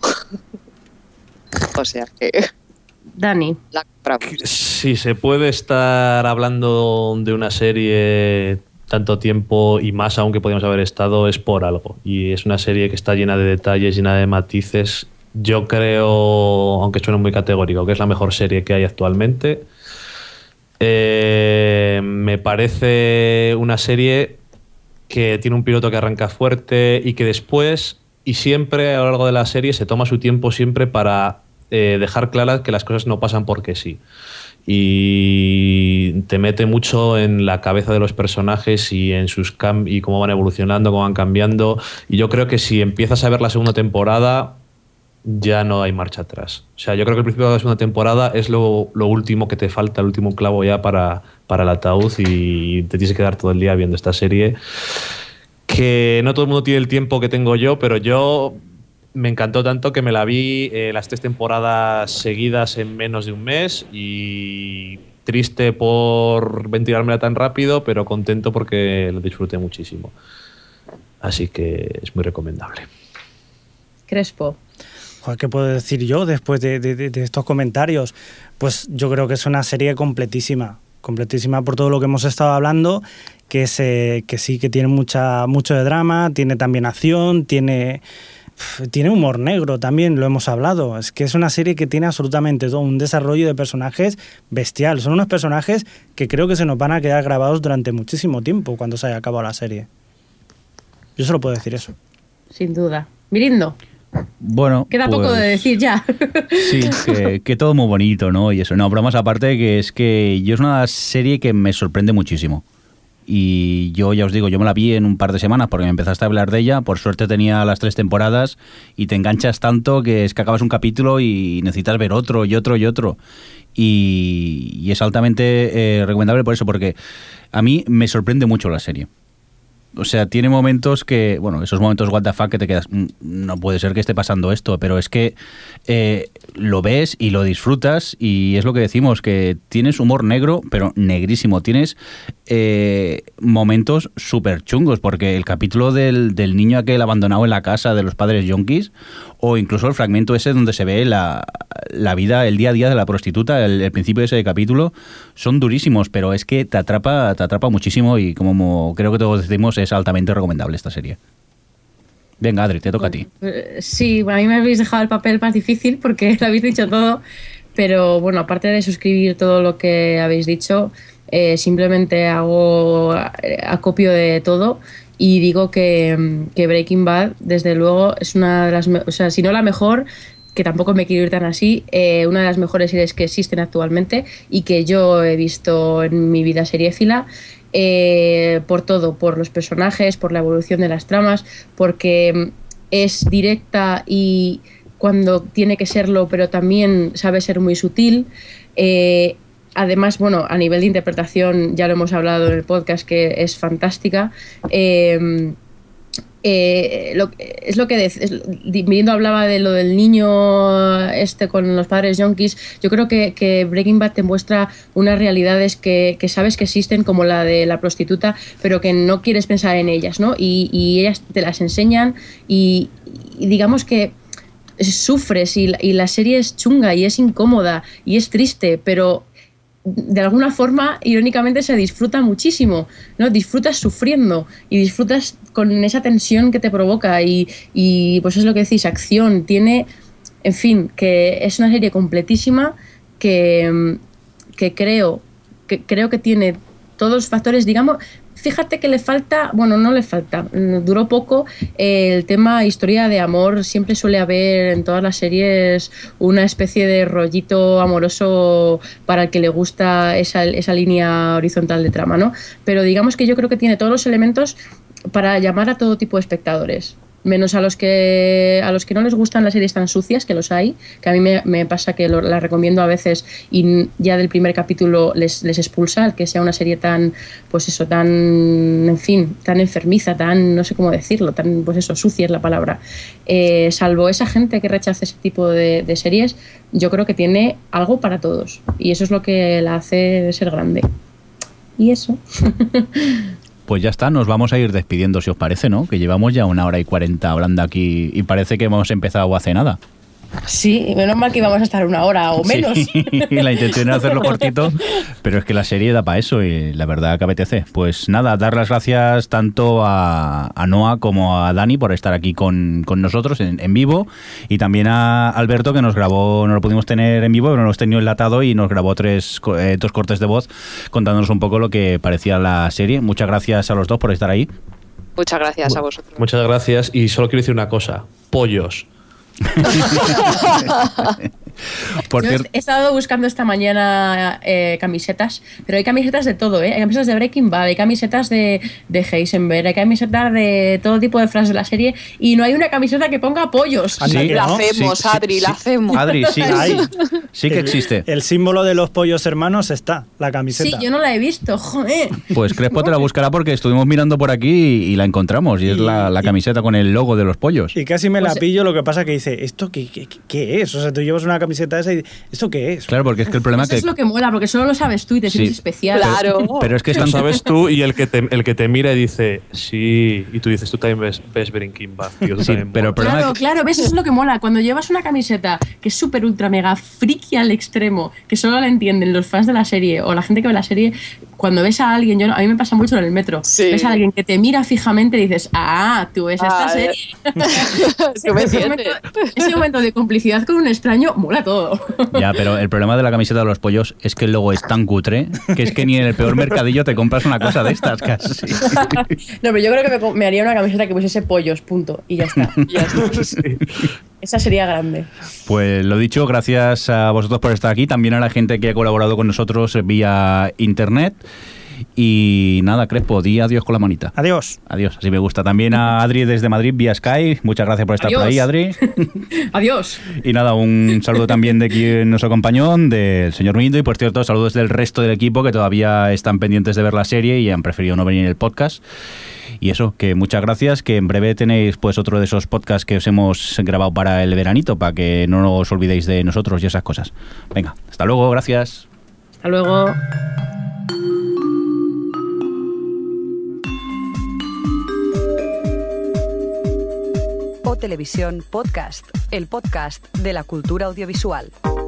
E: O sea que...
C: Dani.
E: La compramos.
F: Si se puede estar hablando de una serie tanto tiempo y más aún que podríamos haber estado, es por algo. Y es una serie que está llena de detalles, llena de matices Yo creo, aunque suene muy categórico, que es la mejor serie que hay actualmente. Me parece una serie que tiene un piloto que arranca fuerte y que después y siempre a lo largo de la serie se toma su tiempo siempre para dejar claras que las cosas no pasan porque sí. Y te mete mucho en la cabeza de los personajes y en sus y cómo van evolucionando, cómo van cambiando. Y yo creo que si empiezas a ver la segunda temporada, ya no hay marcha atrás. O sea, yo creo que el principio de la segunda temporada es lo último que te falta, el último clavo ya para el ataúd, y te tienes que quedar todo el día viendo esta serie. Que no todo el mundo tiene el tiempo que tengo yo, pero yo me encantó tanto que me la vi las 3 temporadas seguidas en menos de un mes, y triste por ventilármela tan rápido, pero contento porque lo disfruté muchísimo. Así que es muy recomendable.
C: Crespo.
D: ¿Qué puedo decir yo después de estos comentarios? Pues yo creo que es una serie completísima por todo lo que hemos estado hablando, que sí, que tiene mucho de drama, tiene también acción, tiene humor negro también, lo hemos hablado. Es que es una serie que tiene absolutamente todo, un desarrollo de personajes bestial. Son unos personajes que creo que se nos van a quedar grabados durante muchísimo tiempo cuando se haya acabado la serie. Yo solo puedo decir eso.
C: Sin duda. Mirindo.
B: Bueno,
C: queda
B: pues,
C: poco de decir ya.
B: Sí, que todo muy bonito, ¿no? Y eso, no, pero más aparte que es que yo es una serie que me sorprende muchísimo. Y yo ya os digo, yo me la vi en un par de semanas porque me empezaste a hablar de ella. Por suerte tenía las 3 temporadas y te enganchas tanto que es que acabas un capítulo y necesitas ver otro y otro y otro. Y es altamente recomendable por eso, porque a mí me sorprende mucho la serie. O sea, tiene momentos que, bueno, esos momentos what the fuck que te quedas, no puede ser que esté pasando esto, pero es que lo ves y lo disfrutas, y es lo que decimos, que tienes humor negro, pero negrísimo. Tienes momentos súper chungos, porque el capítulo del niño aquel abandonado en la casa de los padres yonkis, o incluso el fragmento ese donde se ve la vida, el día a día de la prostituta, el principio de ese capítulo, son durísimos, pero es que te atrapa muchísimo, y como creo que todos decimos, es altamente recomendable esta serie. Venga, Adri, te toca a ti.
C: Sí, bueno, a mí me habéis dejado el papel más difícil porque lo habéis dicho todo, pero bueno, aparte de suscribir todo lo que habéis dicho, simplemente hago acopio de todo y digo que Breaking Bad, desde luego, es una de las, o sea, si no la mejor, que tampoco me quiero ir tan así, una de las mejores series que existen actualmente y que yo he visto en mi vida seriéfila. Por todo, por los personajes, por la evolución de las tramas, porque es directa y cuando tiene que serlo, pero también sabe ser muy sutil. Además, bueno, a nivel de interpretación, ya lo hemos hablado en el podcast, que es fantástica. Es lo que Mirindo hablaba de lo del niño con los padres yonkis. Yo creo que Breaking Bad te muestra unas realidades que sabes que existen, como la de la prostituta, pero que no quieres pensar en ellas, ¿no? Y ellas te las enseñan y digamos que sufres y la serie es chunga y es incómoda y es triste, pero de alguna forma, irónicamente, se disfruta muchísimo, ¿no? Disfrutas sufriendo y disfrutas con esa tensión que te provoca y pues es lo que decís, acción, tiene, en fin, que es una serie completísima que creo que tiene todos los factores, digamos. Fíjate que le falta, bueno, no le falta, duró poco el tema historia de amor. Siempre suele haber en todas las series una especie de rollito amoroso para el que le gusta esa línea horizontal de trama, ¿no? Pero digamos que yo creo que tiene todos los elementos para llamar a todo tipo de espectadores. Menos a los que no les gustan las series tan sucias, que los hay, que a mí me pasa que las recomiendo a veces y ya del primer capítulo les expulsa, el que sea una serie tan, pues eso, tan, en fin, tan enfermiza, tan, no sé cómo decirlo, tan, pues eso, sucia es la palabra. Salvo esa gente que rechaza ese tipo de series, yo creo que tiene algo para todos y eso es lo que la hace ser grande. Y eso.
B: Pues ya está, nos vamos a ir despidiendo, si os parece, ¿no? Que llevamos ya 1 hora y 40 hablando aquí y parece que hemos empezado hace nada.
C: Sí, menos mal que íbamos a estar 1 hora o menos.
B: Sí, la intención era hacerlo cortito, pero es que la serie da para eso y la verdad que apetece. Pues nada, dar las gracias tanto a Noa como a Dani por estar aquí con nosotros en vivo, y también a Alberto, que nos grabó, no lo pudimos tener en vivo, pero nos tenido enlatado y nos grabó 2 cortes de voz contándonos un poco lo que parecía la serie. Muchas gracias a los dos por estar ahí.
E: Muchas gracias a vosotros.
F: Muchas gracias, y solo quiero decir una cosa: pollos.
B: Por
C: Yo
B: cierto,
C: he estado buscando esta mañana camisetas, pero hay camisetas de todo, ¿eh? Hay camisetas de Breaking Bad, hay camisetas de Heisenberg, hay camisetas de todo tipo de frases de la serie, y no hay una camiseta que ponga pollos.
B: Sí,
E: La
B: ¿no?
E: hacemos,
B: Sí,
E: Adri,
B: sí,
E: la hacemos.
B: Adri, sí,
D: Hay.
B: sí que existe.
D: El símbolo de los pollos hermanos está, la camiseta.
C: Sí, yo no la he visto, joder.
B: Pues Crespo te la buscará porque estuvimos mirando por aquí y la encontramos, y es la camiseta con el logo de los pollos.
D: Y casi me
C: Pues
D: la pillo, lo que pasa que dice, ¿esto qué es? O sea, tú llevas una camiseta esa y ¿esto qué es?
B: Claro, porque es que el problema
C: Eso
B: es
C: es
B: que...
C: lo que mola, porque solo lo sabes tú y te sientes especial.
E: Claro.
B: Pero es que
F: Lo
B: están...
F: sabes tú, y el que te mira y dice sí, y tú dices, tú también ves Breaking Bad, tío, tú
B: Sí,
F: también
B: pero el
F: molas.
B: problema
C: Claro,
B: es que-
C: claro, ves, eso es lo que mola. Cuando llevas una camiseta que es súper ultra mega friki al extremo, que solo la entienden los fans de la serie o la gente que ve la serie, cuando ves a alguien, a mí me pasa mucho en el metro,
E: Sí.
C: ves a alguien que te mira fijamente y dices, tú ves esta
E: Ah,
C: serie.
E: ¿Qué me
C: Ese momento de complicidad con un extraño mola todo.
B: Ya, pero el problema de la camiseta de los pollos es que el logo es tan cutre que es que ni en el peor mercadillo te compras una cosa de estas casi.
C: No, pero yo creo que me haría una camiseta que pusiese pollos, punto, y ya está.
E: Ya está.
C: Esa sería grande.
B: Pues lo dicho, gracias a vosotros por estar aquí, también a la gente que ha colaborado con nosotros vía internet. Y nada, Crespo, di adiós con la manita.
D: Adiós.
B: Adiós, así me gusta. También a Adri desde Madrid vía Skype. Muchas gracias por estar por ahí, Adri.
C: Adiós.
B: Y nada, un saludo también de quien nos acompañó, del señor Mindo. Y por cierto, saludos del resto del equipo que todavía están pendientes de ver la serie y han preferido no venir en el podcast. Y eso, que muchas gracias, que en breve tenéis pues otro de esos podcasts que os hemos grabado para el veranito, para que no os olvidéis de nosotros y esas cosas. Venga, hasta luego, gracias.
C: Hasta luego.
A: O Televisión Podcast, el podcast de la cultura audiovisual.